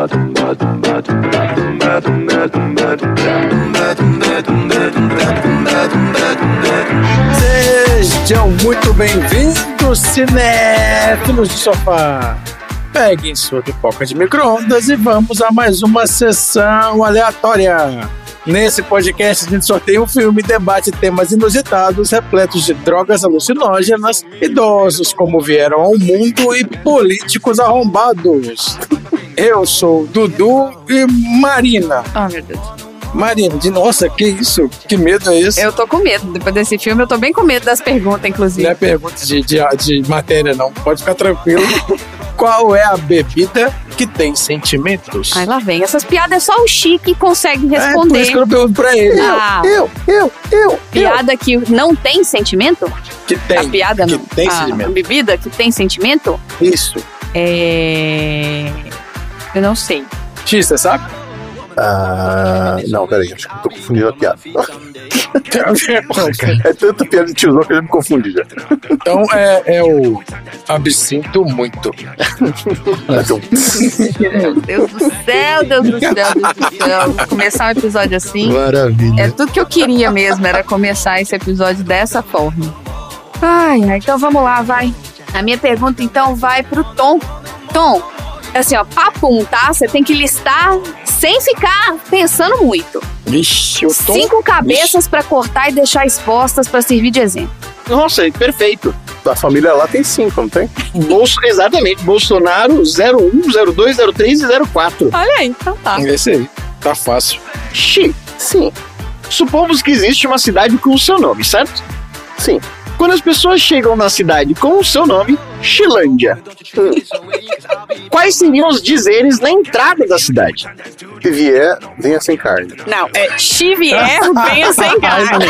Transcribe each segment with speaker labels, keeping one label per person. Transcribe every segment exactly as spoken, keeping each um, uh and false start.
Speaker 1: Sejam muito bem-vindos, cinéfilos de sofá. Peguem sua pipoca de micro-ondas e vamos a mais uma sessão aleatória. Nesse podcast a gente sorteia um filme e debate temas inusitados, repletos de drogas alucinógenas, idosos como vieram ao mundo e políticos arrombados. Eu sou Dudu e Marina.
Speaker 2: Oh, meu Deus.
Speaker 1: Marina, de nossa, que isso? Que medo é esse?
Speaker 2: Eu tô com medo. Depois desse filme, eu tô bem com medo das perguntas, inclusive.
Speaker 1: Não é pergunta de, de, de matéria, não. Pode ficar tranquilo. Qual é a bebida que tem sentimentos?
Speaker 2: Ai, lá vem. Essas piadas é só o Chique consegue responder.
Speaker 1: É, por isso que eu pergunto pra ele.
Speaker 2: Ah.
Speaker 1: Eu, eu, eu, eu.
Speaker 2: Piada que não tem sentimento?
Speaker 1: Que tem.
Speaker 2: A piada
Speaker 1: que
Speaker 2: não.
Speaker 1: tem
Speaker 2: a
Speaker 1: sentimento.
Speaker 2: Bebida que tem sentimento?
Speaker 1: Isso.
Speaker 2: É... Eu não sei.
Speaker 1: X, você sabe?
Speaker 3: Ah, não, peraí, acho que eu tô confundindo a piada. É tanta piada de tiozão que eu já me confundi já.
Speaker 1: Então é, é o absinto muito.
Speaker 2: Meu Deus do céu, Deus do céu, Deus do céu. Começar um episódio assim.
Speaker 3: Maravilha.
Speaker 2: É tudo que eu queria mesmo, era começar esse episódio dessa forma. Ai, ai, então vamos lá, vai. A minha pergunta então vai pro Tom. Tom, assim, ó, papum, tá? Você tem que listar sem ficar pensando muito.
Speaker 1: Vixe, o Tom...
Speaker 2: Cinco cabeças pra cortar e deixar expostas pra servir de exemplo.
Speaker 4: Nossa, perfeito.
Speaker 3: A família lá tem cinco, não tem?
Speaker 4: Bolso, exatamente. Bolsonaro zero um, zero dois, zero três e zero quatro.
Speaker 2: Olha aí, então tá.
Speaker 1: Esse aí, tá fácil.
Speaker 4: Xi, sim. Supomos que existe uma cidade com o seu nome, certo?
Speaker 3: Sim.
Speaker 4: Quando as pessoas chegam na cidade com o seu nome, Xilândia. Hum. Quais seriam os dizeres na entrada da cidade?
Speaker 3: Se vier, venha sem carne.
Speaker 2: Não, é Chivier, venha sem carne.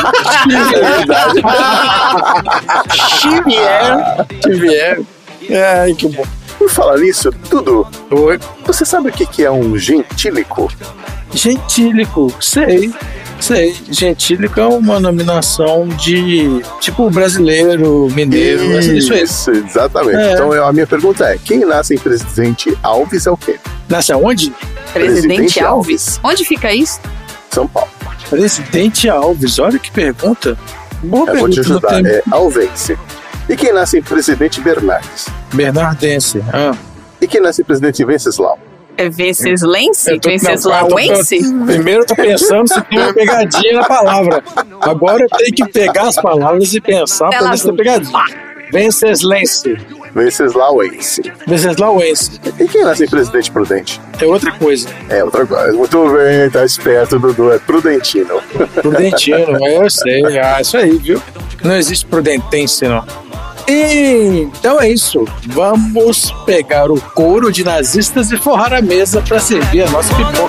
Speaker 4: Xavier.
Speaker 1: Xavier. Ai, que bom.
Speaker 3: Por falar nisso, Dudu,
Speaker 1: Oi.
Speaker 3: você sabe o que que é um gentílico?
Speaker 1: Gentílico, sei. Sei. Gentílico é uma nominação de tipo brasileiro, mineiro, isso, isso aí.
Speaker 3: Isso, exatamente.
Speaker 1: É.
Speaker 3: Então a minha pergunta é, quem nasce em Presidente Alves é o quê?
Speaker 1: Nasce aonde?
Speaker 2: Presidente,
Speaker 3: Presidente
Speaker 2: Alves. Onde fica isso?
Speaker 3: São Paulo.
Speaker 1: Presidente Alves, olha que pergunta. Boa
Speaker 3: Eu vou
Speaker 1: pergunta.
Speaker 3: te
Speaker 1: não
Speaker 3: ajudar,
Speaker 1: tem-
Speaker 3: é Alvense. E quem nasce em Presidente Bernardes?
Speaker 1: Bernardense. Ah.
Speaker 3: E quem nasce em Presidente Venceslau?
Speaker 2: É Venceslense?
Speaker 1: Eu tô- não,
Speaker 2: Venceslauense?
Speaker 1: eu tô- Primeiro eu tô pensando se tem uma pegadinha na palavra. Agora eu tenho que pegar as palavras e pensar pra ver se tem pegadinha. Venceslense.
Speaker 3: Venceslauense.
Speaker 1: Venceslauense.
Speaker 3: E quem nasce em Presidente Prudente?
Speaker 1: É outra coisa.
Speaker 3: É outra coisa. Muito bem, tá esperto, Dudu. É Prudentino.
Speaker 1: Prudentino, eu sei. Ah, isso aí, viu? Não existe prudentense, não. Então é isso. Vamos pegar o couro de nazistas e forrar a mesa pra servir a nossa pipoca.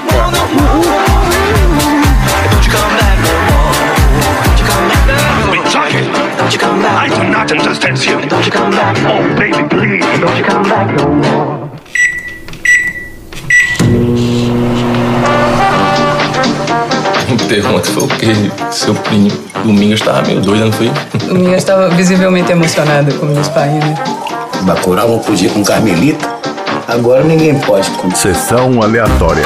Speaker 5: I do not understand you. Oh, baby, please, don't you come back no more.
Speaker 6: Pergunta foi o quê? Seu primo Domingos estava meio doido, não foi?
Speaker 7: O Minha estava visivelmente emocionado com meus pais, né?
Speaker 8: Bacurau não podia com Carmelita, agora ninguém pode com...
Speaker 9: Sessão aleatória.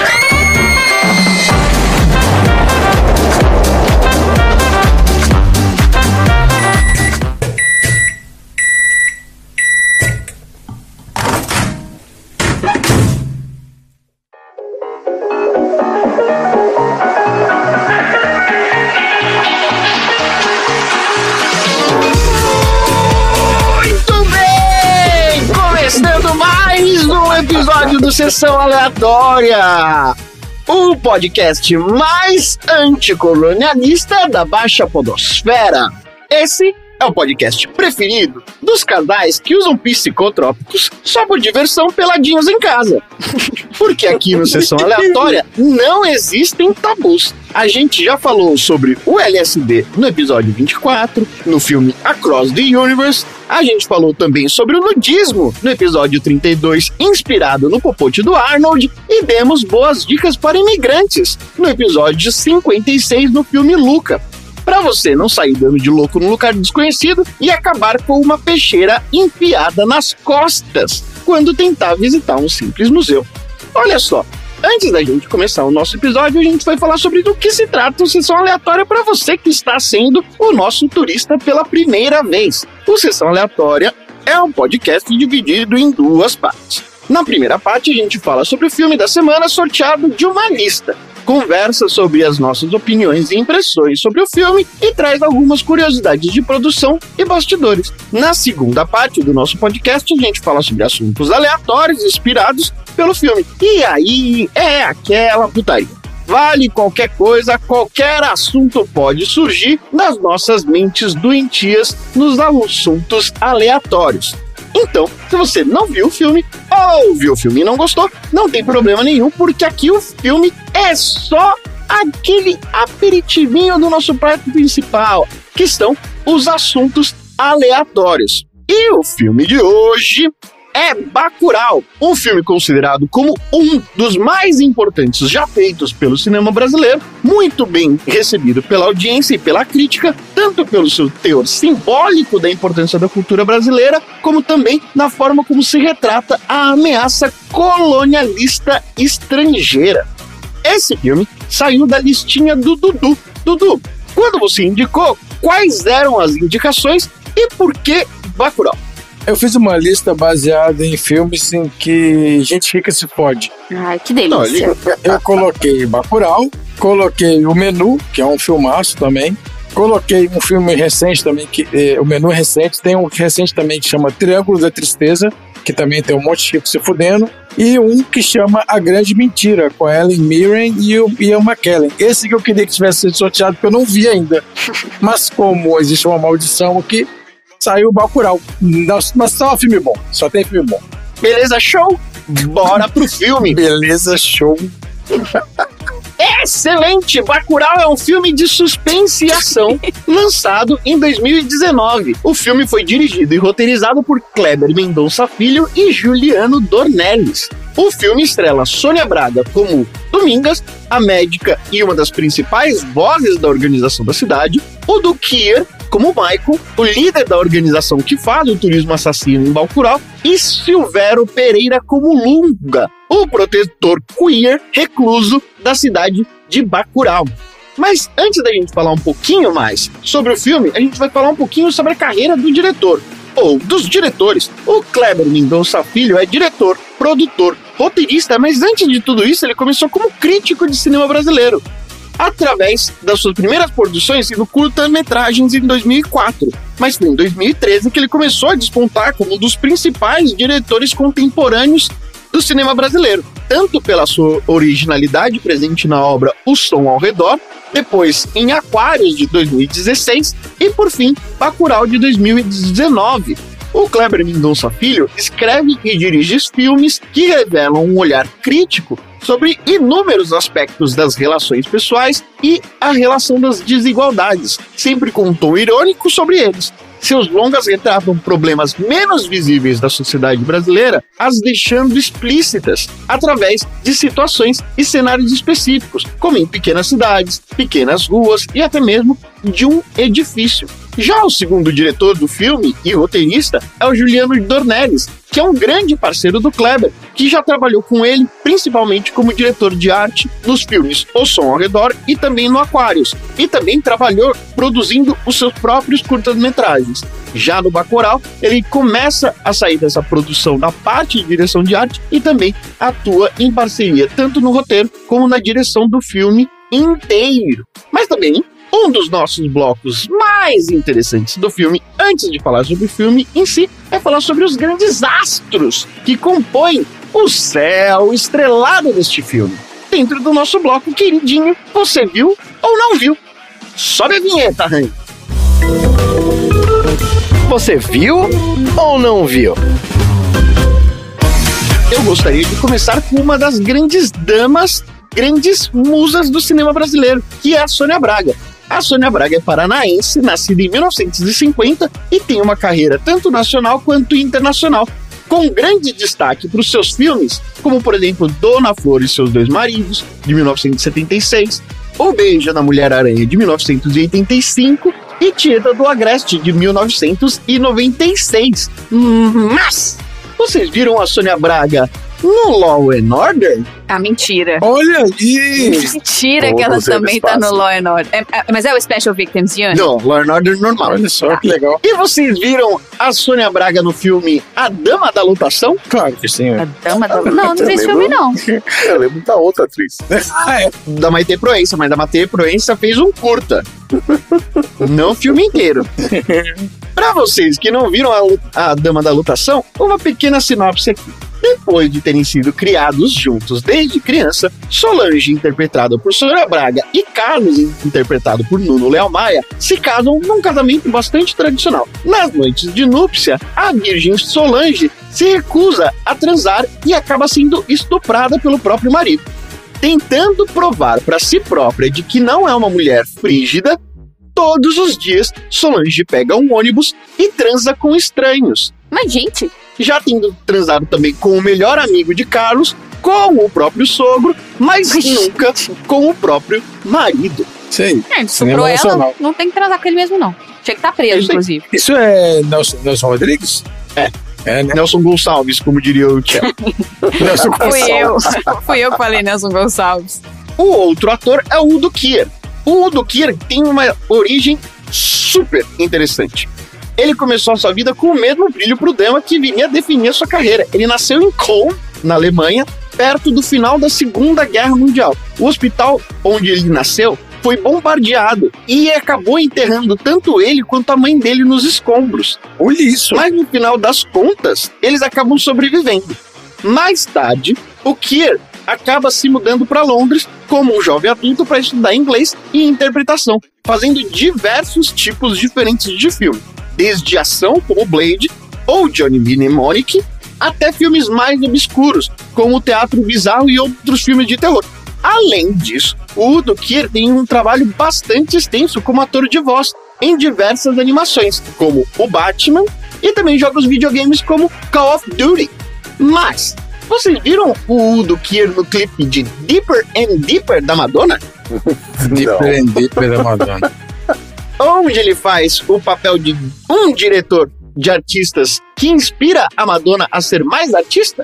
Speaker 4: Episódio do Sessão Aleatória, o podcast mais anticolonialista da Baixa Podosfera. Esse é o podcast preferido dos casais que usam psicotrópicos só por diversão peladinhos em casa. Porque aqui no Sessão Aleatória não existem tabus. A gente já falou sobre o L S D no episódio vinte e quatro, no filme Across the Universe. A gente falou também sobre o nudismo no episódio trinta e dois, inspirado no popote do Arnold. E demos boas dicas para imigrantes no episódio cinquenta e seis, no filme Luca. Para você não sair dando de louco num lugar desconhecido e acabar com uma peixeira enfiada nas costas quando tentar visitar um simples museu. Olha só, antes da gente começar o nosso episódio, a gente vai falar sobre do que se trata o Sessão Aleatória para você que está sendo o nosso turista pela primeira vez. O Sessão Aleatória é um podcast dividido em duas partes. Na primeira parte, a gente fala sobre o filme da semana sorteado de uma lista, conversa sobre as nossas opiniões e impressões sobre o filme e traz algumas curiosidades de produção e bastidores. Na segunda parte do nosso podcast, a gente fala sobre assuntos aleatórios inspirados pelo filme. E aí é aquela putaria. Vale qualquer coisa, qualquer assunto pode surgir nas nossas mentes doentias nos assuntos aleatórios. Então, se você não viu o filme, ou viu o filme e não gostou, não tem problema nenhum, porque aqui o filme é só aquele aperitivinho do nosso prato principal, que são os assuntos aleatórios. E o filme de hoje é Bacurau, um filme considerado como um dos mais importantes já feitos pelo cinema brasileiro, muito bem recebido pela audiência e pela crítica, tanto pelo seu teor simbólico da importância da cultura brasileira, como também na forma como se retrata a ameaça colonialista estrangeira. Esse filme saiu da listinha do Dudu. Dudu, quando você indicou, quais eram as indicações e por que Bacurau?
Speaker 1: Eu fiz uma lista baseada em filmes em que gente rica se fode.
Speaker 2: Ai, que delícia.
Speaker 1: Eu coloquei Bacurau, coloquei O Menu, que é um filmaço também. Coloquei um filme recente também, que eh, o Menu recente. Tem um recente também que chama Triângulo da Tristeza, que também tem um monte de rico se fudendo. E um que chama A Grande Mentira, com a Helen Mirren e o Ian McKellen. Esse que eu queria que tivesse sido sorteado, porque eu não vi ainda. Mas como existe uma maldição aqui, saiu o Bacurau. Mas só um filme bom. Só tem filme bom.
Speaker 4: Beleza, show? Bora pro filme.
Speaker 1: Beleza, show.
Speaker 4: Excelente! Bacurau é um filme de suspense e ação lançado em dois mil e dezenove. O filme foi dirigido e roteirizado por Kleber Mendonça Filho e Juliano Dornelles. O filme estrela Sônia Braga como Domingas, a médica e uma das principais vozes da organização da cidade, o Duquier como Michael, o líder da organização que faz o turismo assassino em Bacurau, e Silvério Pereira como Lunga, o protetor queer recluso da cidade de Bacurau. Mas antes da gente falar um pouquinho mais sobre o filme, a gente vai falar um pouquinho sobre a carreira do diretor, ou dos diretores. O Kleber Mendonça Filho é diretor, produtor, roteirista, mas antes de tudo isso ele começou como crítico de cinema brasileiro, através das suas primeiras produções sendo curta-metragens em dois mil e quatro. Mas foi em dois mil e treze que ele começou a despontar como um dos principais diretores contemporâneos do cinema brasileiro, tanto pela sua originalidade presente na obra O Som ao Redor, depois em Aquários de dois mil e dezesseis e por fim Bacurau de dois mil e dezenove. O Kleber Mendonça Filho escreve e dirige filmes que revelam um olhar crítico sobre inúmeros aspectos das relações pessoais e a relação das desigualdades, sempre com um tom irônico sobre eles. Seus longas retratam problemas menos visíveis da sociedade brasileira, as deixando explícitas através de situações e cenários específicos, como em pequenas cidades, pequenas ruas e até mesmo de um edifício. Já o segundo diretor do filme e roteirista é o Juliano Dornelles, que é um grande parceiro do Kleber, que já trabalhou com ele principalmente como diretor de arte nos filmes O Som ao Redor e também no Aquários, e também trabalhou produzindo os seus próprios curtas-metragens. Já no Bacurau, ele começa a sair dessa produção da parte de direção de arte e também atua em parceria tanto no roteiro como na direção do filme inteiro. Mas também um dos nossos blocos mais interessantes do filme, antes de falar sobre o filme em si, é falar sobre os grandes astros que compõem o céu estrelado deste filme. Dentro do nosso bloco queridinho, Você Viu ou Não Viu? Sobe a vinheta, Rain. Você viu ou não viu? Eu gostaria de começar com uma das grandes damas, grandes musas do cinema brasileiro, que é a Sônia Braga. A Sônia Braga é paranaense, nascida em mil novecentos e cinquenta e tem uma carreira tanto nacional quanto internacional, com grande destaque para os seus filmes, como por exemplo Dona Flor e Seus Dois Maridos, de mil novecentos e setenta e seis, O Beijo da Mulher-Aranha, de mil novecentos e oitenta e cinco e Tieta do Agreste, de mil novecentos e noventa e seis. Mas vocês viram a Sônia Braga no Law and Order?
Speaker 2: Ah, mentira.
Speaker 1: Olha aí!
Speaker 2: Mentira que
Speaker 3: Todos
Speaker 2: ela
Speaker 3: eles
Speaker 2: também tá no
Speaker 3: passam.
Speaker 2: Law and Order. É, é, mas é o Special Victims Unit?
Speaker 4: Não, Law and Order normal.
Speaker 1: Olha só que legal.
Speaker 4: E vocês viram a Sônia Braga no filme A Dama da Lutação?
Speaker 1: Claro que sim.
Speaker 2: A
Speaker 1: é.
Speaker 2: Dama da... Não, não vi esse
Speaker 3: Eu
Speaker 2: filme,
Speaker 3: lembro.
Speaker 2: não.
Speaker 3: Eu lembro da outra atriz.
Speaker 1: Ah, é.
Speaker 4: Da Maite Proença, mas da Maite Proença fez um curta. Não o filme inteiro. Pra vocês que não viram a, lu- a Dama da Lutação, uma pequena sinopse aqui. Depois de terem sido criados juntos desde criança, Solange, interpretada por Sônia Braga, e Carlos, interpretado por Nuno Leal Maia, se casam num casamento bastante tradicional. Nas noites de núpcia, a virgem Solange se recusa a transar e acaba sendo estuprada pelo próprio marido. Tentando provar para si própria de que não é uma mulher frígida, todos os dias Solange pega um ônibus e transa com estranhos.
Speaker 2: Mas, gente,
Speaker 4: Já tendo transado também com o melhor amigo de Carlos, com o próprio sogro, mas
Speaker 2: Ixi.
Speaker 4: nunca com o próprio marido.
Speaker 1: Sei.
Speaker 2: é, ele
Speaker 1: Cinema
Speaker 2: sobrou ela,
Speaker 1: nacional.
Speaker 2: não tem que transar com ele mesmo, não. Tinha que estar preso,
Speaker 4: Isso aí.
Speaker 2: inclusive.
Speaker 1: Isso é Nelson, Nelson Rodrigues?
Speaker 4: É.
Speaker 1: É, né?
Speaker 4: Nelson Gonçalves, como diria o Tchê.
Speaker 1: Nelson
Speaker 2: Fui
Speaker 1: Gonçalves.
Speaker 2: eu. Fui eu que falei Nelson Gonçalves.
Speaker 4: O outro ator é o Udo Kier. O Udo Kier tem uma origem super interessante. Ele começou a sua vida com o mesmo brilho pro dama que viria a definir a sua carreira. Ele nasceu em Köln, na Alemanha, perto do final da Segunda Guerra Mundial. O hospital onde ele nasceu foi bombardeado e acabou enterrando tanto ele quanto a mãe dele nos escombros.
Speaker 1: Olha isso.
Speaker 4: Mas no final das contas, eles acabam sobrevivendo. Mais tarde, o Kier acaba se mudando para Londres como um jovem adulto para estudar inglês e interpretação, fazendo diversos tipos diferentes de filme, desde ação como Blade ou Johnny Mnemonic, até filmes mais obscuros, como o Teatro Bizarro e outros filmes de terror. Além disso, o Udo Kier tem um trabalho bastante extenso como ator de voz em diversas animações, como o Batman, e também jogos videogames como Call of Duty. Mas, vocês viram o Udo Kier no clipe de Deeper and Deeper da Madonna?
Speaker 1: Deeper and Deeper da Madonna.
Speaker 4: Onde ele faz o papel de um diretor de artistas que inspira a Madonna a ser mais artista?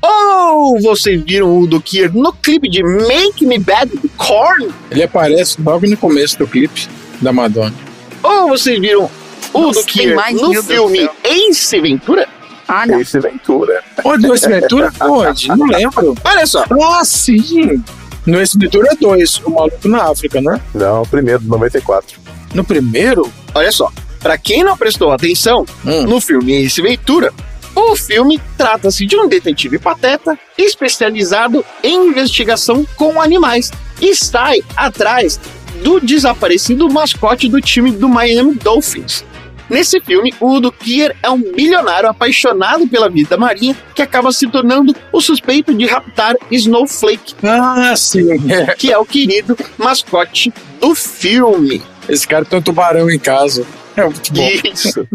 Speaker 4: Ou vocês viram o Udo Kier no clipe de Make Me Bad do Korn?
Speaker 1: Ele aparece logo no começo do clipe da Madonna.
Speaker 4: Ou vocês viram o
Speaker 2: Nossa,
Speaker 4: Udo
Speaker 2: tem
Speaker 4: Kier
Speaker 2: mais,
Speaker 4: no
Speaker 2: meu Deus
Speaker 4: filme
Speaker 2: do céu.
Speaker 4: Ace Ventura?
Speaker 2: Ah, não.
Speaker 3: Esse Ventura.
Speaker 1: Onde no Ace Ventura? Onde? Não lembro.
Speaker 4: Olha só,
Speaker 1: Ah, sim. No Ace Ventura é dois. O Maluco na África, né?
Speaker 3: Não, o primeiro, de noventa e quatro.
Speaker 1: No primeiro?
Speaker 4: olha só. Pra quem não prestou atenção,
Speaker 1: Hum.
Speaker 4: no filme Ace Ventura, o filme trata-se de um detetive pateta especializado em investigação com animais e sai atrás do desaparecido mascote do time do Miami Dolphins. Nesse filme, o Udo Kier é um bilionário apaixonado pela vida marinha que acaba se tornando o suspeito de raptar Snowflake,
Speaker 1: Ah, sim. É.
Speaker 4: que é o querido mascote do filme.
Speaker 1: Esse cara tem um tubarão em casa. É muito bom.
Speaker 4: Isso.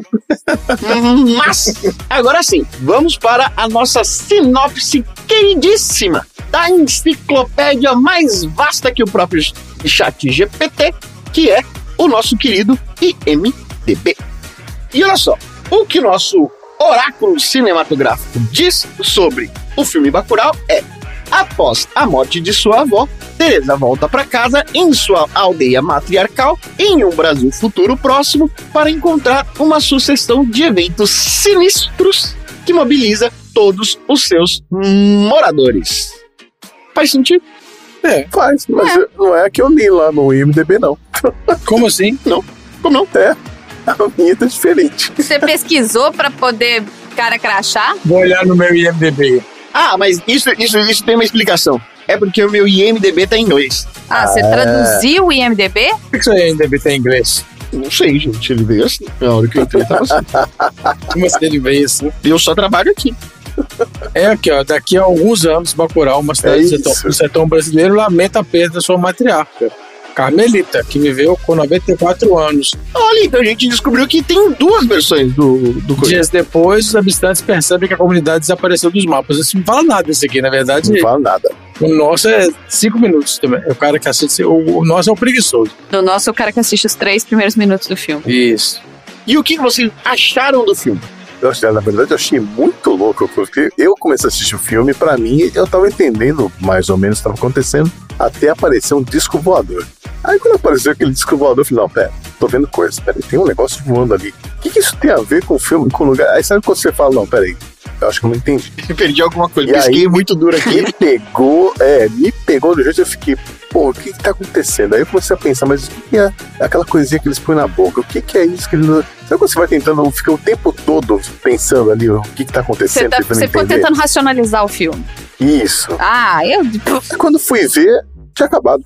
Speaker 4: Mas, agora sim, vamos para a nossa sinopse queridíssima da enciclopédia mais vasta que o próprio chat G P T, que é o nosso querido I M D B. E olha só, o que nosso oráculo cinematográfico diz sobre o filme Bacurau é: após a morte de sua avó, Teresa volta para casa em sua aldeia matriarcal em um Brasil futuro próximo para encontrar uma sucessão de eventos sinistros que mobiliza todos os seus moradores. Faz sentido?
Speaker 1: É.
Speaker 3: Faz, mas não é a que eu li lá no I M D B, não.
Speaker 1: Como assim?
Speaker 4: Como não?
Speaker 3: É, a minha tá diferente.
Speaker 2: Você pesquisou pra poder cara crachar?
Speaker 1: Vou olhar no meu I M D B.
Speaker 4: Ah, mas isso, isso, isso tem uma explicação. É porque o meu I M D B tá em inglês.
Speaker 2: Ah, você traduziu o I M D B?
Speaker 1: Por que seu I M D B tem em inglês?
Speaker 4: Não sei, gente. Ele veio assim. Na hora que eu entrei, tava assim.
Speaker 1: Como assim ele veio assim?
Speaker 4: Eu só trabalho aqui.
Speaker 1: É aqui, ó. Daqui a alguns anos, Bacurau, uma cidade
Speaker 3: É
Speaker 1: do sertão,
Speaker 3: isso.
Speaker 1: do sertão brasileiro, lamenta a perda da sua matriarca, Carmelita, que viveu com noventa e quatro anos.
Speaker 4: Olha, então a gente descobriu que tem duas versões do, do coisa.
Speaker 1: Dias depois, os habitantes percebem que a comunidade desapareceu dos mapas. Isso não fala nada isso aqui, na verdade.
Speaker 3: Não fala nada.
Speaker 1: O nosso é cinco minutos também. O cara que assiste, o, o nosso é o preguiçoso.
Speaker 2: Do nosso, o cara que assiste os três primeiros minutos do filme.
Speaker 1: Isso.
Speaker 4: E o que vocês acharam do filme?
Speaker 3: Eu, achei, na verdade, eu achei muito louco, porque eu comecei a assistir o filme, pra mim, eu tava entendendo mais ou menos o que tava acontecendo, até aparecer um disco voador. Aí quando apareceu aquele disco voador, eu falei, não, pera, tô vendo coisa, pera, tem um negócio voando ali. O que, que isso tem a ver com o filme, com o lugar? Aí sabe quando você fala, não, peraí, eu acho que eu não entendi.
Speaker 4: Perdi alguma coisa,
Speaker 3: E
Speaker 4: pesquei
Speaker 3: aí,
Speaker 4: muito duro aqui.
Speaker 3: Me pegou, é, me pegou do jeito que eu fiquei, pô, o que que tá acontecendo? Aí eu comecei a pensar, mas o que que é aquela coisinha que eles põem na boca? O que que é isso que eles... Sabe quando você vai tentando, fica o tempo todo pensando ali o que que tá acontecendo?
Speaker 2: Você, tá,
Speaker 3: tentando
Speaker 2: você ficou
Speaker 3: entender?
Speaker 2: tentando racionalizar o filme.
Speaker 3: Isso.
Speaker 2: Ah, eu...
Speaker 3: Quando fui ver, tinha acabado.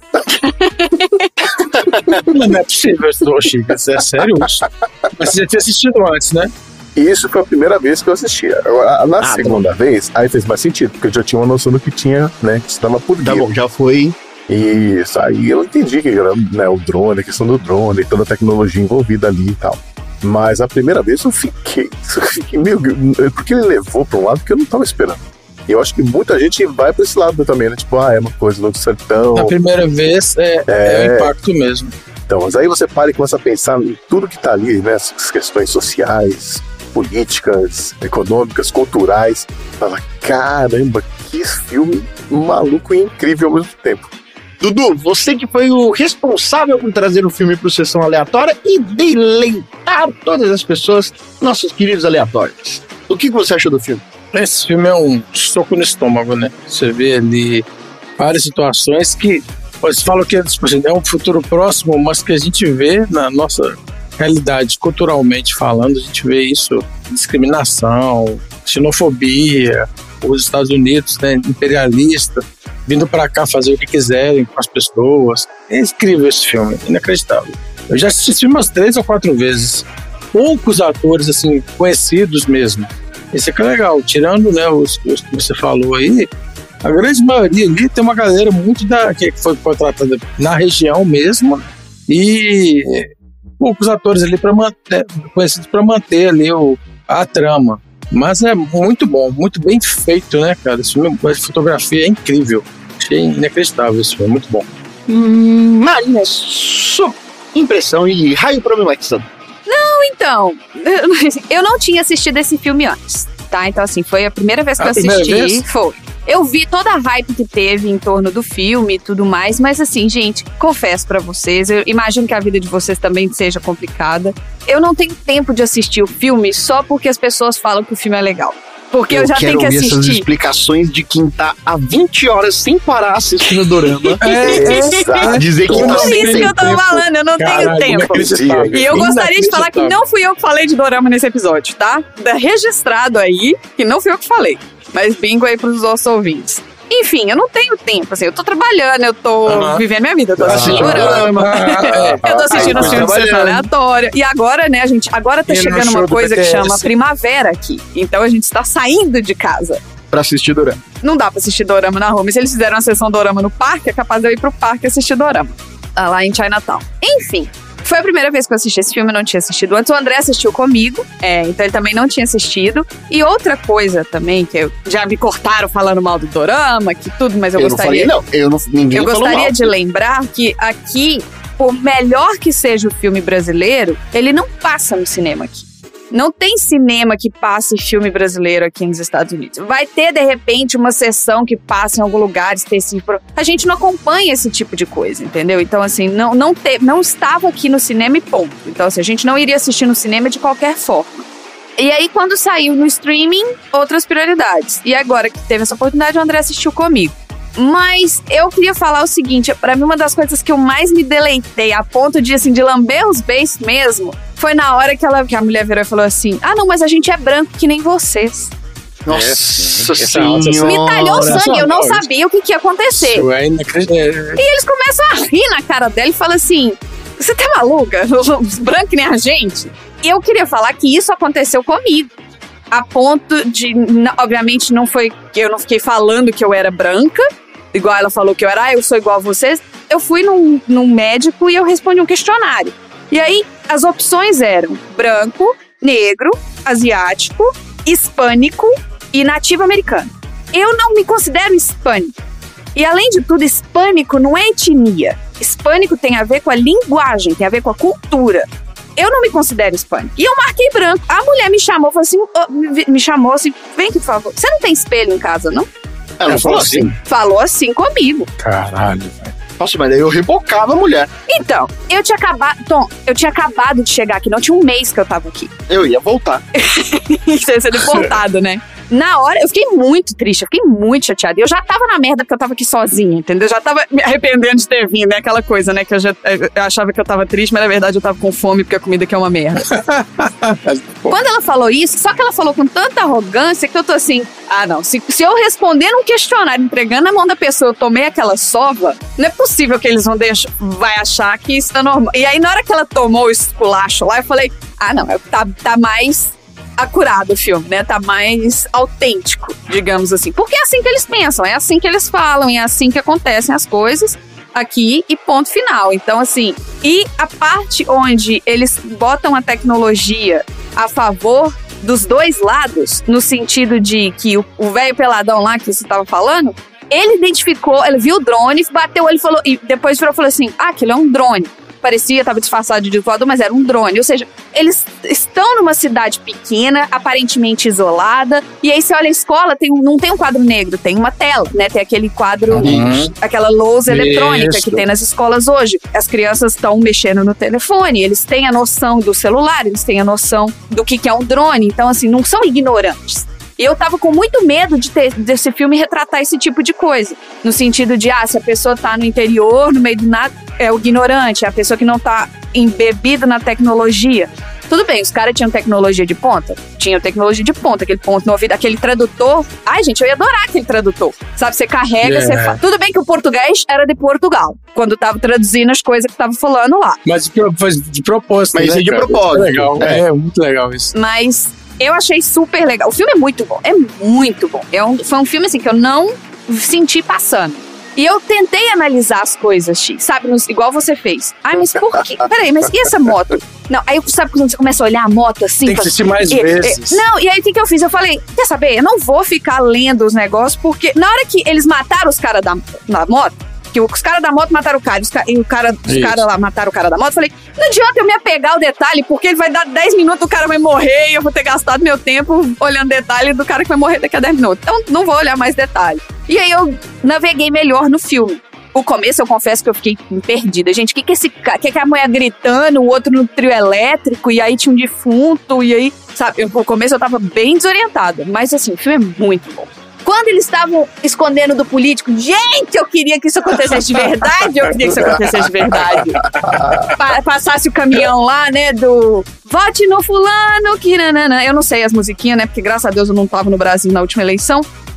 Speaker 1: Mas não é possível, ô Chica, é sério isso? Mas você já tinha assistido antes, né?
Speaker 3: E isso foi a primeira vez que eu assistia. Agora, na
Speaker 4: Ah,
Speaker 3: segunda
Speaker 4: tá
Speaker 3: vez, aí fez mais sentido, porque eu já tinha uma noção do que tinha, né, que estava por vir.
Speaker 4: Tá bom, já foi.
Speaker 3: Isso, aí eu entendi que era, né, o drone, a questão do drone, toda a tecnologia envolvida ali e tal. Mas a primeira vez eu fiquei, eu fiquei meio... Porque ele levou para um lado que eu não estava esperando. E eu acho que muita gente vai para esse lado também, né? Tipo, ah, é uma coisa do sertão.
Speaker 1: Na primeira vez é, é... é o impacto mesmo.
Speaker 3: Então, mas aí você para e começa a pensar em tudo que tá ali, né? As questões sociais, políticas, econômicas, culturais. Fala, caramba, que filme maluco e incrível ao mesmo tempo.
Speaker 4: Dudu, você que foi o responsável por trazer o filme pro Sessão Aleatória e deleitar todas as pessoas, nossos queridos aleatórios. O que você achou do filme?
Speaker 1: Esse filme é um soco no estômago, né? Você vê ali várias situações que você fala que tipo assim, é um futuro próximo, mas que a gente vê na nossa realidade, culturalmente falando, a gente vê isso, discriminação, xenofobia, os Estados Unidos, né, imperialista, vindo pra cá fazer o que quiserem com as pessoas. É incrível esse filme, inacreditável. Eu já assisti umas três ou quatro vezes. Poucos atores, assim, conhecidos mesmo. Esse aqui é legal, tirando, né, os, os que você falou aí, a grande maioria ali tem uma galera muito da, que foi contratada na região mesmo, e poucos atores ali para manter, conhecidos para manter ali o, a trama. Mas é muito bom, muito bem feito, né, cara? Esse filme, a fotografia é incrível. Achei inacreditável esse filme, muito bom.
Speaker 4: Hum, Marina, sua impressão e raio problematizado.
Speaker 2: Não, então, eu não tinha assistido esse filme antes, tá? Então, assim, foi a primeira vez que
Speaker 1: A
Speaker 2: eu
Speaker 1: primeira
Speaker 2: assisti.
Speaker 1: vez?
Speaker 2: Foi. Eu vi toda a hype que teve em torno do filme e tudo mais, mas assim, gente, confesso pra vocês, eu imagino que a vida de vocês também seja complicada. Eu não tenho tempo de assistir o filme só porque as pessoas falam que o filme é legal. Porque eu, eu já tenho que assistir.
Speaker 4: Eu quero ouvir essas explicações de quem tá há vinte horas sem parar assistindo dorama.
Speaker 1: É,
Speaker 3: exato.
Speaker 4: Dizer que tá
Speaker 2: Por
Speaker 4: sem
Speaker 2: isso que eu tô
Speaker 4: tempo.
Speaker 2: falando, eu não
Speaker 1: Caralho,
Speaker 2: tenho tempo.
Speaker 1: inacreditável.
Speaker 2: E eu gostaria de falar que
Speaker 1: Inacreditável.
Speaker 2: não fui eu que falei de dorama nesse episódio, tá? Tá registrado aí que não fui eu que falei. Mas bingo aí pros nossos ouvintes. Enfim, eu não tenho tempo, assim, eu tô trabalhando, eu tô
Speaker 1: Uhum.
Speaker 2: vivendo minha vida, eu tô assistindo
Speaker 3: Ah,
Speaker 2: dorama,
Speaker 1: é.
Speaker 2: eu tô assistindo
Speaker 1: Aí,
Speaker 2: os filmes de sessão aleatória. E agora, né, a gente, agora tá
Speaker 1: E no
Speaker 2: chegando
Speaker 1: show
Speaker 2: uma
Speaker 1: do
Speaker 2: coisa que
Speaker 1: B T S.
Speaker 2: chama primavera aqui. Então a gente está saindo de casa.
Speaker 4: Pra assistir dorama.
Speaker 2: Não dá pra assistir dorama na rua, mas se eles fizeram uma sessão dorama no parque, é capaz de eu ir pro parque assistir dorama. Tá lá em Chinatown. Enfim, foi a primeira vez que eu assisti esse filme, eu não tinha assistido antes. O André assistiu comigo, é, então ele também não tinha assistido. E outra coisa também, que eu, já me cortaram falando mal do dorama, que tudo, mas eu,
Speaker 4: Eu,
Speaker 2: gostaria...
Speaker 4: não falei, não. Eu não, ninguém
Speaker 2: Eu
Speaker 4: falou
Speaker 2: gostaria
Speaker 4: mal.
Speaker 2: de lembrar que aqui, por melhor que seja o filme brasileiro, ele não passa no cinema aqui. Não tem cinema que passe filme brasileiro aqui nos Estados Unidos. Vai ter, de repente, uma sessão que passe em algum lugar específico. A gente não acompanha esse tipo de coisa, entendeu? Então, assim, não, não, te, não estava aqui no cinema e ponto. Então, assim, a gente não iria assistir no cinema de qualquer forma. E aí, quando saiu no streaming, outras prioridades. E agora que teve essa oportunidade, o André assistiu comigo. Mas eu queria falar o seguinte, pra mim uma das coisas que eu mais me deleitei, a ponto de, assim, de lamber os beijos mesmo, foi na hora que, ela, que a mulher virou e falou assim, ah não, mas a gente é branco que nem vocês.
Speaker 4: Nossa
Speaker 1: Essa
Speaker 4: senhora.
Speaker 2: Me talhou
Speaker 1: Olha,
Speaker 2: sangue, eu não
Speaker 1: isso.
Speaker 2: sabia o que, que ia acontecer.
Speaker 1: Isso é inacreditável.
Speaker 2: E eles começam a rir na cara dela e falam assim, você tá maluca? Os brancos que nem a gente? E eu queria falar que isso aconteceu comigo. A ponto de, obviamente não foi, eu não fiquei falando que eu era branca, igual ela falou que eu era, ah, eu sou igual a vocês. Eu fui num, num médico e eu respondi um questionário. E aí, as opções eram branco, negro, asiático, hispânico e nativo americano. Eu não me considero hispânico. E além de tudo, hispânico não é etnia. Hispânico tem a ver com a linguagem, tem a ver com a cultura. eu não me considero hispânica. E eu marquei branco. A mulher me chamou, falou assim, oh, me, me chamou assim, vem aqui, por favor. Você não tem espelho em casa, não?
Speaker 4: Ela não falou assim?
Speaker 2: Falou assim comigo.
Speaker 1: Caralho, velho.
Speaker 4: Nossa, mas daí eu rebocava a mulher.
Speaker 2: Então, eu tinha acabado... Tom, eu tinha acabado de chegar aqui. Não tinha um mês que eu tava aqui.
Speaker 4: Eu ia voltar.
Speaker 2: Você ia ser deportado, né? Na hora, eu fiquei muito triste, eu fiquei muito chateada. Eu já tava na merda porque eu tava aqui sozinha, entendeu? Eu já tava me arrependendo de ter vindo, né? Aquela coisa, né? Que eu, já, eu achava que eu tava triste, mas na verdade eu tava com fome porque a comida aqui é uma merda. Quando ela falou isso, só que ela falou com tanta arrogância que eu tô assim, ah não, se, se eu responder num questionário entregando na mão da pessoa, eu tomei aquela sova, não é possível que eles vão deixar, vai achar que isso é normal. E aí na hora que ela tomou o esculacho lá, eu falei, ah não, tá, tá mais... acurado o filme, né? Tá mais autêntico, digamos assim. Porque é assim que eles pensam, é assim que eles falam, é assim que acontecem as coisas aqui e ponto final. Então, assim, e a parte onde eles botam a tecnologia a favor dos dois lados, no sentido de que o velho peladão lá que você tava falando, ele identificou, ele viu o drone, bateu, ele falou, e depois virou e falou assim, ah, aquilo é um drone. Parecia, estava disfarçado de voador, mas era um drone. Ou seja, eles estão numa cidade pequena, aparentemente isolada, e aí você olha a escola, tem, não tem um quadro negro, tem uma tela, né? Tem aquele quadro, uhum. aquela lousa eletrônica que tem nas escolas hoje. As crianças estão mexendo no telefone, eles têm a noção do celular, eles têm a noção do que, que é um drone. Então, assim, não são ignorantes. E eu tava com muito medo de ter, desse filme retratar esse tipo de coisa. No sentido de, ah, se a pessoa tá no interior, no meio do nada, é o ignorante, é a pessoa que não tá embebida na tecnologia. Tudo bem, os caras tinham tecnologia de ponta? Tinham tecnologia de ponta, aquele ponto no ouvido, aquele tradutor. Ai, gente, eu ia adorar aquele tradutor. Sabe, você carrega, yeah. você fala. Tudo bem que o português era de Portugal, quando tava traduzindo as coisas que tava falando lá.
Speaker 1: Mas de, de propósito,
Speaker 4: Mas
Speaker 1: né,
Speaker 4: isso é de
Speaker 1: cara?
Speaker 4: propósito.
Speaker 1: É legal, é. é muito legal isso.
Speaker 2: Mas... eu achei super legal. O filme é muito bom, é muito bom. É um, foi um filme assim que eu não senti passando. E eu tentei analisar as coisas, sabe, igual você fez. Ai, mas por quê? Peraí, mas e essa moto? Não, aí sabe quando você começa a olhar a moto assim?
Speaker 1: Tem que assistir mais
Speaker 2: e,
Speaker 1: vezes.
Speaker 2: E, não, e aí o que, que eu fiz? Eu falei, quer saber? Eu não vou ficar lendo os negócios, porque na hora que eles mataram os caras da na moto, que os caras da moto mataram o cara, os ca- e o cara, os caras lá mataram o cara da moto, eu falei, não adianta eu me apegar ao detalhe, porque ele vai dar dez minutos, o cara vai morrer, e eu vou ter gastado meu tempo olhando detalhe do cara que vai morrer daqui a dez minutos. Então, não vou olhar mais detalhe. E aí eu naveguei melhor no filme. O começo, eu confesso que eu fiquei perdida. Gente, o que que esse cara... que que a mulher gritando, o outro no trio elétrico, e aí tinha um defunto, e aí... sabe, no começo eu tava bem desorientada. Mas, assim, o filme é muito bom. Quando eles estavam escondendo do político, gente, eu queria que isso acontecesse de verdade, eu queria que isso acontecesse de verdade. Pa- passasse o caminhão lá, né, do vote no fulano, que nanana. Eu não sei as musiquinhas, né, porque graças a Deus eu não tava no Brasil na última eleição,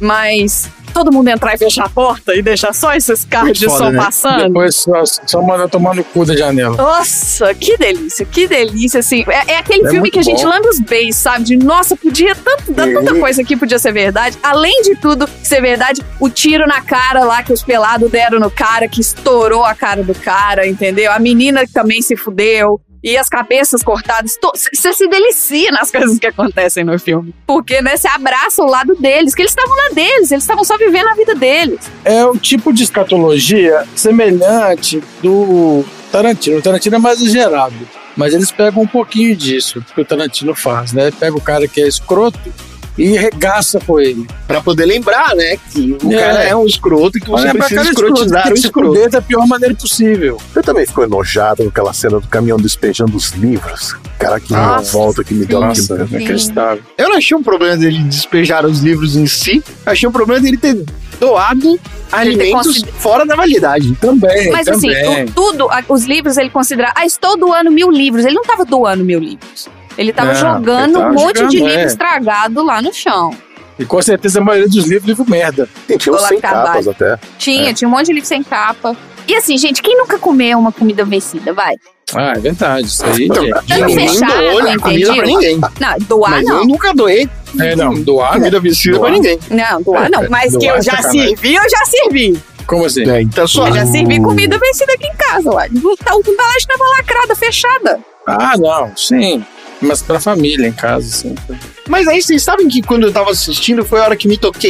Speaker 2: mas todo mundo entrar e fechar a porta e deixar só esses carros de som, né, passando.
Speaker 1: Depois só, só manda tomar no cu da janela.
Speaker 2: Nossa, que delícia, que delícia, assim. É, é aquele
Speaker 1: É
Speaker 2: filme
Speaker 1: muito
Speaker 2: que a gente
Speaker 1: bom.
Speaker 2: lambe os beijos, sabe? De, nossa, podia tanto, dar tanta coisa aqui, podia ser verdade. Além de tudo ser verdade, o tiro na cara lá que os pelados deram no cara, que estourou a cara do cara, entendeu? A menina que também se fudeu. E as cabeças cortadas, você se delicia nas coisas que acontecem no filme. Porque, né, você abraça o lado deles, que eles estavam na deles, eles estavam só vivendo a vida deles.
Speaker 1: É o tipo de escatologia semelhante do Tarantino. O Tarantino é mais exagerado, mas eles pegam um pouquinho disso que o Tarantino faz, né? Pega o cara que é escroto e regaça com ele.
Speaker 4: Pra poder lembrar, né, que o
Speaker 1: É.
Speaker 4: cara é um escroto e que você
Speaker 1: Olha,
Speaker 4: precisa
Speaker 1: cara
Speaker 4: escrotizar
Speaker 1: tem
Speaker 4: o
Speaker 1: que se
Speaker 4: escroto.
Speaker 1: fuder da pior maneira possível.
Speaker 3: Você também ficou enojado com aquela cena do caminhão despejando os livros? Cara, que
Speaker 2: Nossa,
Speaker 3: volta que me deu aqui.
Speaker 1: Nossa, inacreditável.
Speaker 4: Eu não achei um problema dele despejar os livros em si, eu achei um problema dele ter doado alimentos
Speaker 2: consider-
Speaker 4: fora da validade.
Speaker 1: Também,
Speaker 2: Mas assim,
Speaker 1: também.
Speaker 2: o- tudo, a- os livros ele considera, ah, estou doando mil livros. Ele não estava doando mil livros. Ele estava
Speaker 1: Não,
Speaker 2: jogando
Speaker 1: ele tava
Speaker 2: um monte de
Speaker 1: jogando,
Speaker 2: livro
Speaker 1: é.
Speaker 2: estragado lá no chão.
Speaker 1: E com certeza a maioria dos livros, livro merda.
Speaker 3: Tem, tinha uns
Speaker 2: Olá,
Speaker 3: sem
Speaker 2: trabalho.
Speaker 3: capas até.
Speaker 2: Tinha, tinha um monte de livro sem capa. E assim, gente, quem nunca comeu uma comida vencida, vai?
Speaker 1: Ah, é verdade. Isso aí,
Speaker 3: Então,
Speaker 1: gente.
Speaker 2: Dando
Speaker 4: Ninguém
Speaker 2: fechado,
Speaker 4: doou comida
Speaker 2: entendi.
Speaker 4: pra ninguém.
Speaker 2: Não, doar
Speaker 4: Mas
Speaker 2: não.
Speaker 4: eu nunca doei
Speaker 1: É, não, doar.
Speaker 4: comida vencida
Speaker 1: Doar.
Speaker 4: pra ninguém.
Speaker 2: Não, doar não. Mas
Speaker 1: Doar
Speaker 2: que eu
Speaker 1: é
Speaker 2: já
Speaker 1: sacanagem.
Speaker 2: servi, eu já servi.
Speaker 1: Como assim?
Speaker 4: É, então só.
Speaker 2: Eu já servi comida vencida aqui em casa, ué. Tá, o embalagem tava lacrada, fechada.
Speaker 1: Ah, não, sim. Mas pra família, em casa, assim.
Speaker 4: Mas aí vocês sabem que quando eu tava assistindo foi a hora que me toquei.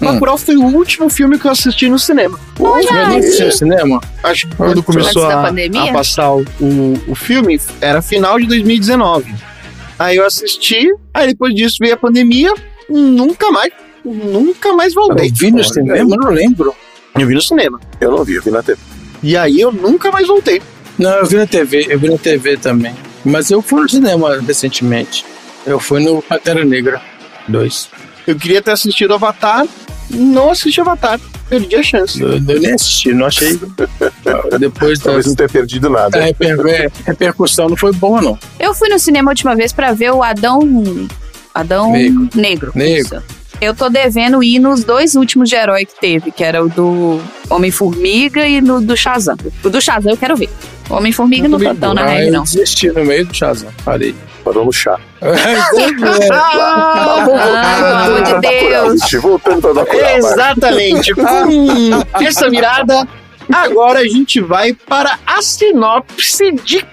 Speaker 4: Bacurau foi o último filme que eu assisti no cinema.
Speaker 1: Você não assistiu no cinema?
Speaker 4: Acho que quando começou a, a passar o, o, o filme, era final de dois mil e dezenove. Aí eu assisti, aí depois disso veio a pandemia, nunca mais, nunca mais voltei.
Speaker 1: Eu vi no cinema? Eu não lembro.
Speaker 4: Eu vi no cinema.
Speaker 3: Eu não vi, eu vi na T V.
Speaker 4: E aí eu nunca mais voltei.
Speaker 1: Não, eu vi na T V, eu vi na T V também. Mas eu fui no cinema recentemente. Eu fui no Pantera Negra dois.
Speaker 4: Eu queria ter assistido Avatar, não assisti Avatar, perdi a chance.
Speaker 1: Eu, eu nem assisti, não achei. Depois
Speaker 3: talvez não ter perdido nada.
Speaker 1: A reper- repercussão não foi boa, não.
Speaker 2: Eu fui no cinema a última vez pra ver o Adão... Adão
Speaker 1: Negro.
Speaker 2: Negro.
Speaker 1: Negro.
Speaker 2: Isso. Eu tô devendo ir nos dois últimos de herói que teve, que era o do Homem-Formiga e no do Shazam. O do Shazam eu quero ver. O Homem-Formiga não tá tão na
Speaker 1: ah,
Speaker 2: rede, não.
Speaker 1: Eu desisti no meio do Shazam, parei.
Speaker 3: Parou no chá.
Speaker 2: Ah, pelo amor de Deus.
Speaker 3: Voltando pra Bacurau.
Speaker 4: Exatamente. Com essa virada, agora a gente vai para a sinopse de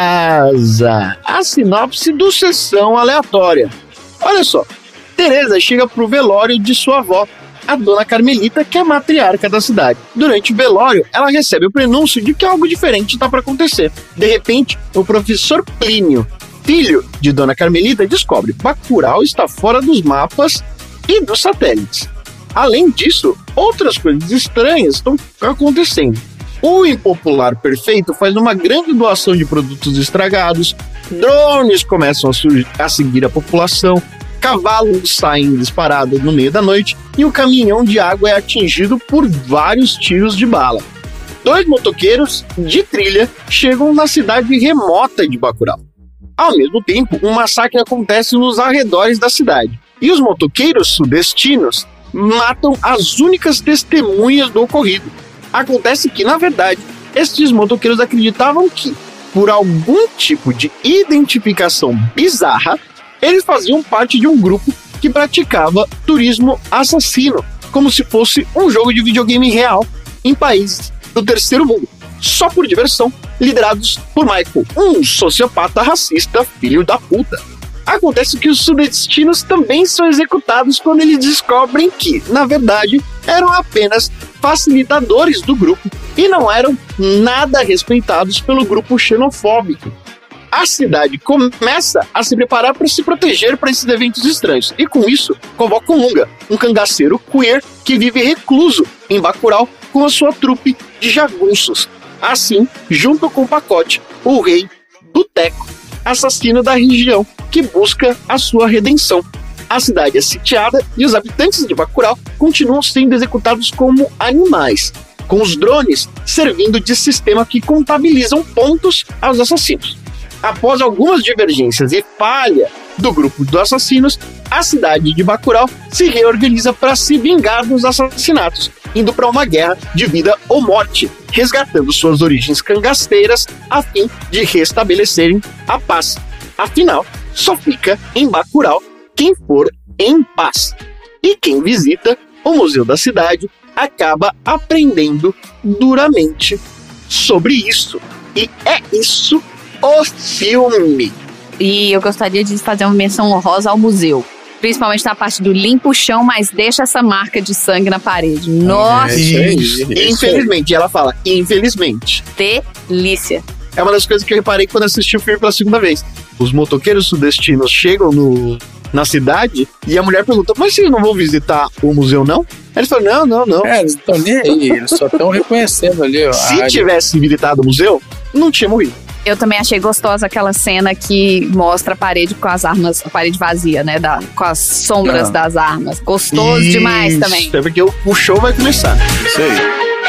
Speaker 4: casa. A sinopse do Sessão Aleatória. Olha só. Tereza chega pro velório de sua avó, a dona Carmelita, que é a matriarca da cidade. Durante o velório, ela recebe o prenúncio de que algo diferente está para acontecer. De repente, o professor Plínio, filho de dona Carmelita, descobre que Bacurau está fora dos mapas e dos satélites. Além disso, outras coisas estranhas estão acontecendo. O impopular Perfeito faz uma grande doação de produtos estragados, drones começam a, surgir, a seguir a população, cavalos saem disparados no meio da noite e o caminhão de água é atingido por vários tiros de bala. Dois motoqueiros de trilha chegam na cidade remota de Bacurau. Ao mesmo tempo, um massacre acontece nos arredores da cidade e os motoqueiros sudestinos matam as únicas testemunhas do ocorrido. Acontece que, na verdade, estes motoqueiros acreditavam que, por algum tipo de identificação bizarra, eles faziam parte de um grupo que praticava turismo assassino, como se fosse um jogo de videogame real em países do terceiro mundo, só por diversão, liderados por Michael, um sociopata racista filho da puta. Acontece que os sudestinos também são executados quando eles descobrem que, na verdade, eram apenas facilitadores do grupo e não eram nada respeitados pelo grupo xenofóbico. A cidade começa a se preparar para se proteger para esses eventos estranhos. E com isso, convoca o Lunga, um cangaceiro queer que vive recluso em Bacurau com a sua trupe de jagunços. Assim, junto com o Pacote, o rei Boteco, assassino da região, que busca a sua redenção. A cidade é sitiada e os habitantes de Bacurau continuam sendo executados como animais, com os drones servindo de sistema que contabilizam pontos aos assassinos. Após algumas divergências e falha do grupo dos assassinos, a cidade de Bacurau se reorganiza para se vingar dos assassinatos, indo para uma guerra de vida ou morte, resgatando suas origens cangaceiras a fim de restabelecerem a paz. Afinal, só fica em Bacurau quem for em paz. E quem visita o Museu da Cidade acaba aprendendo duramente sobre isso. E é isso o filme.
Speaker 2: E eu gostaria de fazer uma menção honrosa ao museu. Principalmente na parte do limpa o chão, mas deixa essa marca de sangue na parede. Nossa!
Speaker 1: É isso aí, isso aí.
Speaker 4: Infelizmente, ela fala, infelizmente.
Speaker 2: Delícia.
Speaker 4: É uma das coisas que eu reparei quando assisti o filme pela segunda vez. Os motoqueiros sudestinos chegam no, na cidade e a mulher pergunta, mas vocês não vão visitar o museu, não? Aí eles falam, não, não, não.
Speaker 1: É, eles não estão nem aí, eles só estão reconhecendo ali. Ó,
Speaker 4: Se tivesse visitado o museu, não tinha morrido.
Speaker 2: Eu também achei gostosa aquela cena que mostra a parede com as armas, a parede vazia, né? Da, com as sombras
Speaker 1: ah.
Speaker 2: das armas. Gostoso
Speaker 4: Isso,
Speaker 2: demais também.
Speaker 4: É porque o, o show vai começar.
Speaker 1: Isso aí.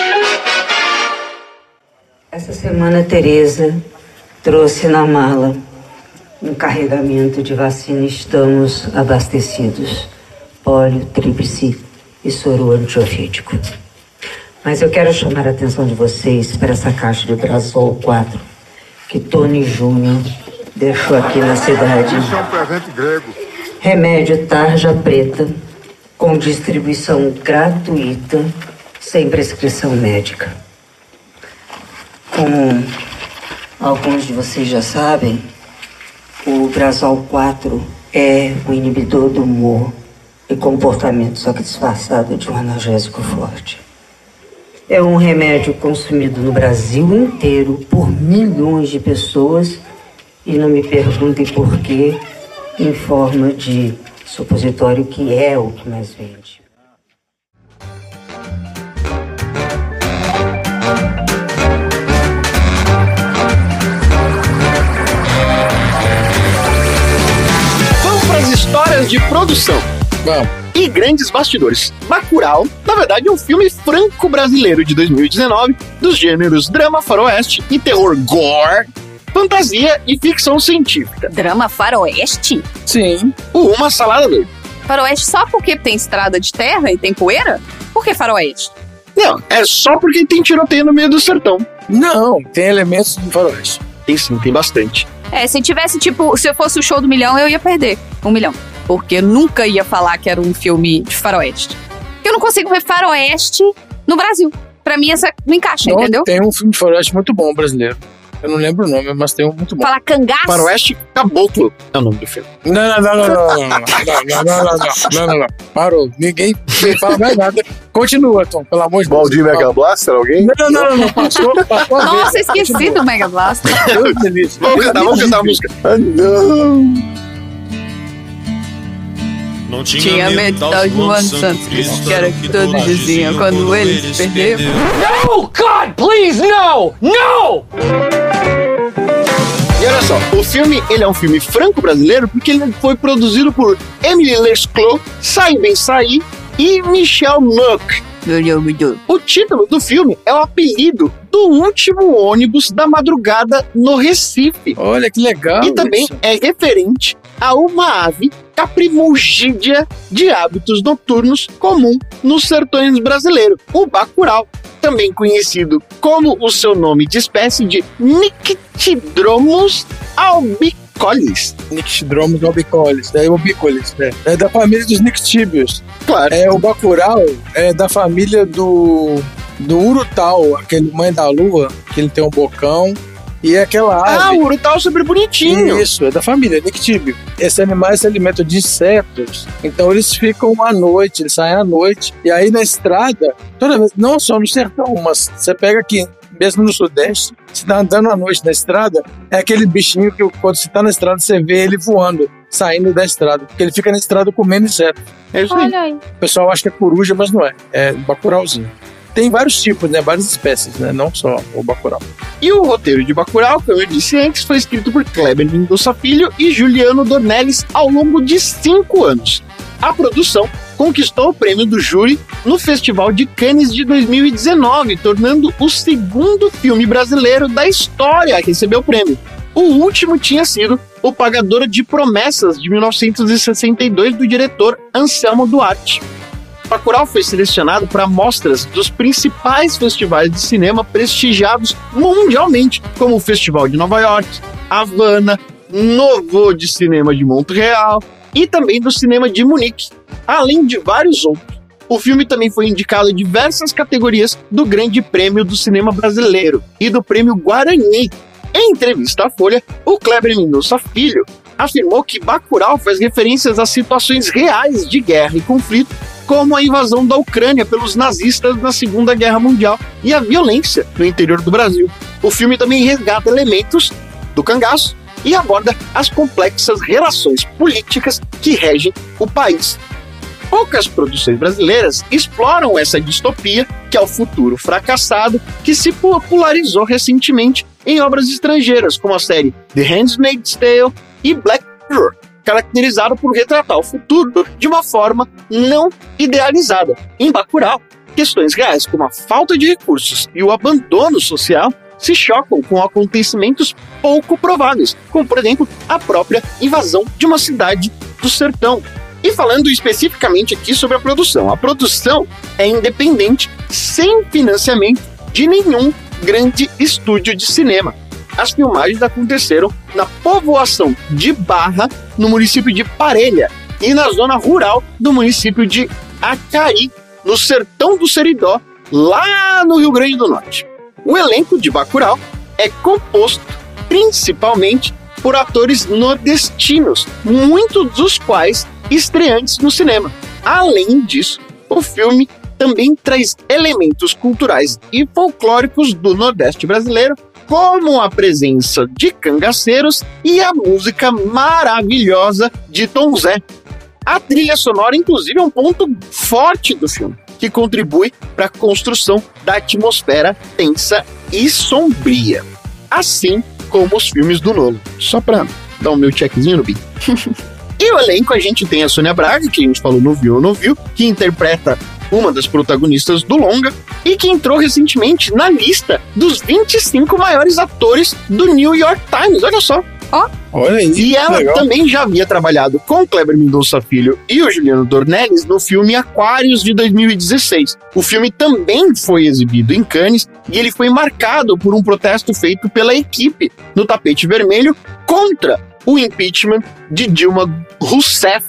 Speaker 9: Essa semana a Tereza trouxe na mala um carregamento de vacina. Estamos abastecidos. Pólio, tríplice e soro antiofídico. Mas eu quero chamar a atenção de vocês para essa caixa de Brazol quatro que Tony Júnior deixou aqui na cidade.
Speaker 10: Isso é um presente grego.
Speaker 9: Remédio tarja preta, com distribuição gratuita, sem prescrição médica. Como alguns de vocês já sabem, o Brazol quatro é o inibidor do humor e comportamento, só que disfarçado de um analgésico forte. É um remédio consumido no Brasil inteiro por milhões de pessoas e não me perguntem por quê, em forma de supositório, que é o que mais vende.
Speaker 4: Vamos para as histórias de produção.
Speaker 1: Vamos.
Speaker 4: E grandes bastidores. Bacurau, na verdade, é um filme franco-brasileiro de dois mil e dezenove, dos gêneros drama, faroeste e terror gore, fantasia e ficção científica.
Speaker 2: Drama faroeste?
Speaker 1: Sim.
Speaker 4: Uma salada doida.
Speaker 2: Faroeste só porque tem estrada de terra e tem poeira? Por que faroeste?
Speaker 4: Não, é só porque tem tiroteio no meio do sertão.
Speaker 1: Não, tem elementos do faroeste.
Speaker 4: Tem sim, tem bastante.
Speaker 2: É, se tivesse, tipo, se eu fosse o show do milhão, eu ia perder um milhão. Porque eu nunca ia falar que era um filme de faroeste. Porque eu não consigo ver faroeste no Brasil. Pra mim, essa não encaixa,
Speaker 1: Não,
Speaker 2: entendeu?
Speaker 1: Tem um filme de faroeste muito bom brasileiro. Eu não lembro o nome, mas tem um muito bom.
Speaker 2: Fala cangaço?
Speaker 4: Faroeste Caboclo é o nome do filme.
Speaker 1: Não, não, não, não, não, não, não, não, não, não, não, não, não. Parou. Ninguém fala mais nada. Continua, Tom, pelo amor de Deus.
Speaker 3: Valdir Mega Blaster, alguém?
Speaker 1: Não, não, não, não, passou, passou a vez.
Speaker 2: Nossa, esqueci
Speaker 1: Continua.
Speaker 2: do Mega Blaster.
Speaker 1: Deus me livre.
Speaker 4: Vamos cantar, vamos cantar a música.
Speaker 3: Ah, não.
Speaker 10: Não tinha,
Speaker 2: Tinha medo de João Santos, que era o que todos diziam quando ele se perdeu.
Speaker 11: No, God, please, no! No!
Speaker 4: E olha só, o filme, ele é um filme franco-brasileiro porque ele foi produzido por Emily Lesclos, Sai Bem Saí e Michel Muck. O título do filme é o apelido do último ônibus da madrugada no Recife.
Speaker 1: Olha que legal.
Speaker 4: E também
Speaker 1: isso.
Speaker 4: é referente a uma ave caprimogídea de hábitos noturnos comum nos sertões brasileiros, o bacurau, também conhecido como o seu nome de espécie de Nyctidromus albicollis.
Speaker 1: Nyctidromus albicollis, é albicollis, né? É da família dos Nyctíbios.
Speaker 4: Claro.
Speaker 1: É, o bacurau é da família do do urutau, aquele mãe da lua, que ele tem um bocão. E é aquela ave.
Speaker 4: Ah, o urutau é super bonitinho.
Speaker 1: Isso, é da família, Nyctíbio. Esses animais se alimentam de insetos, então eles ficam à noite, eles saem à noite. E aí na estrada, toda vez, não só no sertão, mas você pega aqui, mesmo no Sudeste, você tá andando à noite na estrada, é aquele bichinho que quando você tá na estrada, você vê ele voando, saindo da estrada, porque ele fica na estrada comendo inseto.
Speaker 4: É isso aí.
Speaker 2: Olha aí.
Speaker 1: O pessoal acha que é coruja, mas não é. É bacurauzinho. Tem vários tipos, né? Várias espécies, né? Não só o bacurau.
Speaker 4: E o roteiro de Bacurau, como eu disse antes, foi escrito por Kleber Mendonça Filho e Juliano Dornelles ao longo de cinco anos. A produção conquistou o prêmio do júri no Festival de Cannes de dois mil e dezenove, tornando o segundo filme brasileiro da história a receber o prêmio. O último tinha sido O Pagador de Promessas, de mil novecentos e sessenta e dois, do diretor Anselmo Duarte. Bacurau foi selecionado para mostras dos principais festivais de cinema prestigiados mundialmente, como o Festival de Nova York, Havana, Novo de Cinema de Montreal e também do Cinema de Munique, além de vários outros. O filme também foi indicado em diversas categorias do Grande Prêmio do Cinema Brasileiro e do Prêmio Guarani. Em entrevista à Folha, o Kleber Mendonça Filho afirmou que Bacurau faz referências a situações reais de guerra e conflito, como a invasão da Ucrânia pelos nazistas na Segunda Guerra Mundial e a violência no interior do Brasil. O filme também resgata elementos do cangaço e aborda as complexas relações políticas que regem o país. Poucas produções brasileiras exploram essa distopia, que é o futuro fracassado, que se popularizou recentemente em obras estrangeiras, como a série The Handmaid's Tale e Black Mirror, caracterizado por retratar o futuro de uma forma não idealizada. Em Bacurau, questões reais como a falta de recursos e o abandono social se chocam com acontecimentos pouco prováveis, como, por exemplo, a própria invasão de uma cidade do sertão. E falando especificamente aqui sobre a produção, a produção é independente, sem financiamento de nenhum grande estúdio de cinema. As filmagens aconteceram na povoação de Barra, no município de Parelha, e na zona rural do município de Acari, no sertão do Seridó, lá no Rio Grande do Norte. O elenco de Bacurau é composto principalmente por atores nordestinos, muitos dos quais estreantes no cinema. Além disso, o filme também traz elementos culturais e folclóricos do Nordeste brasileiro, como a presença de cangaceiros e a música maravilhosa de Tom Zé. A trilha sonora, inclusive, é um ponto forte do filme, que contribui para a construção da atmosfera tensa e sombria, assim como os filmes do Nolan. Só para dar o meu checkzinho no beat. E o elenco, a gente tem a Sônia Braga, que a gente falou no Viu ou Não Viu, que interpreta uma das protagonistas do longa e que entrou recentemente na lista dos vinte e cinco maiores atores do New York Times. Olha só.
Speaker 2: Ó.
Speaker 1: Olha aí.
Speaker 4: E ela
Speaker 1: legal.
Speaker 4: também já havia trabalhado com o Kleber Mendonça Filho e o Juliano Dornelles no filme Aquários de dois mil e dezesseis. O filme também foi exibido em Cannes e ele foi marcado por um protesto feito pela equipe no tapete vermelho contra o impeachment de Dilma Rousseff.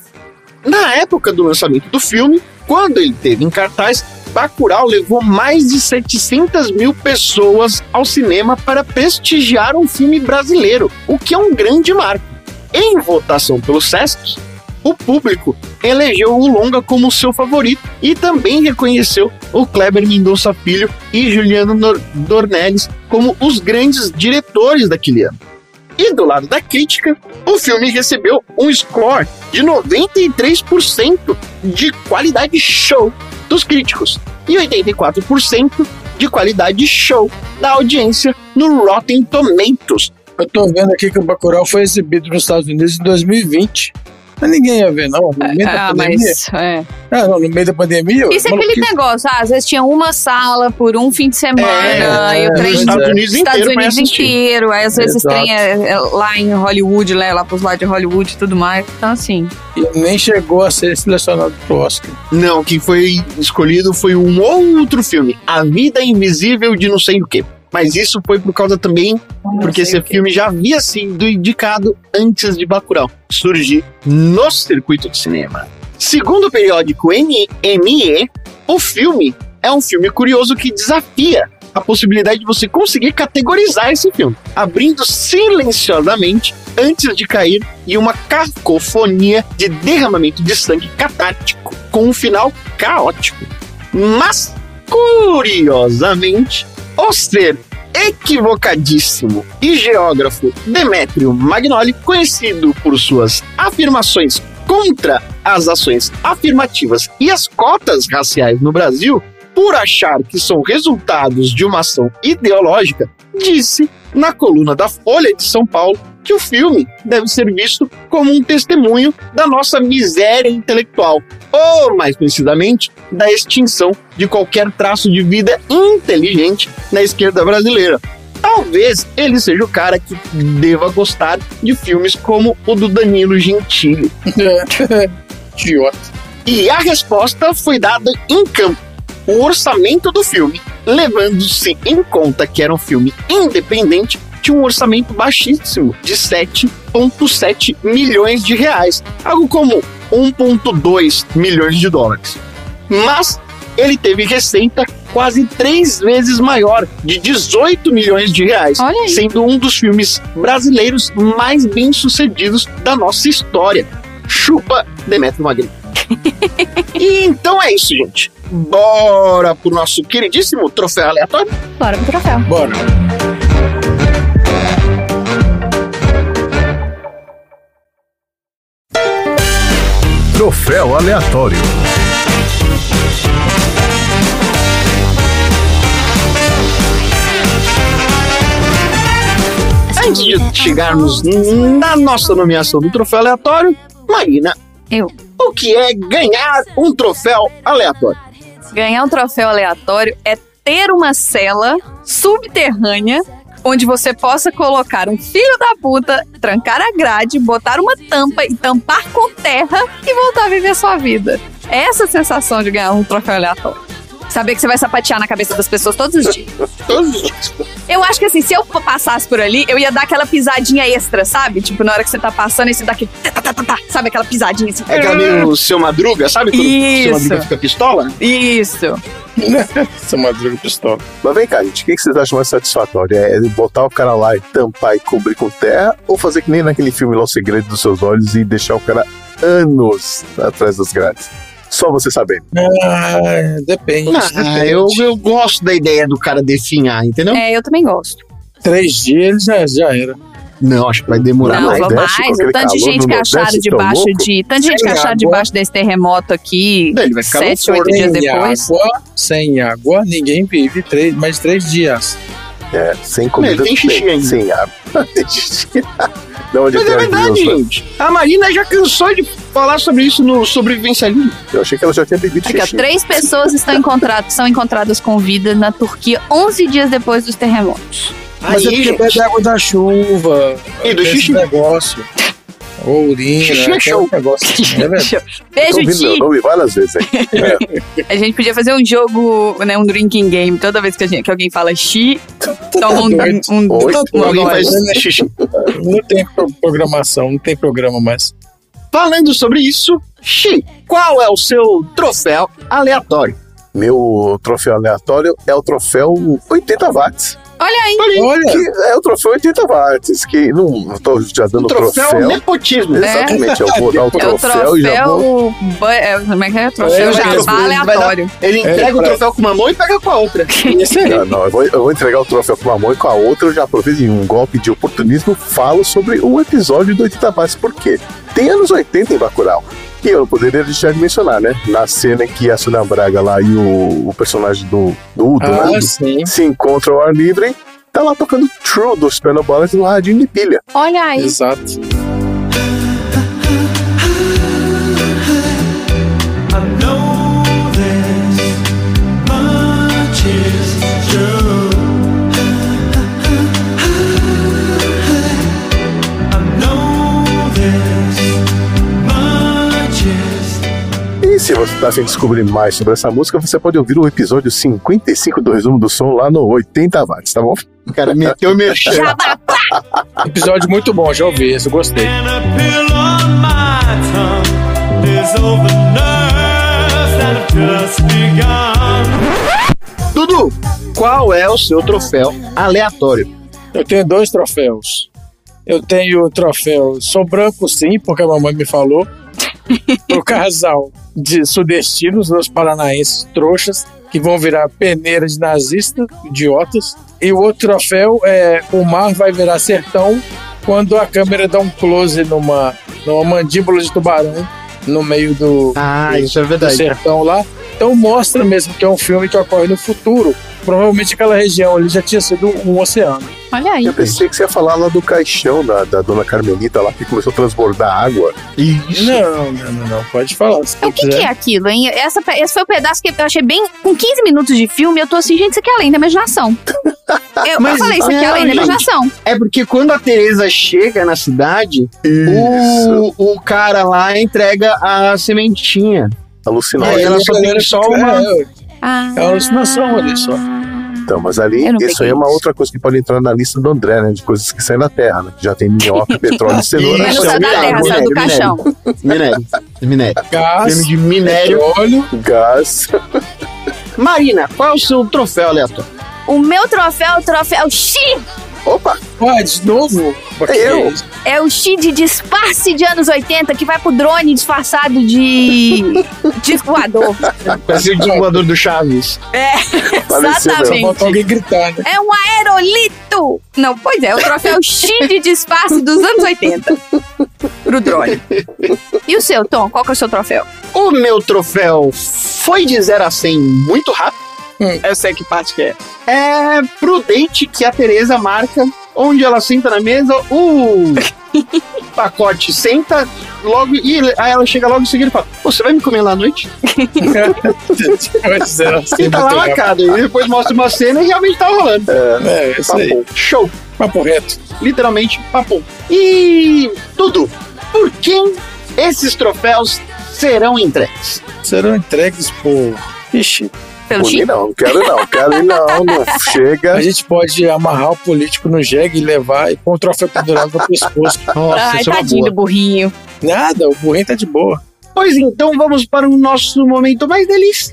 Speaker 4: Na época do lançamento do filme, quando ele teve em cartaz, Bacurau levou mais de setecentas mil pessoas ao cinema para prestigiar um filme brasileiro, o que é um grande marco. Em votação pelo Sesc, o público elegeu o longa como seu favorito e também reconheceu o Kleber Mendonça Filho e Juliano Dornelles como os grandes diretores daquele ano. E do lado da crítica, o filme recebeu um score de noventa e três por cento de qualidade show dos críticos e oitenta e quatro por cento de qualidade show da audiência no Rotten Tomatoes.
Speaker 1: Eu tô vendo aqui que o Bacurau foi exibido nos Estados Unidos em dois mil e vinte. Mas ninguém ia ver, não. No meio
Speaker 2: Ah,
Speaker 1: da pandemia.
Speaker 2: mas... É.
Speaker 1: Ah, não, no meio da pandemia.
Speaker 2: Isso é aquele
Speaker 1: maluquice.
Speaker 2: negócio, ah, às vezes tinha uma sala por um fim de semana,
Speaker 1: É,
Speaker 2: e o
Speaker 1: é,
Speaker 2: trem
Speaker 1: os
Speaker 4: Estados Unidos
Speaker 2: Estados
Speaker 4: inteiro pra
Speaker 2: Unidos
Speaker 4: assistir.
Speaker 2: inteiro, aí às vezes esse
Speaker 1: Exato.
Speaker 2: trem é, é lá em Hollywood, né, lá pros lados de Hollywood e tudo mais. Então, assim,
Speaker 1: E nem chegou a ser selecionado pro Oscar.
Speaker 4: Não, quem foi escolhido foi um outro filme, A Vida Invisível de não sei o quê. Mas isso foi por causa também, porque esse filme já havia sido indicado antes de Bacurau surgir no circuito de cinema. Segundo o periódico N M E, o filme é um filme curioso que desafia a possibilidade de você conseguir categorizar esse filme, abrindo silenciosamente antes de cair em uma cacofonia de derramamento de sangue catártico, com um final caótico. Mas, curiosamente, o ser equivocadíssimo e geógrafo Demétrio Magnoli, conhecido por suas afirmações contra as ações afirmativas e as cotas raciais no Brasil, por achar que são resultados de uma ação ideológica, disse na coluna da Folha de São Paulo que o filme deve ser visto como um testemunho da nossa miséria intelectual, ou, mais precisamente, da extinção de qualquer traço de vida inteligente na esquerda brasileira. Talvez ele seja o cara que deva gostar de filmes como o do Danilo Gentili.
Speaker 1: Idiota.
Speaker 4: E a resposta foi dada em campo. O orçamento do filme, levando-se em conta que era um filme independente, tinha um orçamento baixíssimo de sete vírgula sete milhões de reais, algo como um vírgula dois milhões de dólares. Mas ele teve receita quase três vezes maior, de dezoito milhões de reais,
Speaker 2: Olha aí.
Speaker 4: sendo um dos filmes brasileiros mais bem-sucedidos da nossa história. Chupa Demétrio Magnoli. E então é isso, gente. Bora pro nosso queridíssimo troféu aleatório?
Speaker 2: bora pro troféu.
Speaker 1: Bora.
Speaker 3: Troféu aleatório.
Speaker 4: Antes de chegarmos na nossa nomeação do troféu aleatório, Marina,
Speaker 2: Eu.
Speaker 4: o que é ganhar um troféu aleatório?
Speaker 2: Ganhar um troféu aleatório é ter uma cela subterrânea onde você possa colocar um filho da puta, trancar a grade, botar uma tampa e tampar com terra e voltar a viver sua vida. É essa a sensação de ganhar um troféu aleatório. Saber que você vai sapatear na cabeça das pessoas todos os dias.
Speaker 4: Todos os dias.
Speaker 2: Eu acho que assim, se eu passasse por ali, eu ia dar aquela pisadinha extra, sabe? Tipo, na hora que você tá passando, e você dá aquele... tá, tá, tá, tá, sabe aquela pisadinha assim?
Speaker 4: É aquela meio Seu Madruga, sabe? Quando o Seu
Speaker 2: Isso.
Speaker 4: Madruga fica pistola?
Speaker 2: Isso.
Speaker 1: Essa madruga pistola.
Speaker 3: Mas vem cá, gente, o que que vocês acham mais satisfatório? É botar o cara lá e tampar e cobrir com terra, ou fazer que nem naquele filme lá, O Segredo dos Seus Olhos, e deixar o cara anos atrás das grades? Só você sabendo.
Speaker 1: Ah, depende.
Speaker 4: Ah,
Speaker 1: depende.
Speaker 4: eu, eu gosto da ideia do cara definhar, entendeu?
Speaker 2: É, eu também gosto.
Speaker 1: Três dias já, já era.
Speaker 4: Não, acho que vai demorar
Speaker 2: Não,
Speaker 4: mais.
Speaker 2: vamos
Speaker 3: Nordeste,
Speaker 2: mais.
Speaker 3: com
Speaker 2: O
Speaker 3: aquele
Speaker 2: tanto de
Speaker 3: calor
Speaker 2: gente
Speaker 3: no
Speaker 2: que
Speaker 3: Nordeste,
Speaker 2: acharam
Speaker 3: tão
Speaker 2: debaixo
Speaker 3: louco.
Speaker 2: de. Tanto de gente que
Speaker 1: Sem
Speaker 2: acharam
Speaker 1: água.
Speaker 2: debaixo desse terremoto aqui.
Speaker 4: Ele vai ficar no
Speaker 2: Sete, oito
Speaker 4: forno.
Speaker 2: dias
Speaker 1: Sem
Speaker 2: depois.
Speaker 1: água, sem água, ninguém vive três, mais de três dias.
Speaker 3: É, sem comida.
Speaker 4: Ele tem xixi
Speaker 3: sem-
Speaker 4: ainda.
Speaker 3: Sem água. Tem xixi. De onde
Speaker 4: Mas
Speaker 3: tem
Speaker 4: é
Speaker 3: as
Speaker 4: verdade,
Speaker 3: duas, né?
Speaker 4: gente. A Marina já cansou de falar sobre isso no Sobrevivencialismo.
Speaker 3: Eu achei que ela já tinha bebido
Speaker 2: Aqui, ó,
Speaker 3: xixi.
Speaker 2: três pessoas estão encontradas, são encontradas com vida na Turquia onze dias depois dos terremotos.
Speaker 1: Mas é
Speaker 4: Aí,
Speaker 1: porque bebe
Speaker 4: gente.
Speaker 1: água da chuva.
Speaker 4: E do
Speaker 1: esse
Speaker 4: xixi.
Speaker 1: negócio. Ou urina.
Speaker 4: Xixi é
Speaker 1: aquele
Speaker 4: show.
Speaker 1: negócio. É verdade.
Speaker 2: Beijo,
Speaker 3: Tô ouvindo meu
Speaker 2: Ti!
Speaker 3: nome várias vezes, hein?
Speaker 2: A gente podia fazer um jogo, né, um drinking game. Toda vez que, a gente, que alguém fala xi, toma um... um,
Speaker 3: Oi,
Speaker 2: um
Speaker 4: Alguém
Speaker 2: gole.
Speaker 4: faz xixi.
Speaker 1: Não tem pro- programação, não tem programa mais.
Speaker 4: Falando sobre isso, Xi, qual é o seu troféu aleatório?
Speaker 3: Meu troféu aleatório é o troféu oitenta watts.
Speaker 2: Olha aí,
Speaker 1: Olha,
Speaker 3: Que é o troféu oitenta watts, que não não tô já dando
Speaker 4: O troféu,
Speaker 3: troféu.
Speaker 4: nepotismo.
Speaker 3: Exatamente, eu vou dar o
Speaker 2: é o
Speaker 3: troféu e já vou.
Speaker 2: troféu... ba- é, como é que é? Troféu
Speaker 1: É,
Speaker 2: jabá
Speaker 4: ele vai dar-
Speaker 2: aleatório.
Speaker 4: Ele entrega
Speaker 1: É,
Speaker 4: o
Speaker 1: pra-
Speaker 4: troféu com uma mão e pega com a outra.
Speaker 1: esse aí.
Speaker 3: Não, não, eu vou, eu vou entregar o troféu com uma mão e com a outra eu já aproveito em um golpe de oportunismo, falo sobre o episódio do oitenta watts. Por quê? Tem anos oitenta em Bacurau. E eu não poderia deixar de mencionar, né? Na cena em que a Sônia Braga lá e o, o personagem do, do Udo,
Speaker 1: Ah,
Speaker 3: né?
Speaker 1: sim.
Speaker 3: Se encontram ao ar livre, tá lá tocando True dos Penobolas no radinho de pilha.
Speaker 2: Olha aí.
Speaker 1: Exato.
Speaker 3: E se você tá sem descobrir mais sobre essa música, você pode ouvir o episódio cinquenta e cinco do Resumo do Som lá no oitenta watts, tá bom?
Speaker 4: O cara meteu o merchan.
Speaker 2: Jabá.
Speaker 1: Episódio muito bom, já ouvi esse, eu gostei.
Speaker 4: Dudu, qual é o seu troféu aleatório?
Speaker 1: Eu tenho dois troféus. Eu tenho o troféu Sou Branco Sim, porque a mamãe me falou. Pro casal de sudestinos, dos paranaenses trouxas, que vão virar peneira de nazista, idiotas. E o outro troféu é O Mar Vai Virar Sertão, quando a câmera dá um close numa, numa mandíbula de tubarão no meio do,
Speaker 4: Ah,
Speaker 1: do,
Speaker 4: isso é
Speaker 1: do
Speaker 4: verdade.
Speaker 1: sertão lá. Então mostra mesmo que é um filme que ocorre no futuro. Provavelmente aquela região ali já tinha sido um oceano.
Speaker 2: Olha aí.
Speaker 3: Eu pensei que você ia falar lá do caixão da, da dona Carmelita lá, que começou a transbordar água.
Speaker 4: Isso.
Speaker 1: Não, não, não, não. Pode falar. Se
Speaker 2: O que,
Speaker 1: quiser.
Speaker 2: que é aquilo, hein? Essa, esse foi o pedaço que eu achei bem... Com quinze minutos de filme, eu tô assim, gente, isso aqui é além da imaginação. Eu,
Speaker 4: Mas
Speaker 2: eu falei, isso aqui é
Speaker 4: não,
Speaker 2: além da
Speaker 4: gente.
Speaker 2: imaginação.
Speaker 4: É porque quando a Teresa chega na cidade, o, o cara lá entrega a sementinha.
Speaker 3: Alucinante.
Speaker 4: Aí ela só tem só uma...
Speaker 1: É,
Speaker 2: Ah.
Speaker 1: é uma alucinação ali só.
Speaker 3: Então, mas ali,
Speaker 2: Eu não
Speaker 3: isso
Speaker 2: peguei
Speaker 3: aí é uma
Speaker 2: isso.
Speaker 3: outra coisa que pode entrar na lista do André, né? De coisas que saem da terra, né? Já tem minhoca, petróleo e cenoura.
Speaker 2: Mas não
Speaker 4: Isso,
Speaker 2: sai da
Speaker 4: minério,
Speaker 2: terra, sai do
Speaker 4: minério,
Speaker 2: caixão.
Speaker 4: Minério. Minério.
Speaker 1: Gás,
Speaker 4: Prêmio de minério.
Speaker 1: petróleo.
Speaker 3: Gás.
Speaker 4: Marina, qual é o seu troféu aleatório?
Speaker 2: O meu troféu é o troféu X.
Speaker 3: Opa!
Speaker 1: Ah, de novo?
Speaker 3: É eu.
Speaker 2: É o X de disfarce de anos oitenta que vai pro drone disfarçado de disco voador.
Speaker 4: Parece o desvoador do Chaves.
Speaker 2: É,
Speaker 3: Faleceu,
Speaker 1: Só
Speaker 2: exatamente.
Speaker 1: falta alguém gritar, né?
Speaker 2: É um aerolito. Não, pois é, o troféu X de disfarce dos anos oitenta. Pro drone. E o seu, Tom? Qual que é o seu troféu?
Speaker 4: O meu troféu foi de zero a cem muito rápido.
Speaker 2: Eu sei que parte que é.
Speaker 4: É prudente que a Teresa marca onde ela senta na mesa, o pacote senta logo e aí ela chega logo em seguida e fala: "Pô, você vai me comer lá à noite?"
Speaker 1: Pois é, assim,
Speaker 4: E tá lá
Speaker 1: muito rápido.
Speaker 4: marcado. E depois mostra uma cena e realmente tá rolando.
Speaker 1: É, isso aí.
Speaker 3: Papo.
Speaker 4: Show.
Speaker 1: Papo reto.
Speaker 4: Literalmente, papo. E Dudu, por quem esses troféus serão entregues?
Speaker 1: Serão entregues por... Ixi,
Speaker 2: Pelo
Speaker 3: Por mim
Speaker 2: X?
Speaker 3: não, não quero não, quero ir não, não chega.
Speaker 1: a gente pode amarrar o político no jegue e levar e pôr um troféu pendurado no pescoço.
Speaker 4: Nossa,
Speaker 2: Ai,
Speaker 4: isso é uma
Speaker 2: tadinho
Speaker 4: boa.
Speaker 2: do burrinho.
Speaker 1: Nada, o burrinho tá de boa.
Speaker 4: Pois então, vamos para o nosso momento mais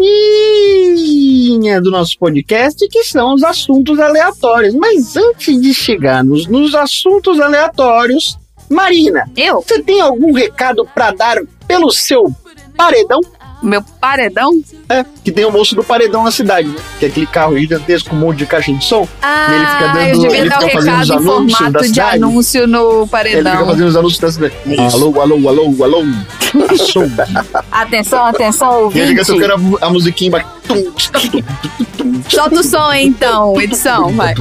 Speaker 4: delicinha do nosso podcast, que são os assuntos aleatórios. Mas antes de chegarmos nos assuntos aleatórios, Marina,
Speaker 2: Eu?
Speaker 4: você tem algum recado para dar pelo seu paredão?
Speaker 2: Meu paredão?
Speaker 4: É, que tem o moço do paredão na cidade, né? Que é aquele carro gigantesco com um monte de caixa de som.
Speaker 2: Ah,
Speaker 4: e ele fica dando,
Speaker 2: eu devia
Speaker 4: ele
Speaker 2: dar o
Speaker 4: fica fazendo os
Speaker 2: recado em
Speaker 4: anúncios da
Speaker 2: formato de
Speaker 4: cidade.
Speaker 2: anúncio no paredão.
Speaker 4: Ele fica fazendo os anúncios da cidade. Alô, alô, alô, alô. Som.
Speaker 2: Atenção, atenção,
Speaker 4: E
Speaker 2: ouvinte.
Speaker 4: ele fica tocando a, a musiquinha embaixo.
Speaker 2: Solta o som aí, então, edição, vai.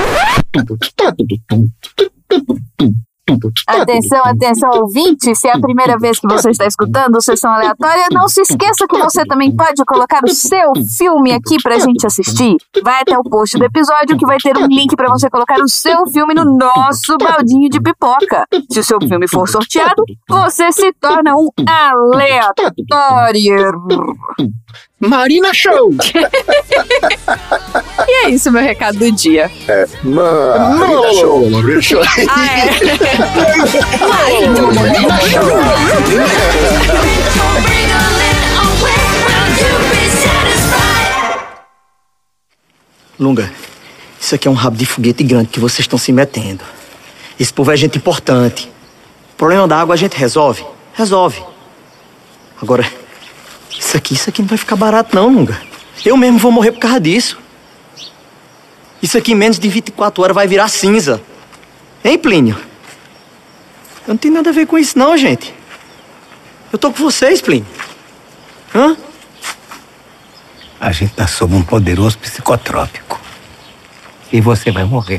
Speaker 2: Atenção, atenção, ouvinte, se é a primeira vez que você está escutando Sessão Aleatória, não se esqueça que você também pode colocar o seu filme aqui pra gente assistir. Vai até o post do episódio que vai ter um link pra você colocar o seu filme no nosso baldinho de pipoca. Se o seu filme for sorteado, você se torna um aleatório.
Speaker 4: Marina Show!
Speaker 2: E é isso, meu recado do dia.
Speaker 3: É, Marina Show.
Speaker 4: Marina Show.
Speaker 2: Ah, é.
Speaker 10: Lunga, isso aqui é um rabo de foguete grande que vocês estão se metendo. Esse povo é gente importante. O problema da água a gente resolve? Resolve. Agora, isso aqui, isso aqui não vai ficar barato não, Lunga. Eu mesmo vou morrer por causa disso. Isso aqui em menos de vinte e quatro horas vai virar cinza. Hein, Plínio? Eu não tenho nada a ver com isso não, gente. Eu tô com vocês, Plínio. Hã?
Speaker 8: A gente tá sob um poderoso psicotrópico. E você vai morrer.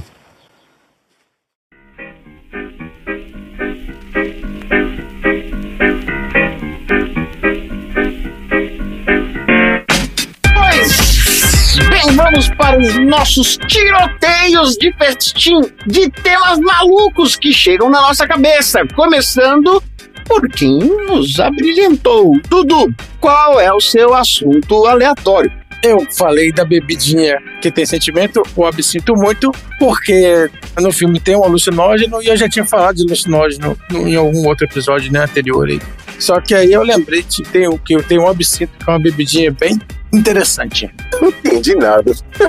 Speaker 4: Pois bem, vamos para os nossos tiroteios de festim de temas malucos que chegam na nossa cabeça. Começando por quem nos abrilhantou. Dudu, qual é o seu assunto aleatório?
Speaker 1: Eu falei da bebidinha que tem sentimento, o absinto muito, porque no filme tem um alucinógeno e eu já tinha falado de alucinógeno em algum outro episódio, né, anterior aí. Só que aí eu lembrei que tem, que tem um absinto que é uma bebidinha bem interessante.
Speaker 3: Não entendi nada.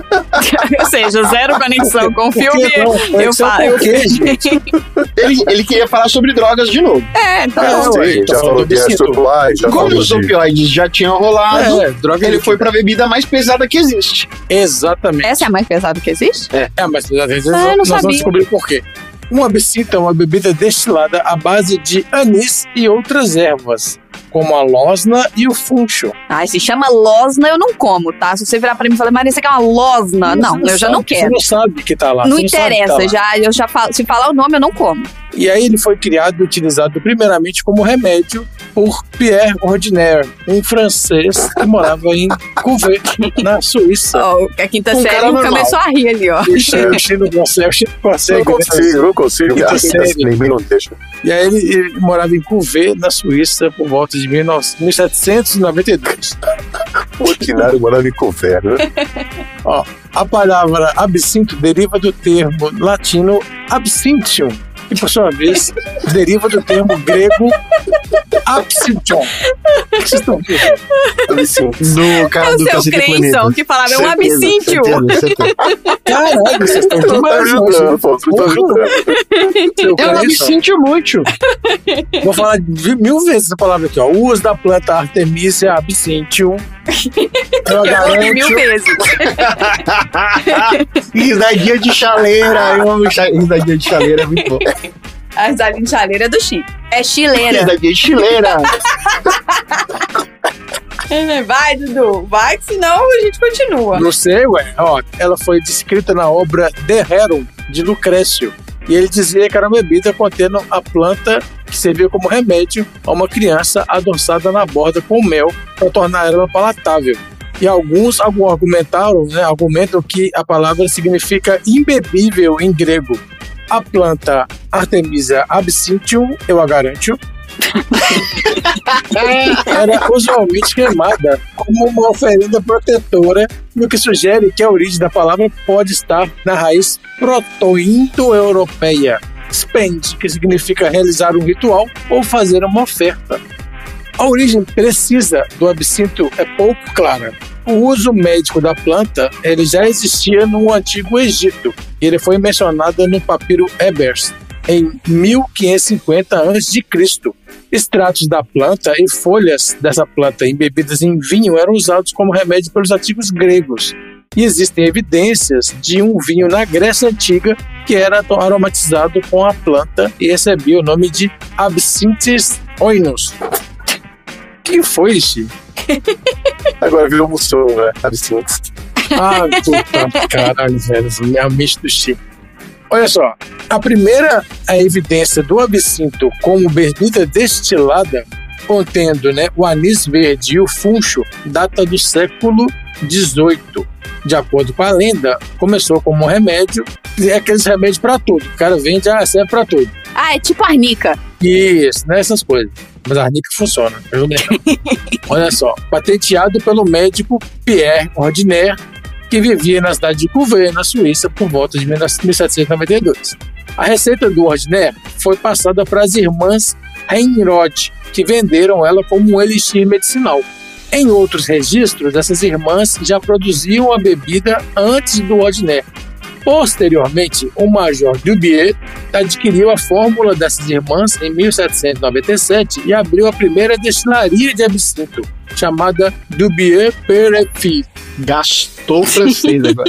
Speaker 2: Ou seja, zero conexão com o filme.
Speaker 1: Não,
Speaker 2: eu falo.
Speaker 1: Por quê, gente?
Speaker 4: Ele, ele queria falar sobre drogas de novo.
Speaker 2: É, então.
Speaker 3: Ah, sim, já falou de opioides, já
Speaker 4: Como
Speaker 3: falou
Speaker 4: os
Speaker 3: de...
Speaker 4: opioides já tinham rolado,
Speaker 1: É, droga
Speaker 4: ele
Speaker 1: líquida.
Speaker 4: foi pra bebida mais pesada que existe.
Speaker 1: Exatamente.
Speaker 2: Essa é a mais pesada que existe?
Speaker 1: É, é mas às vezes
Speaker 2: Ah, eu não
Speaker 1: nós
Speaker 2: sabia.
Speaker 1: vamos descobrir por quê. Um absinto é uma bebida destilada à base de anis e outras ervas, como a losna e o funcho.
Speaker 2: Ai, se chama losna, eu não como, tá? Se você virar pra mim e falar, Maria, isso aqui é uma losna. Não,
Speaker 1: Você
Speaker 2: eu já
Speaker 1: sabe,
Speaker 2: não quero.
Speaker 1: Você não sabe que tá lá.
Speaker 2: Não
Speaker 1: você não sabe que
Speaker 2: interessa,
Speaker 1: tá lá.
Speaker 2: já, eu já falo, se falar o nome, eu não como.
Speaker 1: E aí ele foi criado e utilizado primeiramente como remédio por Pierre Ordinaire, um francês que morava em Couvet, na Suíça.
Speaker 2: Ó, a quinta
Speaker 1: Um
Speaker 2: série
Speaker 1: cara normal.
Speaker 2: começou a rir ali, ó.
Speaker 1: O Chico o Chico não consegue, o Chico consegue.
Speaker 3: Não consigo, não consigo.
Speaker 1: Quinta
Speaker 3: A quinta
Speaker 1: série.
Speaker 3: nem não deixa.
Speaker 1: E aí ele, ele morava em Couvet, na Suíça, por volta de mil setecentos e noventa e dois.
Speaker 3: O ordinário morava em Couvet, né?
Speaker 1: Ó, a palavra absinto deriva do termo latino absinthium, que por sua vez deriva do termo grego absinthon. O que vocês estão vendo?
Speaker 4: Do cara
Speaker 2: É o
Speaker 4: do
Speaker 2: seu
Speaker 4: Cacete
Speaker 2: Creyson,
Speaker 4: Planeta.
Speaker 2: que falava, é um
Speaker 4: Certeza,
Speaker 2: absíntio.
Speaker 4: certeza, certeza.
Speaker 1: Caralho, vocês estão
Speaker 3: Tô
Speaker 1: demais
Speaker 3: ajudando,
Speaker 1: hoje.
Speaker 3: pô, tô ajudando.
Speaker 1: Seu
Speaker 4: Eu não me
Speaker 1: Creyson.
Speaker 4: sinto muito.
Speaker 1: Vou falar de- mil vezes essa palavra aqui, ó. O uso da planta Artemisia absinthium. Eu garanto.
Speaker 2: Mil vezes.
Speaker 4: Risadinha de chaleira. Eu amo cha- risadinha de chaleira, é muito bom.
Speaker 2: A risadinha de chaleira é do Chico. É chilena.
Speaker 4: Risadinha de chileira.
Speaker 2: Vai, Dudu. Vai, que senão a gente continua.
Speaker 1: Não sei, ué. Ó, ela foi descrita na obra De Rerum, de Lucrécio. E ele dizia que era uma bebida contendo a planta que servia como remédio a uma criança adoçada na borda com mel para tornar ela palatável. E alguns algum argumentaram, né, argumentam que a palavra significa imbebível em grego. A planta Artemisia absinthium, eu a garanto, era usualmente queimada como uma oferenda protetora, o que sugere que a origem da palavra pode estar na raiz proto-indo-europeia, spend, que significa realizar um ritual ou fazer uma oferta. A origem precisa do absinto é pouco clara. O uso médico da planta ele já existia no Antigo Egito. Ele foi mencionado no papiro Ebers. em mil quinhentos e cinquenta antes de Cristo. Extratos da planta e folhas dessa planta embebidas em vinho eram usados como remédio pelos antigos gregos. E existem evidências de um vinho na Grécia Antiga que era aromatizado com a planta e recebia o nome de Absinthes oinus. Que foi, Xi?
Speaker 3: Agora virou museu, né? Absinthes.
Speaker 1: Ah, puta caralho, velho. A mente do Xi. Olha só, a primeira a evidência do absinto como bebida destilada, contendo, né, o anis verde e o funcho, data do século dezoito. De acordo com a lenda, começou como um remédio, é aqueles remédios pra tudo. O cara vende, ah, serve pra tudo.
Speaker 2: Ah, é tipo arnica.
Speaker 1: Isso, né, essas coisas. Mas a arnica funciona, eu lembro. Olha só, patenteado pelo médico Pierre Ordinaire, que vivia na cidade de Couvet, na Suíça, por volta de mil setecentos e noventa e dois. A receita do Ordinaire foi passada para as irmãs Heinroth, que venderam ela como um elixir medicinal. Em outros registros, essas irmãs já produziam a bebida antes do Ordinaire. Posteriormente, o Major Dubier adquiriu a fórmula dessas irmãs em mil setecentos e noventa e sete e abriu a primeira destilaria de absinto, chamada Dubier Père.
Speaker 4: Gastou francês agora.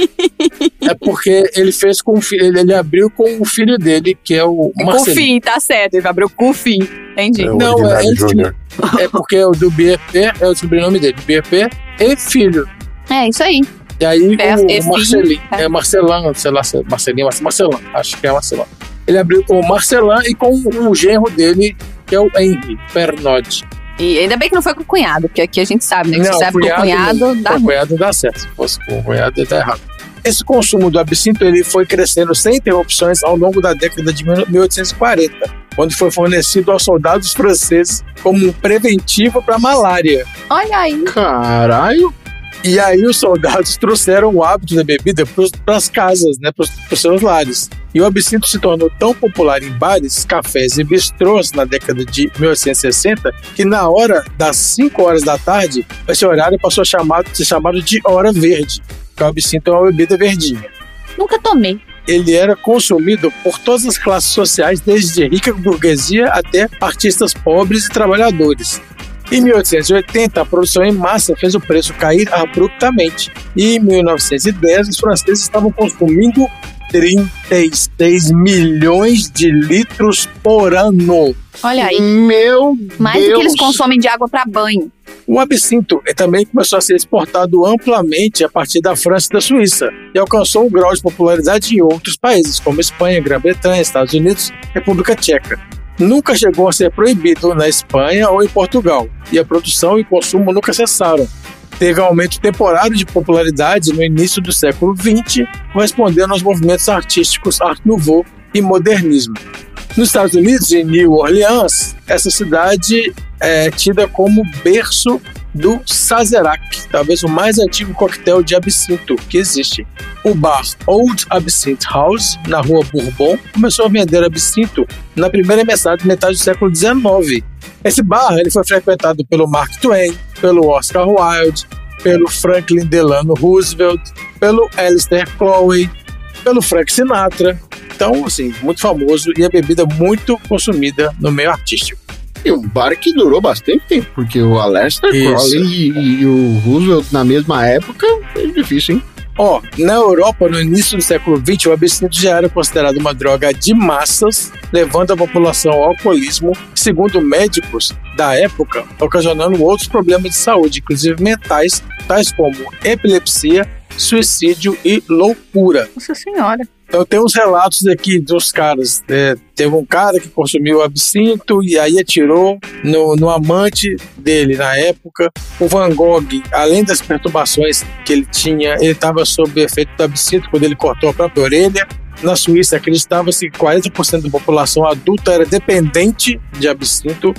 Speaker 1: É porque ele fez com o filho, ele, ele abriu com o filho dele, que é o Marcelinho.
Speaker 2: Cufim, tá certo, ele abriu Cufim, entendi.
Speaker 3: É o
Speaker 1: Não, é,
Speaker 3: Júnior.
Speaker 1: é porque o Dubier Père é o sobrenome dele, Dubier Père e filho.
Speaker 2: É, isso aí.
Speaker 1: E aí
Speaker 2: Père
Speaker 1: o,
Speaker 2: e
Speaker 1: o Marcelinho,
Speaker 2: filho, é.
Speaker 1: é Marcelin, sei lá, Marcelinho, Marcelin, acho que é Marcelin. Ele abriu com o Marcelin e com o genro dele, que é o Henri Pernod.
Speaker 2: E ainda bem que não foi com o cunhado, porque aqui a gente sabe, né? Que
Speaker 1: Não,
Speaker 2: se serve com o cunhado,
Speaker 1: não.
Speaker 2: dá
Speaker 1: Com o
Speaker 2: ruim.
Speaker 1: cunhado dá certo. Se fosse com o cunhado, dá errado. Esse consumo do absinto ele foi crescendo sem interrupções ao longo da década de mil oitocentos e quarenta, quando foi fornecido aos soldados franceses como um preventivo para a malária.
Speaker 2: Olha aí.
Speaker 4: Caralho.
Speaker 1: E aí os soldados trouxeram o hábito da bebida para as casas, né, para os seus lares. E o absinto se tornou tão popular em bares, cafés e bistrôs na década de mil oitocentos e sessenta que na hora das cinco horas da tarde, esse horário passou a chamado, ser chamado de hora verde, porque o absinto é uma bebida verdinha.
Speaker 2: Nunca tomei.
Speaker 1: Ele era consumido por todas as classes sociais, desde rica burguesia até artistas pobres e trabalhadores. Em mil oitocentos e oitenta, a produção em massa fez o preço cair abruptamente. E em mil novecentos e dez, os franceses estavam consumindo trinta e seis milhões de litros por ano.
Speaker 2: Olha aí.
Speaker 4: Meu
Speaker 2: Mais
Speaker 4: Deus.
Speaker 2: do que eles consomem de água para banho.
Speaker 1: O absinto também começou a ser exportado amplamente a partir da França e da Suíça e alcançou um grau de popularidade em outros países, como Espanha, Grã-Bretanha, Estados Unidos e República Tcheca. Nunca chegou a ser proibido na Espanha ou em Portugal, e a produção e consumo nunca cessaram. Teve um aumento temporário de popularidade no início do século vinte, correspondendo aos movimentos artísticos Art Nouveau e Modernismo. Nos Estados Unidos, em New Orleans, essa cidade é tida como berço do Sazerac, talvez o mais antigo coquetel de absinto que existe. O bar Old Absinthe House, na rua Bourbon, começou a vender absinto na primeira metade, metade do século dezenove. Esse bar ele foi frequentado pelo Mark Twain, pelo Oscar Wilde, pelo Franklin Delano Roosevelt, pelo Aleister Crowley, pelo Frank Sinatra. Então, assim, muito famoso e a bebida muito consumida no meio artístico.
Speaker 4: E um bar que durou bastante tempo, porque o Aleister Crowley e, e o Roosevelt na mesma época é difícil, hein?
Speaker 1: Ó, na Europa, no início do século vinte, o absinto já era considerado uma droga de massas, levando a população ao alcoolismo, segundo médicos da época, ocasionando outros problemas de saúde, inclusive mentais, tais como epilepsia, suicídio e loucura.
Speaker 2: Nossa Senhora.
Speaker 1: Então tem uns relatos aqui dos caras, é, teve um cara que consumiu absinto e aí atirou no, no amante dele na época. O Van Gogh, além das perturbações que ele tinha, ele estava sob efeito do absinto quando ele cortou a própria orelha. Na Suíça acreditava-se que quarenta por cento da população adulta era dependente de absinto.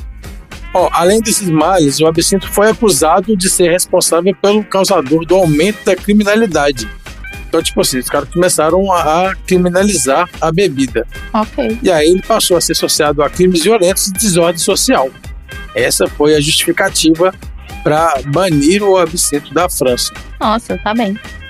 Speaker 1: Ó, além desses males, o absinto foi acusado de ser responsável pelo causador do aumento da criminalidade. Então, tipo assim, os caras começaram a, a criminalizar a bebida.
Speaker 2: Ok.
Speaker 1: E aí ele passou a ser associado a crimes violentos e desordem social. Essa foi a justificativa para banir o absinto da França.
Speaker 2: Nossa, tá bem.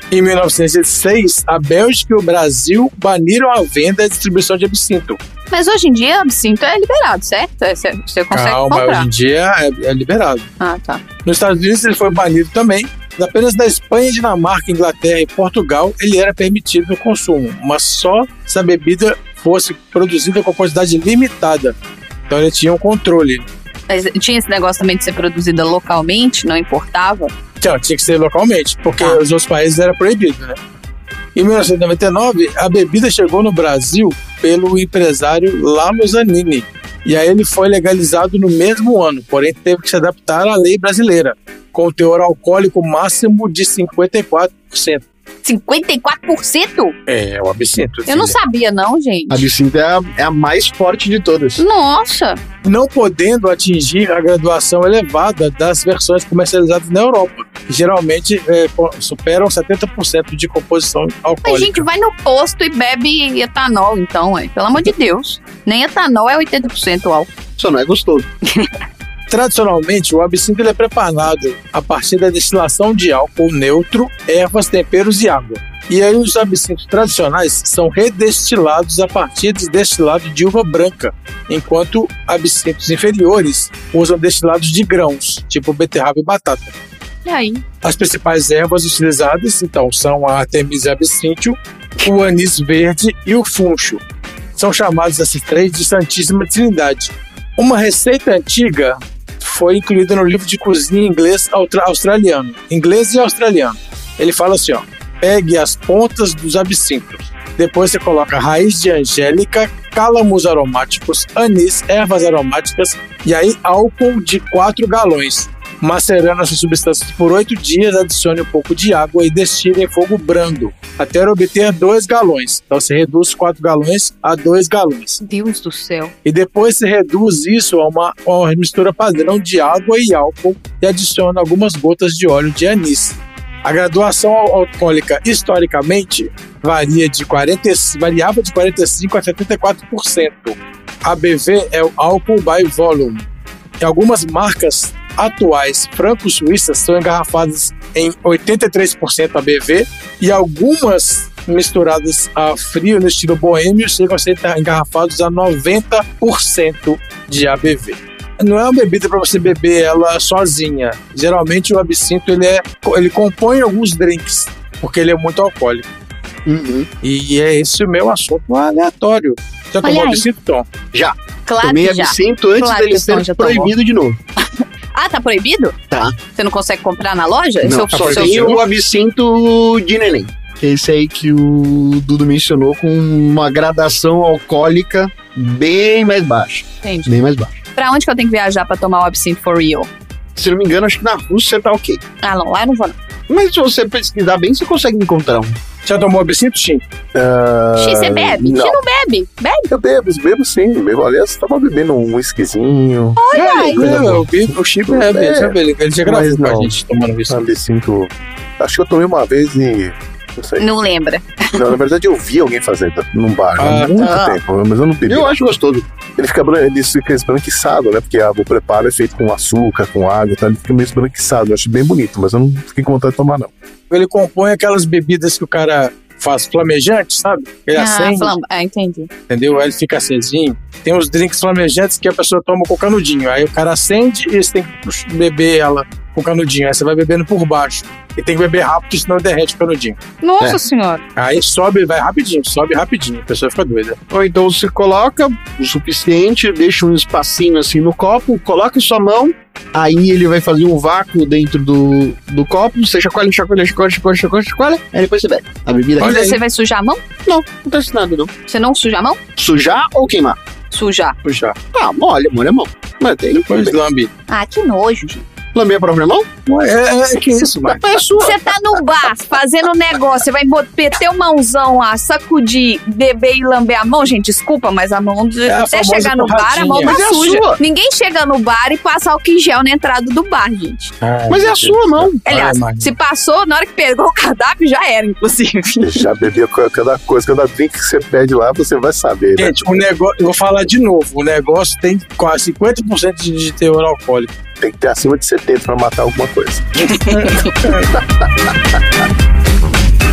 Speaker 1: Em mil novecentos e seis, a Bélgica e o Brasil baniram a venda e a distribuição de absinto.
Speaker 2: Mas hoje em dia, absinto é liberado, certo? Você, você consegue
Speaker 1: Calma,
Speaker 2: comprar.
Speaker 1: hoje em dia é, é liberado.
Speaker 2: Ah, tá.
Speaker 1: Nos Estados Unidos ele foi banido também. Apenas na Espanha, Dinamarca, Inglaterra e Portugal ele era permitido o consumo, mas só se a bebida fosse produzida com quantidade limitada. Então ele tinha um controle.
Speaker 2: Mas tinha esse negócio também de ser produzida localmente, não importava?
Speaker 1: Então, tinha que ser localmente, porque ah. os outros países era proibido, né? Em mil novecentos e noventa e nove, a bebida chegou no Brasil pelo empresário Lalo Zanini. E aí ele foi legalizado no mesmo ano, porém teve que se adaptar à lei brasileira, com o teor alcoólico máximo de cinquenta e quatro por cento.
Speaker 2: cinquenta e quatro por cento?
Speaker 1: É, o absinto.
Speaker 2: Eu filha. Não sabia não, gente.
Speaker 4: Absinto é a, é a mais forte de todas.
Speaker 2: Nossa!
Speaker 1: Não podendo atingir a graduação elevada das versões comercializadas na Europa, que geralmente é, superam setenta por cento de composição alcoólica.
Speaker 2: A gente vai no posto e bebe etanol, então, é. Pelo amor de Deus. Nem etanol é oitenta por cento álcool.
Speaker 4: Só não é gostoso.
Speaker 1: Tradicionalmente, o absinto ele é preparado a partir da destilação de álcool neutro, ervas, temperos e água. E aí os absintos tradicionais são redestilados a partir de destilado de uva branca, enquanto absintos inferiores usam destilados de grãos, tipo beterraba e batata.
Speaker 2: E aí?
Speaker 1: As principais ervas utilizadas, então, são a Artemisia absinthium, o anis verde e o funcho. São chamados esses três de Santíssima Trindade. Uma receita antiga foi incluída no livro de cozinha inglês australiano, inglês e australiano. Ele fala assim, ó, pegue as pontas dos absintos, depois você coloca raiz de angélica, cálamos aromáticos, anis, ervas aromáticas e aí álcool de quatro galões. Macerando essas substâncias por oito dias, adicione um pouco de água e destile em fogo brando, até obter dois galões. Então você reduz quatro galões a dois galões.
Speaker 2: Deus do céu.
Speaker 1: E depois você reduz isso a uma, a uma mistura padrão de água e álcool e adiciona algumas gotas de óleo de anis. A graduação alcoólica, historicamente, varia de quarenta, variava de quarenta e cinco por cento a setenta e quatro por cento. A B V é o álcool by volume. E algumas marcas atuais franco-suíças são engarrafadas em oitenta e três por cento A B V e algumas misturadas a frio no estilo boêmio chegam a ser engarrafados a noventa por cento de A B V. Não é uma bebida para você beber ela sozinha. Geralmente o absinto ele, é, ele compõe alguns drinks, porque ele é muito alcoólico.
Speaker 4: Uhum.
Speaker 1: E é esse o meu assunto aleatório. Já tomou absinto, Tom?
Speaker 4: Já.
Speaker 2: Claro
Speaker 4: Tomei
Speaker 2: que já.
Speaker 4: absinto antes
Speaker 2: Claro
Speaker 4: dele ser proibido
Speaker 2: tomou.
Speaker 4: de novo.
Speaker 2: Ah, tá proibido?
Speaker 4: Tá.
Speaker 2: Você não consegue comprar na loja?
Speaker 4: Não,
Speaker 2: Esse
Speaker 4: só
Speaker 2: é o,
Speaker 4: tem
Speaker 2: seu...
Speaker 4: o absinto de neném. Esse aí que o Dudu mencionou com uma gradação alcoólica bem mais baixa.
Speaker 2: Entendi.
Speaker 4: Bem mais baixa.
Speaker 2: Pra onde que eu tenho que viajar pra tomar o absinto for real?
Speaker 4: Se não me engano, acho que na Rússia tá ok.
Speaker 2: Ah, não, lá eu não vou não.
Speaker 4: Mas se você pesquisar bem, você consegue encontrar um.
Speaker 1: Já tomou absinto, Xim?
Speaker 3: Uh,
Speaker 2: Xim, você bebe?
Speaker 3: Não.
Speaker 2: Xim não bebe? Bebe?
Speaker 3: Eu bebo, bebo sim. Bebo. Aliás, eu tava bebendo um whiskyzinho.
Speaker 2: Olha aí.
Speaker 1: Não, o Xim bebe.
Speaker 3: É,
Speaker 1: Já bebe. Ele já gravou com a gente tomando
Speaker 3: Um
Speaker 1: absinto.
Speaker 3: absinto. Acho que eu tomei uma vez e... Não sei.
Speaker 2: Não lembra.
Speaker 3: Não, na verdade eu vi alguém fazendo num bar
Speaker 1: Ah,
Speaker 3: há muito
Speaker 2: tá.
Speaker 3: tempo, mas eu não bebi.
Speaker 4: Eu acho gostoso.
Speaker 3: Ele fica, bran- ele fica esbranquiçado, né? Porque a, o preparo é feito com açúcar, com água, então ele fica meio esbranquiçado. Eu acho bem bonito, mas eu não fiquei com vontade de tomar, não.
Speaker 1: Ele compõe aquelas bebidas que o cara faz flamejantes, sabe? Ele
Speaker 2: Ah,
Speaker 1: acende,
Speaker 2: flam... ah, entendi.
Speaker 1: entendeu? Aí ele fica acesinho. Tem os drinks flamejantes que a pessoa toma com canudinho. Aí o cara acende e você tem que beber ela com canudinho. Aí você vai bebendo por baixo. E tem que beber rápido, senão derrete o canudinho.
Speaker 2: Nossa
Speaker 1: É.
Speaker 2: senhora.
Speaker 1: Aí sobe, vai rapidinho, sobe rapidinho. A pessoa fica doida.
Speaker 4: Ou então você coloca o suficiente, deixa um espacinho assim no copo, coloca sua mão, aí ele vai fazer um vácuo dentro do, do copo, você chacoalha, chacoalha, chacoalha, chacoalha, chacoalha, chacoalha, aí depois você bebe. A bebida
Speaker 2: Mas
Speaker 4: aqui.
Speaker 2: você vai sujar a mão?
Speaker 4: Não, não acontece nada não.
Speaker 2: Você não suja a mão?
Speaker 4: Sujar ou queimar?
Speaker 2: Sujar.
Speaker 1: Puxa.
Speaker 4: Ah, molha, molha a mão. Mas tem.
Speaker 1: Depois lambe.
Speaker 2: Ah, que nojo, gente.
Speaker 4: Lamber a própria mão?
Speaker 1: É, é, é que isso, mano.
Speaker 4: É sua.
Speaker 2: Você tá no bar fazendo um negócio, você vai meter o mãozão lá, sacudir, beber e lamber a mão, gente, desculpa, mas a mão, de,
Speaker 1: É a
Speaker 2: até
Speaker 1: famosa
Speaker 2: chegar no bar, a mão tá
Speaker 1: porradinha.
Speaker 4: Mas é a
Speaker 2: suja.
Speaker 4: sua.
Speaker 2: Ninguém chega no bar e passa álcool em gel na entrada do bar, gente.
Speaker 1: Ai,
Speaker 4: Mas é
Speaker 1: meu
Speaker 4: a sua mão.
Speaker 2: Aliás,
Speaker 1: Ai, Maria.
Speaker 2: se passou, na hora que pegou o cardápio, já era, inclusive.
Speaker 3: Já bebia cada coisa, cada drink que você pede lá, você vai saber, né?
Speaker 1: Gente, o negócio, eu vou falar de novo, o negócio tem quase cinquenta por cento de, de teor alcoólico.
Speaker 3: Tem que ter acima de setenta pra matar alguma coisa.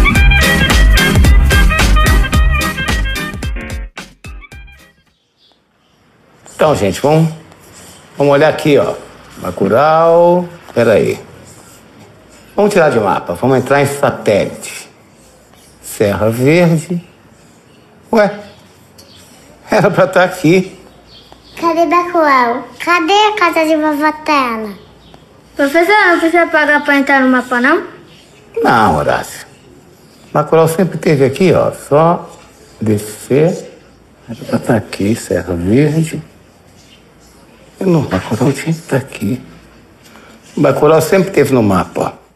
Speaker 8: Então, gente, vamos, vamos olhar aqui, ó. Bacurau. Peraí. Vamos tirar de mapa. Vamos entrar em satélite. Serra Verde. Ué, era pra estar aqui.
Speaker 12: Cadê Bacurau? Cadê a casa de vovó Tela? Professor, não precisa pagar pra entrar no mapa, não?
Speaker 8: Não, Horácio. Bacurau sempre esteve aqui, ó. Só descer. Era pra estar aqui, Serra Verde. E não, Bacurau tinha que estar aqui. Bacurau sempre esteve no mapa, ó.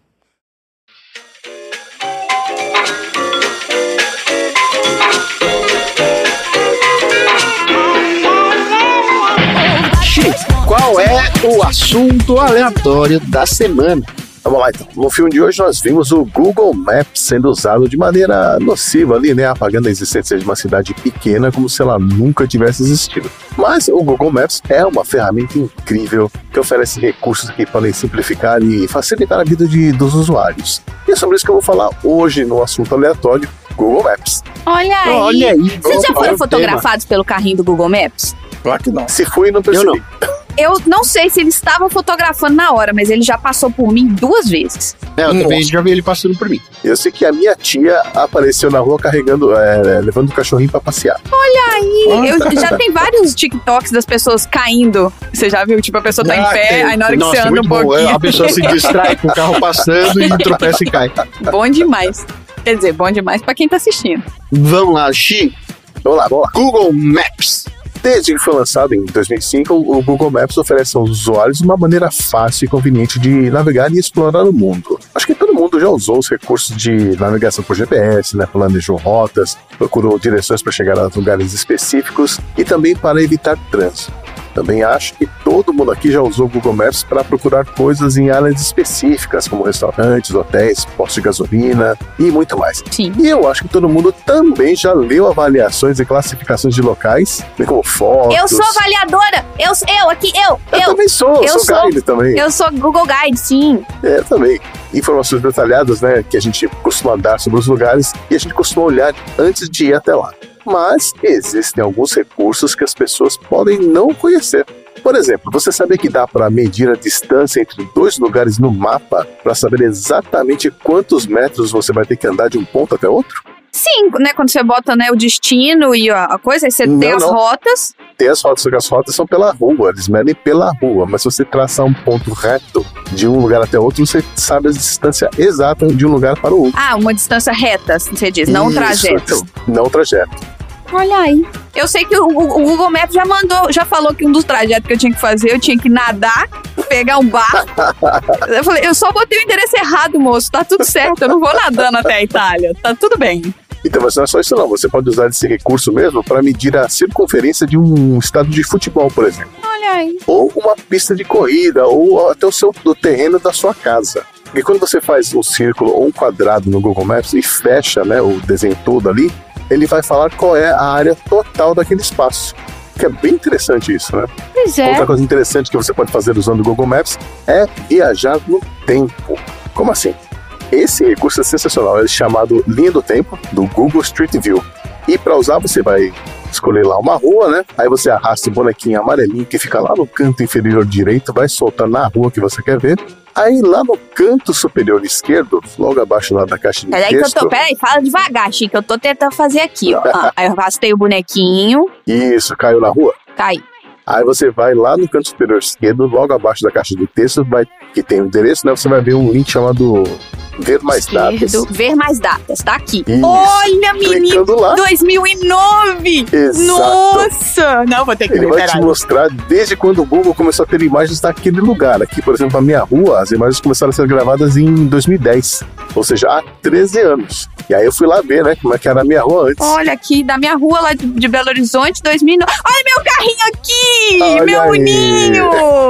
Speaker 4: Qual é o assunto aleatório da semana?
Speaker 3: Vamos lá, então. No filme de hoje nós vimos o Google Maps sendo usado de maneira nociva ali, né? Apagando a existência de uma cidade pequena como se ela nunca tivesse existido. Mas o Google Maps é uma ferramenta incrível que oferece recursos que podem simplificar e facilitar a vida de, dos usuários. E é sobre isso que eu vou falar hoje no assunto aleatório Google Maps.
Speaker 2: Olha aí!
Speaker 4: Olha aí,
Speaker 2: Vocês já foram fotografados pelo carrinho do Google Maps?
Speaker 3: Claro que não. Se foi, não percebi.
Speaker 4: Eu não.
Speaker 2: Eu não sei se ele estava fotografando na hora, mas ele já passou por mim duas vezes.
Speaker 4: É, eu também já vi ele passando por mim.
Speaker 3: Eu sei que a minha tia apareceu na rua carregando, é, levando o cachorrinho pra passear.
Speaker 2: Olha aí! Eu, já tem vários TikToks das pessoas caindo. Você já viu? Tipo, a pessoa tá
Speaker 4: Ah,
Speaker 2: em pé,
Speaker 4: tem.
Speaker 2: aí na hora
Speaker 4: Nossa,
Speaker 2: que você anda um
Speaker 4: muito bom.
Speaker 2: pouquinho...
Speaker 4: A pessoa se distrai com o carro passando e tropeça e cai.
Speaker 2: Bom demais. Quer dizer, bom demais pra quem tá assistindo.
Speaker 4: Vamos lá, Xi.
Speaker 3: Vamos lá, vamos lá.
Speaker 4: Google Maps.
Speaker 3: Desde que foi lançado em dois mil e cinco, o Google Maps oferece aos usuários uma maneira fácil e conveniente de navegar e explorar o mundo. Acho que todo mundo já usou os recursos de navegação por G P S, né? Planejou rotas, procurou direções para chegar a lugares específicos e também para evitar trânsito. Também acho que todo mundo aqui já usou o Google Maps para procurar coisas em áreas específicas, como restaurantes, hotéis, postos de gasolina e muito mais.
Speaker 2: Sim.
Speaker 3: E eu acho que todo mundo também já leu avaliações e classificações de locais, bem como fotos.
Speaker 2: Eu sou avaliadora! Eu, eu aqui, eu!
Speaker 3: Eu,
Speaker 2: eu
Speaker 3: também sou,
Speaker 2: eu
Speaker 3: sou,
Speaker 2: sou
Speaker 3: guide também.
Speaker 2: Eu sou Google Guide, sim.
Speaker 3: É, também. Informações detalhadas, né, que a gente costuma dar sobre os lugares e a gente costuma olhar antes de ir até lá. Mas existem alguns recursos que as pessoas podem não conhecer. Por exemplo, você sabia que dá para medir a distância entre dois lugares no mapa para saber exatamente quantos metros você vai ter que andar de um ponto até outro?
Speaker 2: Sim, né? Quando você bota, né, o destino e a, a coisa, aí você
Speaker 3: Não,
Speaker 2: tem as
Speaker 3: não.
Speaker 2: rotas.
Speaker 3: Tem as rotas, só que as rotas são pela rua, eles medem pela rua, mas se você traçar um ponto reto de um lugar até outro, você sabe a distância exata de um lugar para o outro.
Speaker 2: Ah, uma distância reta, você diz, não um
Speaker 3: Isso,
Speaker 2: trajeto.
Speaker 3: Não um trajeto.
Speaker 2: Olha aí. Eu sei que o, o Google Maps já mandou, já falou que um dos trajetos que eu tinha que fazer, eu tinha que nadar, pegar um barco. Eu falei, eu só botei o endereço errado, moço, tá tudo certo, eu não vou nadando até a Itália, tá tudo bem.
Speaker 3: Então, mas não é só isso não, você pode usar esse recurso mesmo para medir a circunferência de um estádio de futebol, por exemplo.
Speaker 2: Olha aí.
Speaker 3: Ou uma pista de corrida, ou até o seu do terreno da sua casa. Porque quando você faz um círculo ou um quadrado no Google Maps e fecha, né, o desenho todo ali, ele vai falar qual é a área total daquele espaço. Que é bem interessante isso, né?
Speaker 2: Pois é.
Speaker 3: Outra coisa interessante que você pode fazer usando o Google Maps é viajar no tempo. Como assim? Esse recurso é sensacional, é chamado Linha do Tempo, do Google Street View. E para usar, você vai escolher lá uma rua, né? Aí você arrasta o bonequinho amarelinho que fica lá no canto inferior direito, vai soltar na rua que você quer ver. Aí lá no canto superior esquerdo, logo abaixo lá da caixa de
Speaker 2: Peraí
Speaker 3: texto...
Speaker 2: que eu tô, peraí, fala devagar, Chico, que eu tô tentando fazer aqui, ó. Ah, aí eu arrastei o bonequinho.
Speaker 3: Isso, caiu na rua?
Speaker 2: Cai.
Speaker 3: Aí você vai lá no canto superior esquerdo, logo abaixo da caixa de texto, vai, que tem o endereço, né? Você vai ver um link chamado Ver Mais Datas.
Speaker 2: Ver Mais Datas, tá aqui.
Speaker 3: Isso.
Speaker 2: Olha, menino, dois mil e nove!
Speaker 3: Exato.
Speaker 2: Nossa! Não, vou ter que
Speaker 3: Ele
Speaker 2: ver,
Speaker 3: vai te
Speaker 2: peraí.
Speaker 3: mostrar desde quando o Google começou a ter imagens daquele lugar. Aqui, por exemplo, a minha rua, as imagens começaram a ser gravadas em dois mil e dez. Ou seja, há treze anos. E aí eu fui lá ver, né, como é que era a minha rua antes.
Speaker 2: Olha aqui, da minha rua lá de, de Belo Horizonte, dois mil e nove. Olha meu carrinho aqui!
Speaker 3: Olha
Speaker 2: meu
Speaker 3: aí.
Speaker 2: uninho!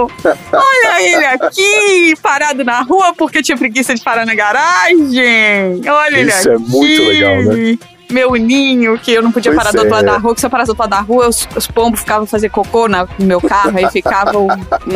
Speaker 2: Olha ele aqui, parado na rua porque tinha preguiça de parar na garagem. Olha ele aqui.
Speaker 3: Isso é muito legal, né?
Speaker 2: Meu uninho, que eu não podia
Speaker 3: Pois
Speaker 2: parar do outro
Speaker 3: é.
Speaker 2: lado da rua, que se eu parasse do outro lado da rua, os, os pombos ficavam a fazer cocô na, no meu carro, aí ficavam... Nó.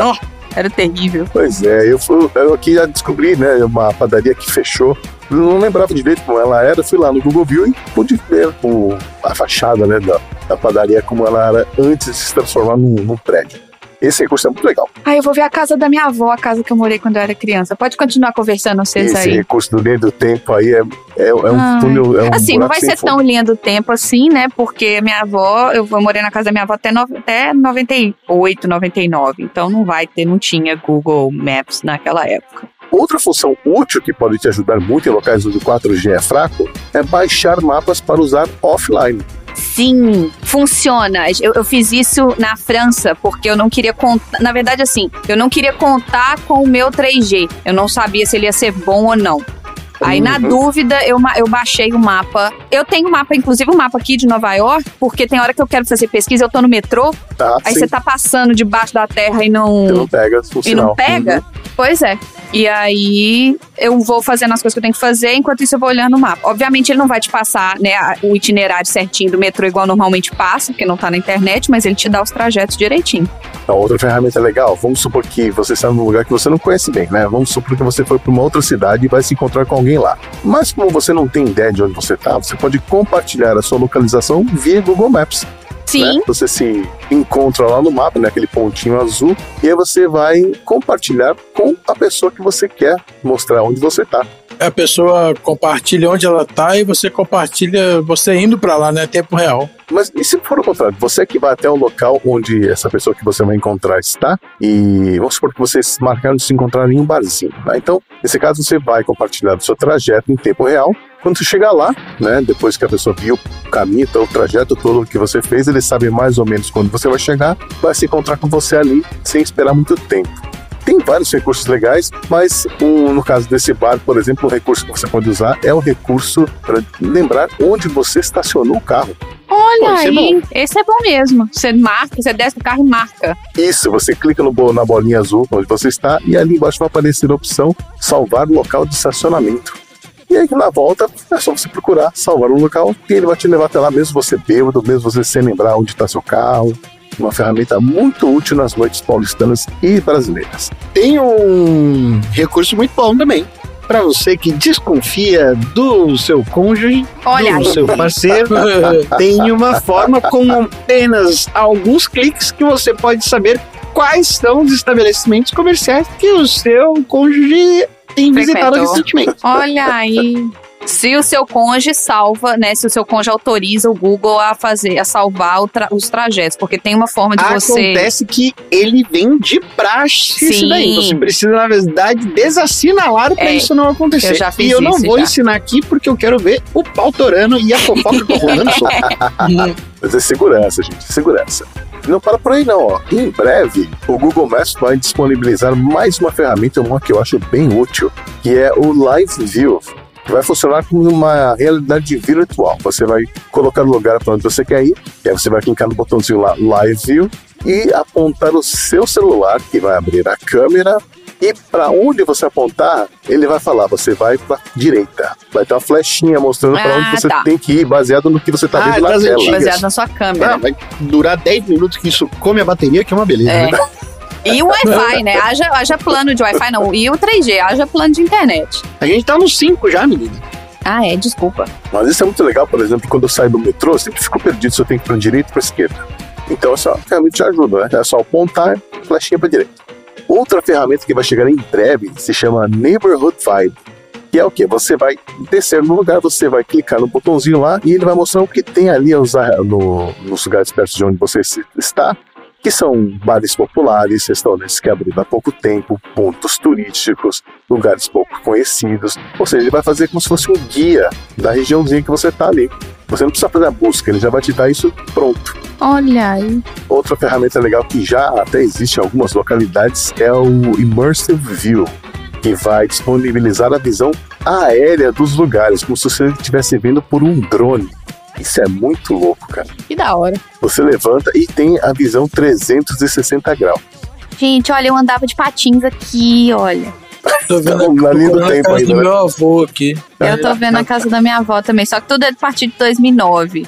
Speaker 2: Era terrível.
Speaker 3: Pois é, eu, fui, eu aqui já descobri, né, uma padaria que fechou. Eu não lembrava direito como ela era, fui lá no Google View e pude ver o, a fachada, né, da, da padaria como ela era antes de se transformar num, num prédio. Esse recurso é muito legal.
Speaker 2: Ah, eu vou ver a casa da minha avó, a casa que eu morei quando eu era criança. Pode continuar conversando vocês
Speaker 3: Esse
Speaker 2: aí.
Speaker 3: Esse recurso do linha do tempo aí é, é, é um
Speaker 2: Ai.
Speaker 3: túnel. É um
Speaker 2: assim, não vai ser
Speaker 3: fundo.
Speaker 2: tão linha do tempo assim, né? Porque minha avó, eu morei na casa da minha avó até, no, até noventa e oito, noventa e nove. Então não vai ter, não tinha Google Maps naquela época.
Speaker 3: Outra função útil que pode te ajudar muito em locais onde o quatro G é fraco é baixar mapas para usar offline.
Speaker 2: Sim, funciona. Eu, eu fiz isso na França, porque eu não queria contar. Na verdade, assim, eu não queria contar com o meu três G. Eu não sabia se ele ia ser bom ou não. Aí, uhum. na dúvida, eu, eu baixei o mapa. Eu tenho um mapa, inclusive um mapa aqui de Nova York, porque tem hora que eu quero fazer pesquisa, eu tô no metrô,
Speaker 3: tá,
Speaker 2: aí
Speaker 3: sim.
Speaker 2: você tá passando debaixo da terra e não...
Speaker 3: Você não pega o
Speaker 2: E
Speaker 3: sinal.
Speaker 2: não pega? Uhum. Pois é. E aí, eu vou fazendo as coisas que eu tenho que fazer, enquanto isso eu vou olhando o mapa. Obviamente, ele não vai te passar, né, o itinerário certinho do metrô igual normalmente passa, porque não tá na internet, mas ele te dá os trajetos direitinho.
Speaker 3: A outra ferramenta legal, vamos supor que você está num lugar que você não conhece bem, né? Vamos supor que você foi para uma outra cidade e vai se encontrar com alguém lá. Mas como você não tem ideia de onde você está, você pode compartilhar a sua localização via Google Maps.
Speaker 2: Sim.
Speaker 3: Né? Você se encontra lá no mapa, né, aquele pontinho azul, e aí você vai compartilhar com a pessoa que você quer mostrar onde você está.
Speaker 1: A pessoa compartilha onde ela tá e você compartilha você indo pra lá, né? Tempo real.
Speaker 3: Mas e se for o contrário? Você que vai até o local onde essa pessoa que você vai encontrar está e vamos supor que vocês marcaram de se encontrar em um barzinho, né? Então, nesse caso, você vai compartilhar o seu trajeto em tempo real. Quando você chegar lá, né? Depois que a pessoa viu o caminho, então, o trajeto todo que você fez, ele sabe mais ou menos quando você vai chegar, vai se encontrar com você ali sem esperar muito tempo. Tem vários recursos legais, mas um, no caso desse bar, por exemplo, o recurso que você pode usar é o recurso para lembrar onde você estacionou o carro.
Speaker 2: Olha
Speaker 3: Pô,
Speaker 2: aí, é esse é bom mesmo. Você marca, você desce do carro e marca.
Speaker 3: Isso, você clica no, na bolinha azul onde você está e ali embaixo vai aparecer a opção salvar o local de estacionamento. E aí na volta é só você procurar salvar o local e ele vai te levar até lá, mesmo você bêbado, mesmo você sem lembrar onde está seu carro. Uma ferramenta muito útil nas noites paulistanas e brasileiras.
Speaker 4: Tem um recurso muito bom também, para você que desconfia do seu cônjuge,
Speaker 2: Olha
Speaker 4: do
Speaker 2: aí.
Speaker 4: seu parceiro. Tem uma forma com apenas alguns cliques que você pode saber quais são os estabelecimentos comerciais que o seu cônjuge tem visitado
Speaker 2: Frequentou.
Speaker 4: recentemente.
Speaker 2: Olha aí. Se o seu cônjuge salva, né? Se o seu cônjuge autoriza o Google a fazer, a salvar o tra- os trajetos, porque tem uma forma de você...
Speaker 4: Acontece que ele vem de praxe.
Speaker 2: Sim.
Speaker 4: Isso daí. Você precisa, na verdade, desassinalar para
Speaker 2: É,
Speaker 4: isso não acontecer.
Speaker 2: eu já fiz
Speaker 4: e eu não
Speaker 2: isso,
Speaker 4: vou
Speaker 2: já.
Speaker 4: ensinar aqui porque eu quero ver o pau torando e a fofoca rolando solto.
Speaker 3: Mas é segurança, gente, segurança. Não para por aí não, ó. Em breve, o Google Maps vai disponibilizar mais uma ferramenta, uma que eu acho bem útil, que é o Live View, que vai funcionar como uma realidade virtual. Você vai colocar o lugar para onde você quer ir, e aí você vai clicar no botãozinho lá, Live View, e apontar o seu celular, que vai abrir a câmera, e para onde você apontar, ele vai falar, você vai para direita. Vai ter uma flechinha mostrando para
Speaker 2: Ah,
Speaker 3: onde você
Speaker 2: tá.
Speaker 3: tem que ir, baseado no que você está
Speaker 4: Ah,
Speaker 3: vendo na
Speaker 4: das
Speaker 3: tela.
Speaker 4: antigas.
Speaker 2: Baseado na sua câmera.
Speaker 4: Ah, vai durar dez minutos que isso come a bateria, que é uma beleza.
Speaker 2: É.
Speaker 4: Né?
Speaker 2: E o Wi-Fi, né? Haja, haja plano de Wi-Fi, não. E o três G, haja plano de internet.
Speaker 4: A gente tá no cinco já, menina.
Speaker 2: Ah, é? Desculpa.
Speaker 3: Mas isso é muito legal, por exemplo, quando eu saio do metrô, eu sempre fico perdido se eu tenho que ir para direita ou para esquerda. Então essa ferramenta te ajuda, né? É só apontar, flechinha para direita. Outra ferramenta que vai chegar em breve se chama Neighborhood Vibe, que é o que? Você vai descer no lugar, você vai clicar no botãozinho lá e ele vai mostrar o que tem ali no, nos lugares perto de onde você está, que são bares populares, restaurantes que abriram há pouco tempo, pontos turísticos, lugares pouco conhecidos. Ou seja, ele vai fazer como se fosse um guia da regiãozinha que você está ali. Você não precisa fazer a busca, ele já vai te dar isso pronto.
Speaker 2: Olha aí.
Speaker 3: Outra ferramenta legal que já até existe em algumas localidades é o Immersive View, que vai disponibilizar a visão aérea dos lugares, como se você estivesse vendo por um drone. Isso é muito louco, cara.
Speaker 2: Que da hora.
Speaker 3: Você levanta e tem a visão trezentos e sessenta graus.
Speaker 2: Gente, olha, eu andava de patins aqui, olha.
Speaker 1: Tô vendo
Speaker 3: Na linha do
Speaker 1: a
Speaker 3: tempo
Speaker 1: casa
Speaker 3: ainda,
Speaker 1: do
Speaker 3: né?
Speaker 1: meu avô aqui.
Speaker 2: Eu tô vendo a casa da minha avó também, só que tudo é a partir de dois mil e nove.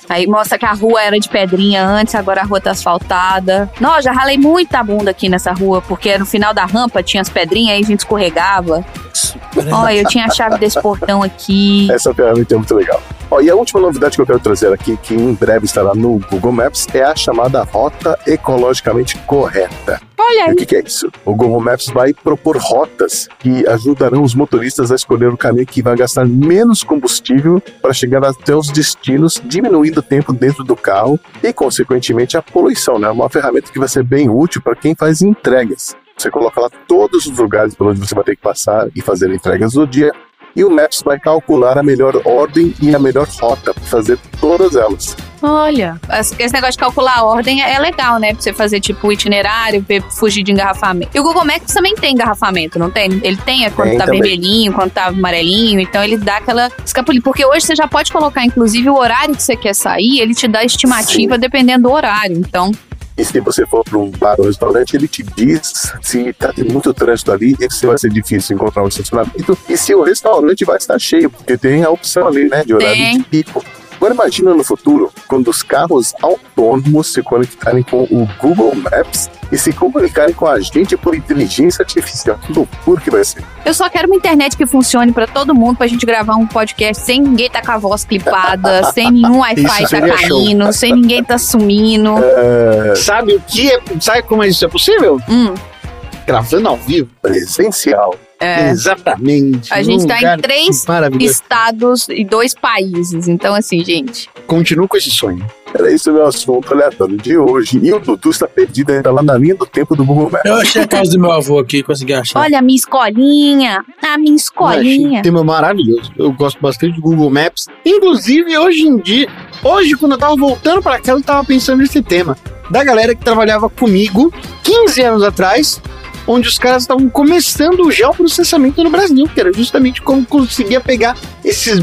Speaker 2: Aí mostra que a rua era de pedrinha antes, agora a rua tá asfaltada. Não, já ralei muita bunda aqui nessa rua, porque no final da rampa tinha as pedrinhas, aí a gente escorregava. Olha, eu tinha a chave desse portão aqui.
Speaker 3: Essa ferramenta é muito legal. Ó, e a última novidade que eu quero trazer aqui, que em breve estará no Google Maps, é a chamada Rota Ecologicamente Correta.
Speaker 2: Olha aí.
Speaker 3: E o que, que é isso? O Google Maps vai propor rotas que ajudarão os motoristas a escolher o caminho que vai gastar menos combustível para chegar até os destinos, diminuindo o tempo dentro do carro e, consequentemente, a poluição, né? Uma ferramenta que vai ser bem útil para quem faz entregas. Você coloca lá todos os lugares por onde você vai ter que passar e fazer entregas do dia, e o Maps vai calcular a melhor ordem e a melhor rota para fazer todas elas.
Speaker 2: Olha, esse negócio de calcular a ordem é legal, né? Pra você fazer, tipo, o itinerário, fugir de engarrafamento. E o Google Maps também tem engarrafamento, não tem? Ele tem, é quando tem, tá também. vermelhinho, quando tá amarelinho, então ele dá aquela escapulinha. Porque hoje você já pode colocar, inclusive, o horário que você quer sair, ele te dá estimativa Sim. dependendo do horário, então...
Speaker 3: E se você for para um bar ou restaurante, ele te diz se tá tendo muito trânsito ali, e se vai ser difícil encontrar um estacionamento, e se o restaurante vai estar cheio, porque tem a opção ali, né, de horário tem. de pico. Agora imagina no futuro, quando os carros autônomos se conectarem com o Google Maps e se comunicarem com a gente por inteligência artificial. Que loucura que vai ser.
Speaker 2: Eu só quero uma internet que funcione pra todo mundo, pra gente gravar um podcast sem ninguém tá com a voz clipada, sem nenhum Wi-Fi tá caindo, show. sem ninguém tá sumindo.
Speaker 4: É... Sabe o que é? Sabe como isso é possível?
Speaker 2: Hum.
Speaker 4: Gravando ao vivo.
Speaker 3: Presencial.
Speaker 2: É.
Speaker 4: Exatamente.
Speaker 2: A gente tá em três estados e dois países. Então, assim, gente...
Speaker 4: Continuo com esse sonho.
Speaker 3: Era isso o meu assunto aleatório de hoje. E o Dudu está perdido ainda lá na linha do tempo do Google Maps.
Speaker 1: Eu achei a casa do meu avô aqui, consegui achar.
Speaker 2: Olha a minha escolinha. A minha escolinha.
Speaker 4: Eu achei um tema maravilhoso. Eu gosto bastante do Google Maps. Inclusive, hoje em dia... Hoje, quando eu tava voltando pra casa, eu tava pensando nesse tema. Da galera que trabalhava comigo quinze anos atrás... onde os caras estavam começando o geoprocessamento no Brasil, que era justamente como conseguia pegar esses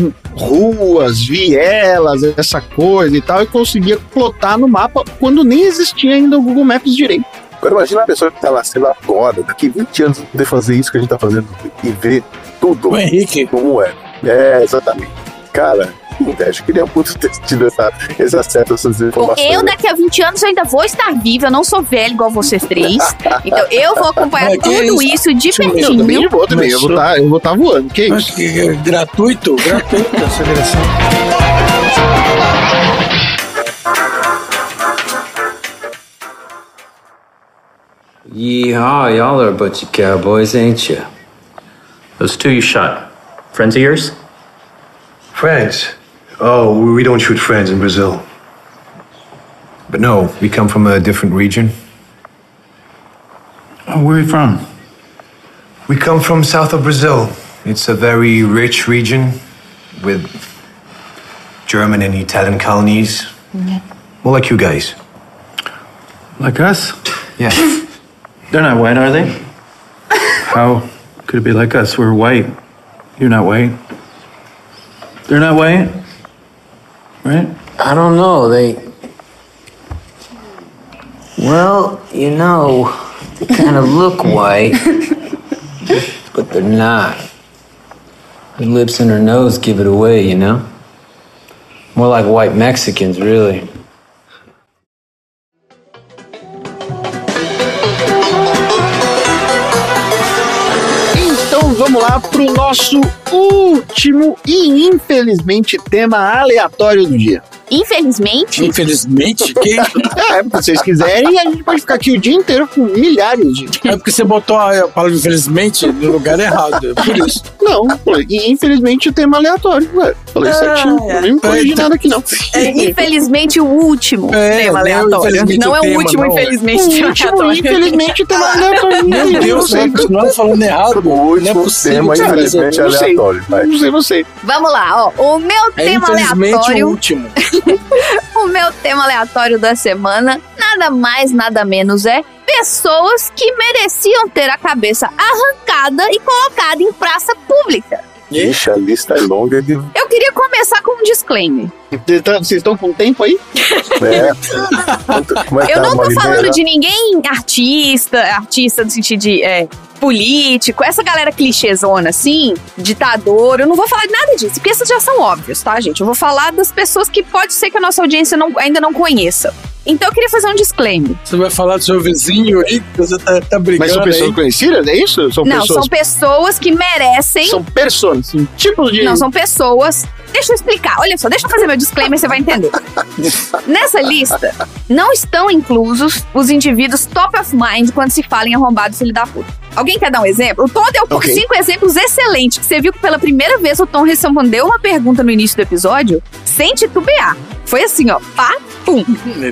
Speaker 4: ruas, vielas, essa coisa e tal, e conseguia plotar no mapa quando nem existia ainda o Google Maps direito.
Speaker 3: Agora imagina a pessoa que tá lá, sei lá, agora, daqui vinte anos, poder fazer isso que a gente tá fazendo e ver tudo
Speaker 1: o Henrique.
Speaker 3: como é. É, exatamente. Cara... inveja, eu queria muito ter tido essa, esse acesso a essas informações.
Speaker 2: Eu daqui a vinte anos eu ainda vou estar viva, eu não sou velho igual vocês três, então eu vou acompanhar Mas, tudo isso? isso de pertinho.
Speaker 4: Eu também vou, também, eu vou estar eu vou tá voando, que isso?
Speaker 1: Que, que, gratuito, gratuito essa direção.
Speaker 13: Yeehaw, y'all are a bunch of cowboys, ain't you?
Speaker 14: Those two you shot, friends of yours?
Speaker 15: Friends? Oh, we don't shoot friends in Brazil. But no, we come from a different region.
Speaker 14: Oh, where are you from?
Speaker 15: We come from south of Brazil. It's a very rich region with German and Italian colonies. Mm-hmm. More like you guys.
Speaker 14: Like us?
Speaker 15: Yeah.
Speaker 14: They're not white, are they? How could it be like us? We're white. You're not white. They're not white, right?
Speaker 13: I don't know. They... Well, you know, they kind of look white, but they're not. Her lips and her nose give it away, you know? More like white Mexicans, really.
Speaker 4: Então vamos lá pro nosso último e infelizmente tema aleatório do dia.
Speaker 2: Infelizmente?
Speaker 1: Infelizmente? Que?
Speaker 4: É, porque se vocês quiserem, a gente pode ficar aqui o dia inteiro com milhares de...
Speaker 1: É porque você botou a palavra infelizmente no lugar errado, é por isso.
Speaker 4: Não, e infelizmente o tema aleatório, ué. Falei ah, certinho, é. não me corrigi nada aqui não.
Speaker 2: É infelizmente o último é, tema aleatório. Não, não é o tema, último, não. infelizmente,
Speaker 4: o tema último, aleatório. Infelizmente o tema aleatório.
Speaker 1: Meu Deus, você continuando falando errado.
Speaker 3: O último
Speaker 1: não é possível,
Speaker 3: tema, infelizmente,
Speaker 4: não
Speaker 3: aleatório.
Speaker 4: Sei, não sei você.
Speaker 2: Vamos lá, ó. O meu
Speaker 1: é
Speaker 2: tema aleatório...
Speaker 1: o último.
Speaker 2: O meu tema aleatório da semana, nada mais, nada menos é pessoas que mereciam ter a cabeça arrancada e colocada em praça pública.
Speaker 3: Ixi, a lista é longa. De...
Speaker 2: Eu queria começar com um disclaimer.
Speaker 4: Vocês estão com tempo aí?
Speaker 3: É. Como é que
Speaker 2: Eu
Speaker 3: tá
Speaker 2: não tô
Speaker 3: uma
Speaker 2: falando
Speaker 3: ideia?
Speaker 2: de ninguém artista, artista no sentido de... É, político, essa galera clichêzona, assim, ditador, eu não vou falar de nada disso, porque esses já são óbvios, tá, gente? Eu vou falar das pessoas que pode ser que a nossa audiência não, ainda não conheça. Então eu queria fazer um disclaimer.
Speaker 1: Você vai falar do seu vizinho aí, que você tá, tá brigando.
Speaker 4: Mas são pessoas
Speaker 1: aí.
Speaker 4: conhecidas, é isso? São
Speaker 2: não,
Speaker 4: pessoas...
Speaker 2: são pessoas que merecem...
Speaker 4: São pessoas, sim, tipos de...
Speaker 2: Não, são pessoas... Deixa eu explicar, olha só, deixa eu fazer meu disclaimer, você vai entender. Nessa lista, não estão inclusos os indivíduos top of mind quando se fala em arrombado filho da puta. Alguém quer dar um exemplo? O Tom deu okay. cinco exemplos excelentes, que você viu que pela primeira vez o Tom respondeu uma pergunta no início do episódio sem titubear. Foi assim, ó, pá, pum.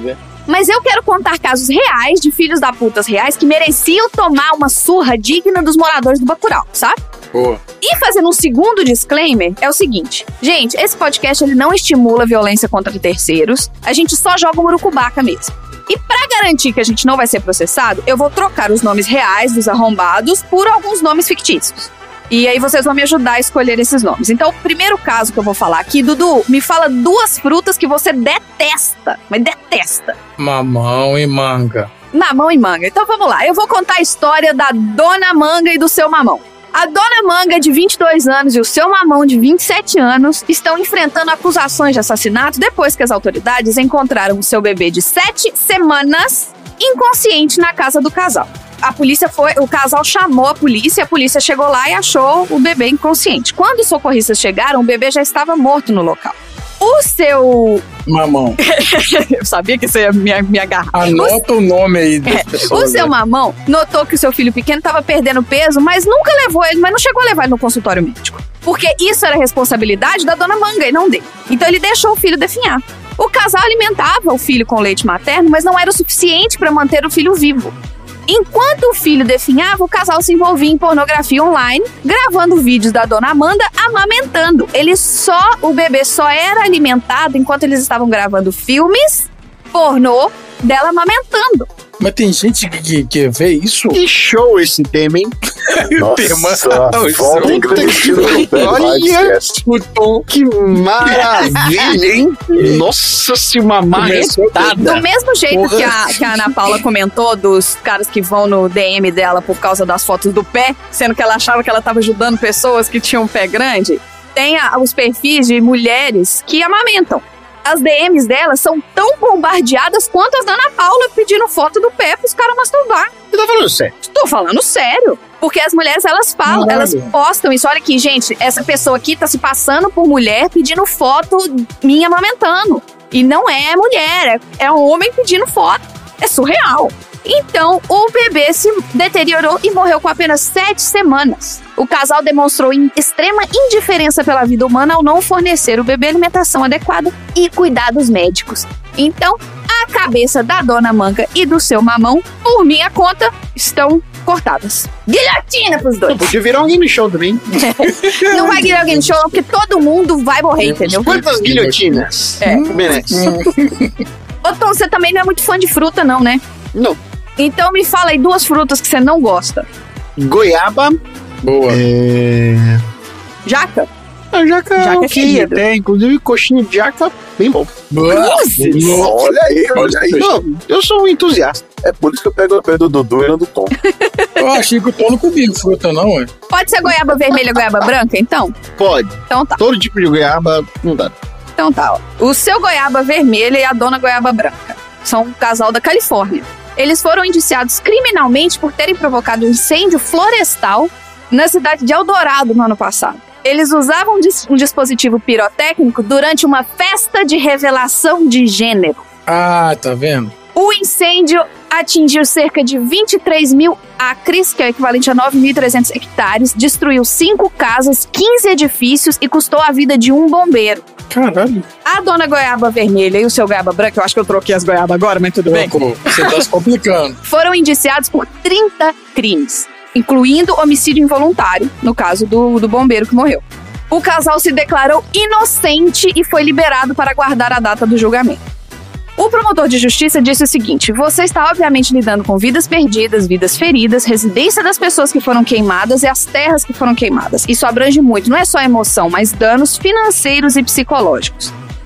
Speaker 2: Mas eu quero contar casos reais de filhos da putas reais que mereciam tomar uma surra digna dos moradores do Bacurau, sabe?
Speaker 1: Boa.
Speaker 2: E fazendo um segundo disclaimer, é o seguinte. Gente, esse podcast ele não estimula violência contra terceiros. A gente só joga o murucubaca mesmo. E pra garantir que a gente não vai ser processado, eu vou trocar os nomes reais dos arrombados por alguns nomes fictícios. E aí vocês vão me ajudar a escolher esses nomes. Então, o primeiro caso que eu vou falar aqui, Dudu, me fala duas frutas que você detesta, mas detesta.
Speaker 1: Mamão e manga.
Speaker 2: Mamão e manga. Então vamos lá, eu vou contar a história da Dona Manga e do seu mamão. A Dona Manga, de vinte e dois anos, e o seu mamão, de vinte e sete anos, estão enfrentando acusações de assassinato depois que as autoridades encontraram o seu bebê de sete semanas inconsciente na casa do casal. A polícia foi, o casal chamou a polícia, a polícia chegou lá e achou o bebê inconsciente. Quando os socorristas chegaram, o bebê já estava morto no local. O seu...
Speaker 1: Mamão.
Speaker 2: Eu sabia que isso ia me, me agarrar.
Speaker 1: Anota o, o nome aí das
Speaker 2: é,
Speaker 1: pessoas.
Speaker 2: O seu
Speaker 1: né?
Speaker 2: mamão notou que o seu filho pequeno estava perdendo peso, mas nunca levou ele, mas não chegou a levar ele no consultório médico. Porque isso era responsabilidade da Dona Manga e não dele. Então ele deixou o filho definhar. O casal alimentava o filho com leite materno, mas não era o suficiente para manter o filho vivo. Enquanto o filho definhava, o casal se envolvia em pornografia online, gravando vídeos da Dona Amanda amamentando. Ele só, o bebê só era alimentado enquanto eles estavam gravando filmes pornô dela amamentando.
Speaker 1: Mas tem gente que, que, que vê isso?
Speaker 4: Que show esse tema, hein?
Speaker 3: Nossa,
Speaker 4: olha o Tom, que maravilha, hein? Nossa, se uma marretada.
Speaker 2: Do mesmo jeito que a, que a Ana Paula comentou dos caras que vão no D M dela por causa das fotos do pé, sendo que ela achava que ela estava ajudando pessoas que tinham um pé grande, tem a, os perfis de mulheres que amamentam. As D Ms dela são tão bombardeadas quanto as da Ana Paula pedindo foto do pé pros caras masturbar.
Speaker 4: Você tá falando sério?
Speaker 2: Tô falando sério. Porque as mulheres, elas falam,
Speaker 4: Não,
Speaker 2: elas postam isso. Olha aqui, gente, essa pessoa aqui tá se passando por mulher pedindo foto minha amamentando. E não é mulher, é, é um homem pedindo foto. É surreal. Então, o bebê se deteriorou e morreu com apenas sete semanas. O casal demonstrou extrema indiferença pela vida humana ao não fornecer o bebê alimentação adequada e cuidados médicos. Então, a cabeça da Dona Manga e do seu mamão, por minha conta, estão cortadas. Guilhotina pros dois.
Speaker 4: Podia virar um game show também.
Speaker 2: Não vai virar um game show, porque todo mundo vai morrer, entendeu?
Speaker 4: Quantas guilhotinas?
Speaker 2: É.
Speaker 4: Merece.
Speaker 2: Ô Tom, você também não é muito fã de fruta, não, né?
Speaker 4: Não.
Speaker 2: Então me fala aí duas frutas que você não gosta.
Speaker 4: Goiaba.
Speaker 1: Boa.
Speaker 4: É...
Speaker 2: Jaca.
Speaker 4: A jaca,
Speaker 2: jaca
Speaker 4: ok, até. Inclusive, coxinha de jaca, bem bom.
Speaker 3: Nossa, olha aí, olha aí.
Speaker 4: Não, eu sou um entusiasta.
Speaker 3: É por isso que eu pego o pé do Dudu e não do Tom.
Speaker 1: Eu achei que o Tom não comia fruta, não, ué.
Speaker 2: Pode ser goiaba vermelha, goiaba branca, então?
Speaker 4: Pode.
Speaker 2: Então tá.
Speaker 4: Todo tipo de goiaba, não dá.
Speaker 2: Então tá, ó. O seu goiaba vermelha e a dona goiaba branca são um casal da Califórnia. Eles foram indiciados criminalmente por terem provocado um incêndio florestal na cidade de Eldorado no ano passado. Eles usavam um dispositivo pirotécnico durante uma festa de revelação de gênero.
Speaker 1: Ah, tá vendo?
Speaker 2: O incêndio atingiu cerca de vinte e três mil acres, que é o equivalente a nove mil e trezentos hectares, destruiu cinco casas, quinze edifícios e custou a vida de um bombeiro.
Speaker 1: Caralho.
Speaker 2: A dona goiaba vermelha e o seu goiaba branca, eu acho que eu troquei as goiabas agora, mas tudo bem.
Speaker 1: Você tá se complicando.
Speaker 2: Foram indiciados por trinta crimes, incluindo homicídio involuntário, no caso do, do bombeiro que morreu. O casal se declarou inocente e foi liberado para aguardar a data do julgamento. O promotor de justiça disse o seguinte: você está obviamente lidando com vidas perdidas, vidas feridas, residência das pessoas que foram queimadas e as terras que foram queimadas. Isso abrange muito, não é só emoção, mas danos financeiros e psicológicos.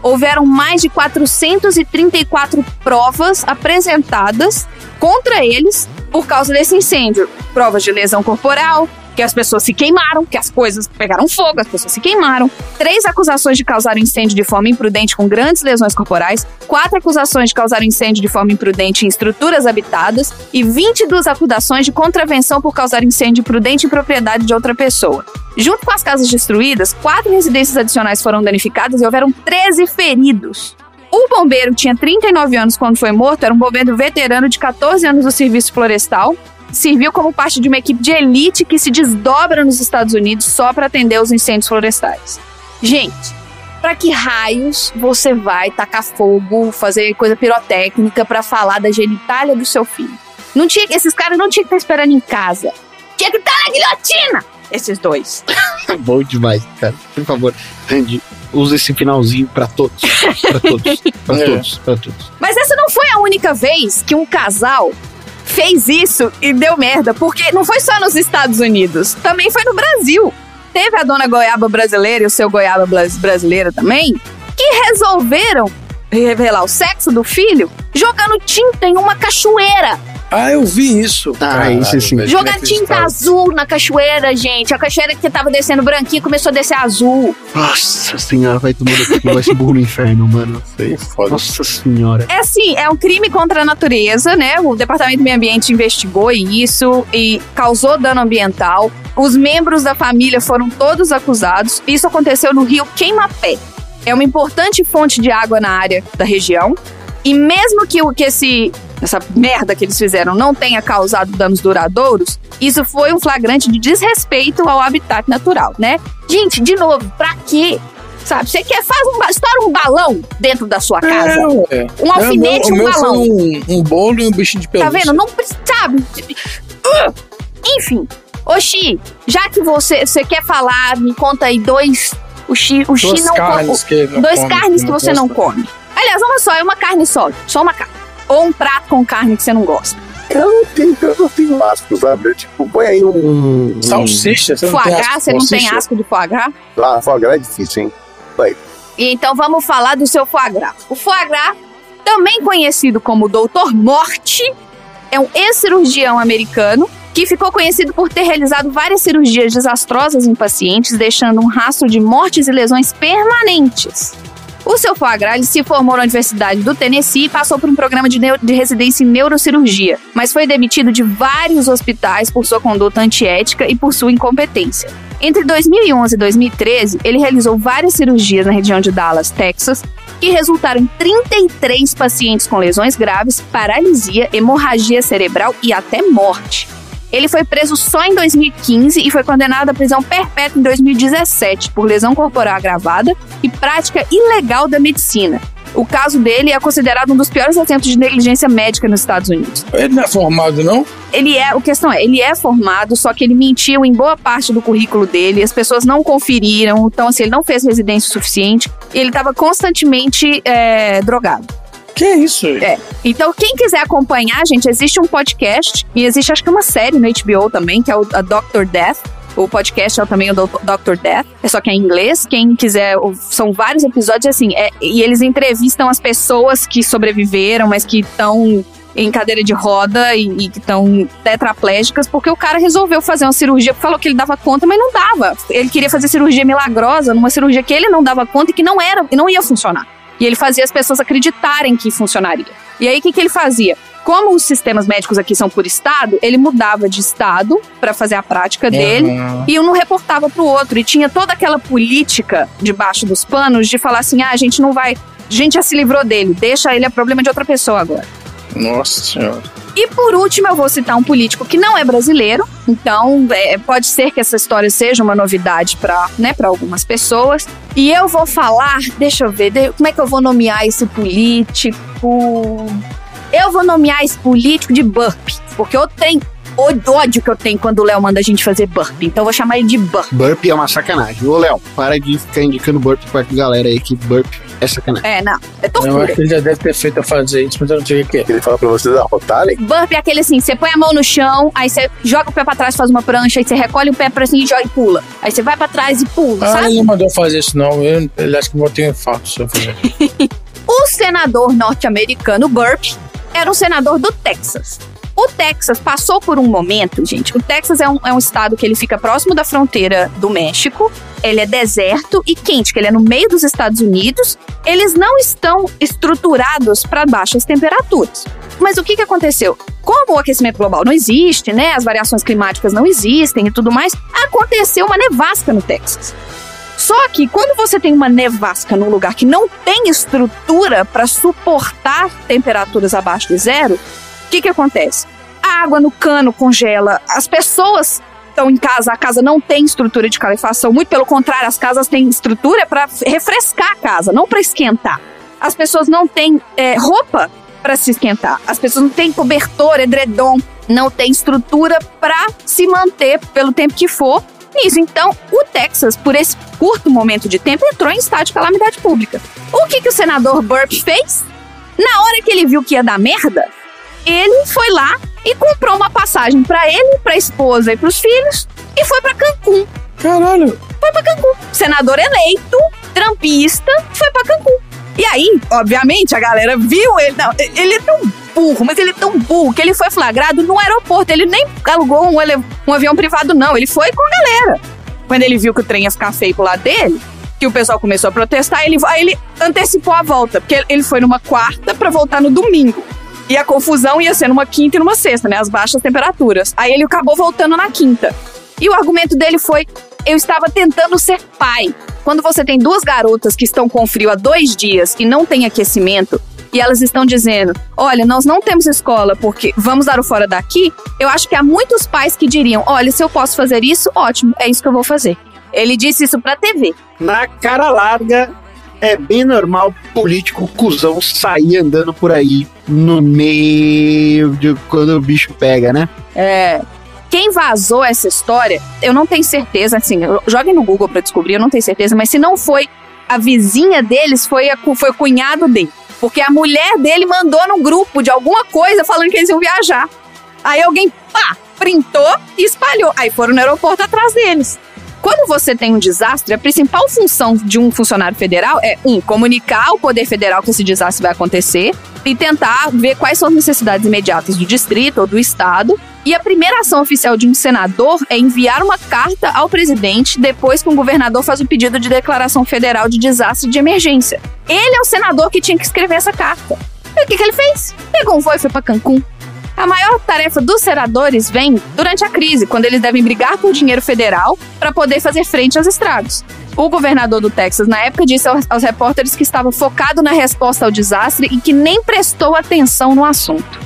Speaker 2: houveram mais de quatrocentas e trinta e quatro provas apresentadas contra eles por causa desse incêndio. Provas de lesão corporal, que as pessoas se queimaram, que as coisas pegaram fogo, as pessoas se queimaram. Três acusações de causar incêndio de forma imprudente com grandes lesões corporais. Quatro acusações de causar incêndio de forma imprudente em estruturas habitadas. E vinte e duas acusações de contravenção por causar incêndio imprudente em propriedade de outra pessoa. Junto com as casas destruídas, quatro residências adicionais foram danificadas e houveram treze feridos. O bombeiro tinha trinta e nove anos quando foi morto, era um bombeiro veterano de catorze anos do serviço florestal. Serviu como parte de uma equipe de elite que se desdobra nos Estados Unidos só para atender os incêndios florestais. Gente, para que raios você vai tacar fogo, fazer coisa pirotécnica para falar da genitália do seu filho? Não tinha, esses caras não tinham que estar esperando em casa. Tinha que estar na guilhotina! Esses dois.
Speaker 4: Bom demais, cara. Por favor, Randy, usa esse finalzinho pra todos. Pra todos. Pra
Speaker 2: É.
Speaker 4: todos. Pra todos.
Speaker 2: Mas essa não foi a única vez que um casal fez isso e deu merda, porque não foi só nos Estados Unidos, também foi no Brasil. Teve a dona Goiaba brasileira e o seu Goiaba blas- brasileira também, que resolveram revelar o sexo do filho jogando tinta em uma cachoeira.
Speaker 1: Ah, eu vi isso.
Speaker 4: Ah, isso sim.
Speaker 2: Jogar tinta azul na cachoeira, gente. A cachoeira que tava descendo branquinha começou a descer azul.
Speaker 4: Nossa senhora, vai tomando aqui, vai se burro no inferno, mano. Nossa senhora.
Speaker 2: É assim, é um crime contra a natureza, né? O Departamento do Meio Ambiente investigou isso e causou dano ambiental. Os membros da família foram todos acusados. Isso aconteceu no rio Queima-Pé. É uma importante fonte de água na área da região. E mesmo que, o, que esse, essa merda que eles fizeram não tenha causado danos duradouros, isso foi um flagrante de desrespeito ao habitat natural, né? Gente, de novo, pra quê? Sabe, você quer fazer um, estoura um balão dentro da sua casa?
Speaker 1: É, ué.
Speaker 2: Um alfinete e
Speaker 1: o
Speaker 2: um
Speaker 1: meu
Speaker 2: balão.
Speaker 1: Foi um, um bolo e um bichinho de pelúcia.
Speaker 2: Tá vendo? Não precisa, sabe? Uh! Enfim, Oxi, já que você, você quer falar, me conta aí dois... O Xi, o Xi
Speaker 1: Duas
Speaker 2: não
Speaker 1: carnes
Speaker 2: come.
Speaker 1: que ele não
Speaker 2: Dois
Speaker 1: come,
Speaker 2: carnes
Speaker 1: que
Speaker 2: que
Speaker 1: não
Speaker 2: você não come. Aliás, uma só, é uma carne só. Só uma carne. Ou um prato com carne que você não gosta.
Speaker 3: Eu não tenho, eu não tenho asco, sabe? Tipo, põe aí um...
Speaker 1: Salsicha, você não
Speaker 2: Foie
Speaker 1: tem
Speaker 2: gras,
Speaker 1: asco.
Speaker 2: você não tem
Speaker 3: Salsicha.
Speaker 2: asco de foie gras?
Speaker 3: Ah, foie gras é difícil, hein? Vai.
Speaker 2: E então vamos falar do seu foie gras. O foie gras, também conhecido como doutor Morte, é um ex-cirurgião americano que ficou conhecido por ter realizado várias cirurgias desastrosas em pacientes, deixando um rastro de mortes e lesões permanentes. O seu foie gras ele se formou na Universidade do Tennessee e passou por um programa de, neo- de residência em neurocirurgia, mas foi demitido de vários hospitais por sua conduta antiética e por sua incompetência. Entre dois mil e onze e dois mil e treze, ele realizou várias cirurgias na região de Dallas, Texas, que resultaram em trinta e três pacientes com lesões graves, paralisia, hemorragia cerebral e até morte. Ele foi preso só em dois mil e quinze e foi condenado à prisão perpétua em dois mil e dezessete por lesão corporal agravada e prática ilegal da medicina. O caso dele é considerado um dos piores exemplos de negligência médica nos Estados Unidos.
Speaker 1: Ele não é formado, não?
Speaker 2: Ele é, a questão é, ele é formado, só que ele mentiu em boa parte do currículo dele, as pessoas não conferiram, então assim, ele não fez residência o suficiente e ele estava constantemente é, drogado.
Speaker 1: Que isso?
Speaker 2: É. Então, quem quiser acompanhar, gente, existe um podcast e existe, acho que uma série no H B O também, que é o a doutor Death. O podcast é também o doutor Death, é só que é em inglês. Quem quiser, são vários episódios, assim, é, e eles entrevistam as pessoas que sobreviveram, mas que estão em cadeira de roda e, e que estão tetraplégicas, porque o cara resolveu fazer uma cirurgia, falou que ele dava conta, mas não dava. Ele queria fazer cirurgia milagrosa, numa cirurgia que ele não dava conta e que não era, e não ia funcionar. E ele fazia as pessoas acreditarem que funcionaria. E aí, o que, que ele fazia? Como os sistemas médicos aqui são por estado, ele mudava de estado para fazer a prática dele
Speaker 1: Uhum.
Speaker 2: e um não reportava pro outro. E tinha toda aquela política debaixo dos panos de falar assim, ah, a gente não vai... A gente já se livrou dele, deixa ele, é problema de outra pessoa agora.
Speaker 1: Nossa senhora.
Speaker 2: E por último, eu vou citar um político que não é brasileiro, então é, pode ser que essa história seja uma novidade para, né, para algumas pessoas. E eu vou falar, deixa eu ver, de- como é que eu vou nomear esse político? Eu vou nomear esse político de Burp, porque o trem o ódio que eu tenho quando o Léo manda a gente fazer burpee. Então eu vou chamar ele de burpee.
Speaker 4: Burpee é uma sacanagem. Ô, Léo, para de ficar indicando burpee pra galera aí que burpee é sacanagem.
Speaker 2: É, não. É
Speaker 1: Eu
Speaker 2: tortura.
Speaker 1: acho que ele já deve ter feito eu fazer isso, mas eu não sei o que é.
Speaker 3: Ele fala pra vocês arrotarem?
Speaker 2: Burpee é aquele assim, você põe a mão no chão, aí você joga o pé pra trás, faz uma prancha, aí você recolhe o pé pra cima e joga e pula. Aí você vai pra trás e pula,
Speaker 1: Ah,
Speaker 2: sabe?
Speaker 1: ele não mandou fazer isso não. Eu, ele acha que eu vou ter um infarto se eu fazer.
Speaker 2: O senador norte-americano Burpee era um senador do Texas. O Texas passou por um momento, gente. O Texas é um, é um estado que ele fica próximo da fronteira do México. Ele é deserto e quente, que ele é no meio dos Estados Unidos. Eles não estão estruturados para baixas temperaturas. Mas o que, que aconteceu? Como o aquecimento global não existe, né? As variações climáticas não existem e tudo mais, aconteceu uma nevasca no Texas. Só que quando você tem uma nevasca num lugar que não tem estrutura para suportar temperaturas abaixo de zero, o que que acontece? A água no cano congela, as pessoas estão em casa, a casa não tem estrutura de calefação, muito pelo contrário, as casas têm estrutura para refrescar a casa, não para esquentar. As pessoas não têm é, roupa para se esquentar, as pessoas não têm cobertor, edredom, não têm estrutura para se manter pelo tempo que for nisso. Então, o Texas, por esse curto momento de tempo, entrou em estado de calamidade pública. O que que o senador Burpee fez? Na hora que ele viu que ia dar merda, ele foi lá e comprou uma passagem pra ele, pra esposa e pros filhos e foi pra Cancún.
Speaker 1: Caralho!
Speaker 2: Foi pra Cancún. Senador eleito, trampista, foi pra Cancún. E aí, obviamente, a galera viu ele. Não, ele é tão burro, mas ele é tão burro que ele foi flagrado no aeroporto. Ele nem alugou um, ele, um avião privado, não. Ele foi com a galera. Quando ele viu que o trem ia ficar feio pro lado dele, que o pessoal começou a protestar, ele, aí ele antecipou a volta, porque ele foi numa quarta pra voltar no domingo. E a confusão ia ser numa quinta e numa sexta, né? As baixas temperaturas. Aí ele acabou voltando na quinta. E o argumento dele foi: eu estava tentando ser pai. Quando você tem duas garotas que estão com frio há dois dias e não tem aquecimento, e elas estão dizendo, olha, nós não temos escola porque vamos dar o fora daqui, eu acho que há muitos pais que diriam, olha, se eu posso fazer isso, ótimo, é isso que eu vou fazer. Ele disse isso pra T V.
Speaker 4: Na cara larga, é bem normal político cuzão sair andando por aí no meio de quando o bicho pega, né?
Speaker 2: É. Quem vazou essa história, eu não tenho certeza, assim, joguem no Google pra descobrir, eu não tenho certeza, mas se não foi a vizinha deles, foi, a, foi o cunhado dele. Porque a mulher dele mandou num grupo de alguma coisa falando que eles iam viajar. Aí alguém, pá, printou e espalhou. Aí foram no aeroporto atrás deles. Quando você tem um desastre, a principal função de um funcionário federal é, um, comunicar ao poder federal que esse desastre vai acontecer e tentar ver quais são as necessidades imediatas do distrito ou do estado. E a primeira ação oficial de um senador é enviar uma carta ao presidente depois que um governador faz o pedido de declaração federal de desastre de emergência. Ele é o senador que tinha que escrever essa carta. E o que que ele fez? Pegou um voo e foi pra Cancún. A maior tarefa dos senadores vem durante a crise, quando eles devem brigar por dinheiro federal para poder fazer frente aos estragos. O governador do Texas, na época, disse aos, aos repórteres que estava focado na resposta ao desastre e que nem prestou atenção no assunto.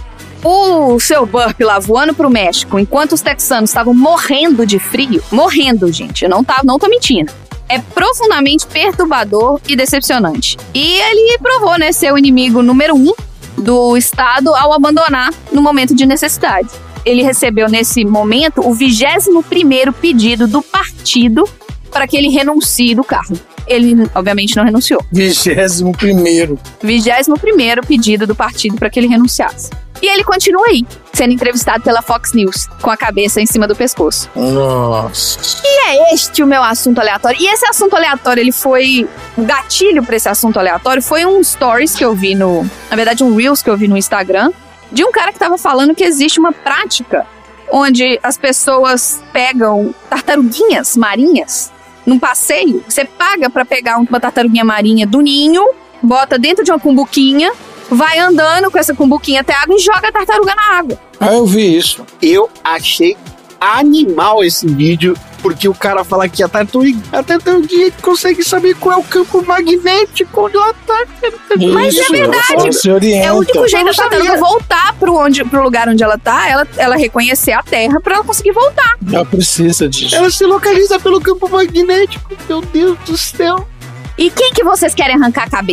Speaker 2: O seu Burpee lá voando pro México, enquanto os texanos estavam morrendo de frio, morrendo, gente, eu não, tá, não tô mentindo, é profundamente perturbador e decepcionante. E ele provou, né, ser o inimigo número um do Estado ao abandonar no momento de necessidade. Ele recebeu, nesse momento, o vigésimo primeiro pedido do partido para que ele renuncie do cargo. Ele, obviamente, não renunciou.
Speaker 1: Vigésimo primeiro.
Speaker 2: Vigésimo primeiro pedido do partido para que ele renunciasse. E ele continua aí, sendo entrevistado pela Fox News, com a cabeça em cima do pescoço.
Speaker 1: Nossa.
Speaker 2: E é este o meu assunto aleatório. E esse assunto aleatório, ele foi... O gatilho para esse assunto aleatório foi um stories que eu vi no... Na verdade, um Reels que eu vi no Instagram, de um cara que tava falando que existe uma prática onde as pessoas pegam tartaruguinhas marinhas num passeio. Você paga pra pegar uma tartaruguinha marinha do ninho, bota dentro de uma cumbuquinha, vai andando com essa cumbuquinha até a água e joga a tartaruga na água.
Speaker 1: Ah, eu vi isso.
Speaker 4: Eu achei animal esse vídeo, porque o cara fala que a tartaruga, a tartaruguinha consegue saber qual é o campo magnético onde ela tá.
Speaker 2: Mas é verdade. É o único jeito da tartaruga voltar pro, onde, pro lugar onde ela tá, ela, ela reconhecer a terra pra ela conseguir voltar.
Speaker 1: Ela precisa disso.
Speaker 4: Ela se localiza pelo campo magnético. Meu Deus do céu.
Speaker 2: E quem que vocês querem arrancar a cabeça?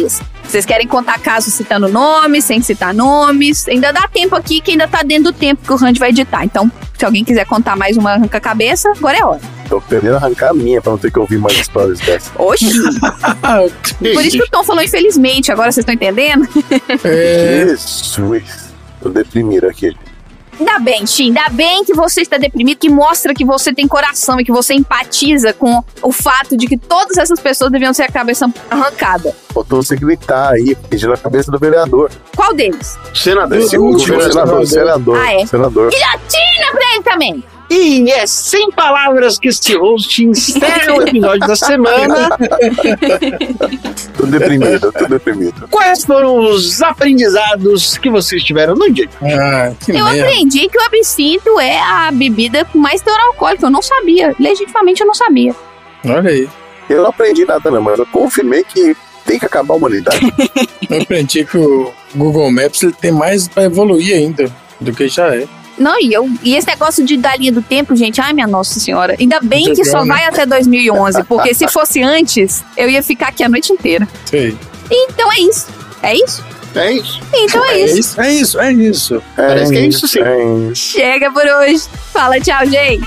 Speaker 2: Vocês querem contar casos citando nomes, sem citar nomes? Ainda dá tempo aqui, que ainda tá dentro do tempo que o Randy vai editar. Então, se alguém quiser contar mais uma arranca-cabeça, agora é hora.
Speaker 3: Tô querendo arrancar a minha pra não ter que ouvir mais histórias dessas.
Speaker 2: Oxi! Por isso que o Tom falou infelizmente, agora vocês estão entendendo?
Speaker 3: É. Jesus! Tô deprimido aqui.
Speaker 2: Ainda bem, Tim, ainda bem que você está deprimido, que mostra que você tem coração e que você empatiza com o fato de que todas essas pessoas deviam ter a cabeça arrancada.
Speaker 3: Faltou você gritar aí, pedindo a cabeça do vereador.
Speaker 2: Qual deles?
Speaker 4: Senador.
Speaker 3: Esse último, senador, senador.
Speaker 2: Ah, é?
Speaker 3: Senador.
Speaker 2: Guilhotina pra ele também!
Speaker 4: E é sem palavras que este host encerra o episódio da semana.
Speaker 3: Tô deprimido, tô deprimido.
Speaker 4: Quais foram os aprendizados que vocês tiveram no dia?
Speaker 1: Ah, que
Speaker 2: Eu
Speaker 1: merda.
Speaker 2: aprendi que o absinto é a bebida com mais teor alcoólico. Eu não sabia. Legitimamente eu não sabia.
Speaker 1: Olha aí.
Speaker 3: Eu não aprendi nada não, mas eu confirmei que tem que acabar a humanidade.
Speaker 1: Eu aprendi que o Google Maps ele tem mais pra evoluir ainda do que já é.
Speaker 2: Não, e, eu, e esse negócio de da linha do tempo, gente, ai minha nossa senhora, ainda bem
Speaker 1: Muito
Speaker 2: que
Speaker 1: bom,
Speaker 2: só
Speaker 1: né?
Speaker 2: vai até dois mil e onze, porque se fosse antes, eu ia ficar aqui a noite inteira.
Speaker 1: Sei.
Speaker 2: Então é isso. É isso?
Speaker 4: É isso.
Speaker 2: Então é,
Speaker 1: É
Speaker 2: isso.
Speaker 1: isso, é isso, é isso.
Speaker 4: Parece que é isso sim.
Speaker 3: É isso.
Speaker 2: Chega por hoje. Fala tchau, gente.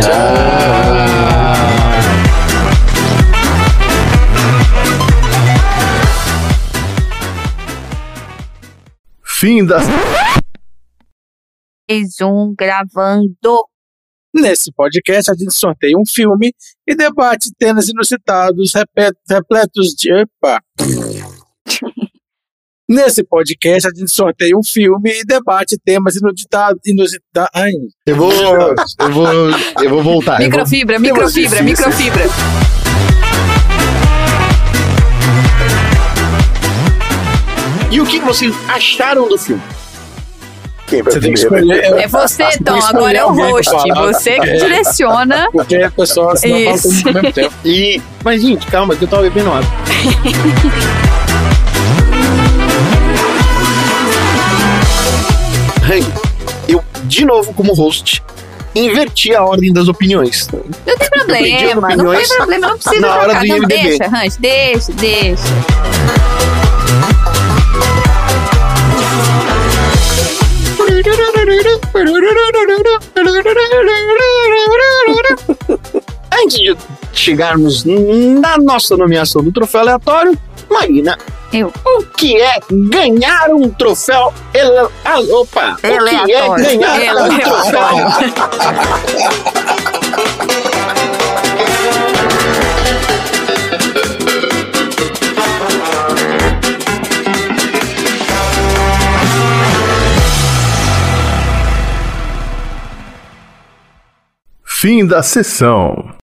Speaker 3: Fim da...
Speaker 2: Mais um gravando.
Speaker 1: Nesse podcast a gente sorteia um filme e debate temas inusitados, repet- repletos de... Epa! Nesse podcast a gente sorteia um filme e debate temas inusitados... Inusita- Ai.
Speaker 4: Eu vou, eu vou, eu vou voltar. eu vou-
Speaker 2: Microfibra, microfibra, microfibra.
Speaker 4: E o que vocês acharam do filme?
Speaker 3: Quem vai
Speaker 1: Você tem que
Speaker 3: primeiro?
Speaker 1: escolher...
Speaker 2: É você,
Speaker 1: Você tem
Speaker 2: Tom,
Speaker 1: que escolher
Speaker 2: agora é o
Speaker 1: alguém pra
Speaker 2: host.
Speaker 1: falar.
Speaker 2: Você que
Speaker 1: É.
Speaker 2: direciona.
Speaker 1: Porque a pessoa senão fala todo mundo ao mesmo tempo.
Speaker 4: E, mas, gente, calma, que eu tava bebendo água. Hey, eu, de novo, como host, inverti a ordem das opiniões.
Speaker 2: Não tem
Speaker 4: Eu pedi
Speaker 2: problema, não tem
Speaker 4: opiniões
Speaker 2: problema, não precisa
Speaker 4: na hora
Speaker 2: trocar.
Speaker 4: do
Speaker 2: Não,
Speaker 4: I M D B.
Speaker 2: deixa, Hans, deixa, deixa.
Speaker 4: Antes de chegarmos na nossa nomeação do troféu aleatório, Marina,
Speaker 2: Eu.
Speaker 4: o que é ganhar um troféu ele... ah, opa, o que é
Speaker 2: Aleatório.
Speaker 4: ganhar um
Speaker 2: Aleatório.
Speaker 4: troféu?
Speaker 3: Fim da sessão.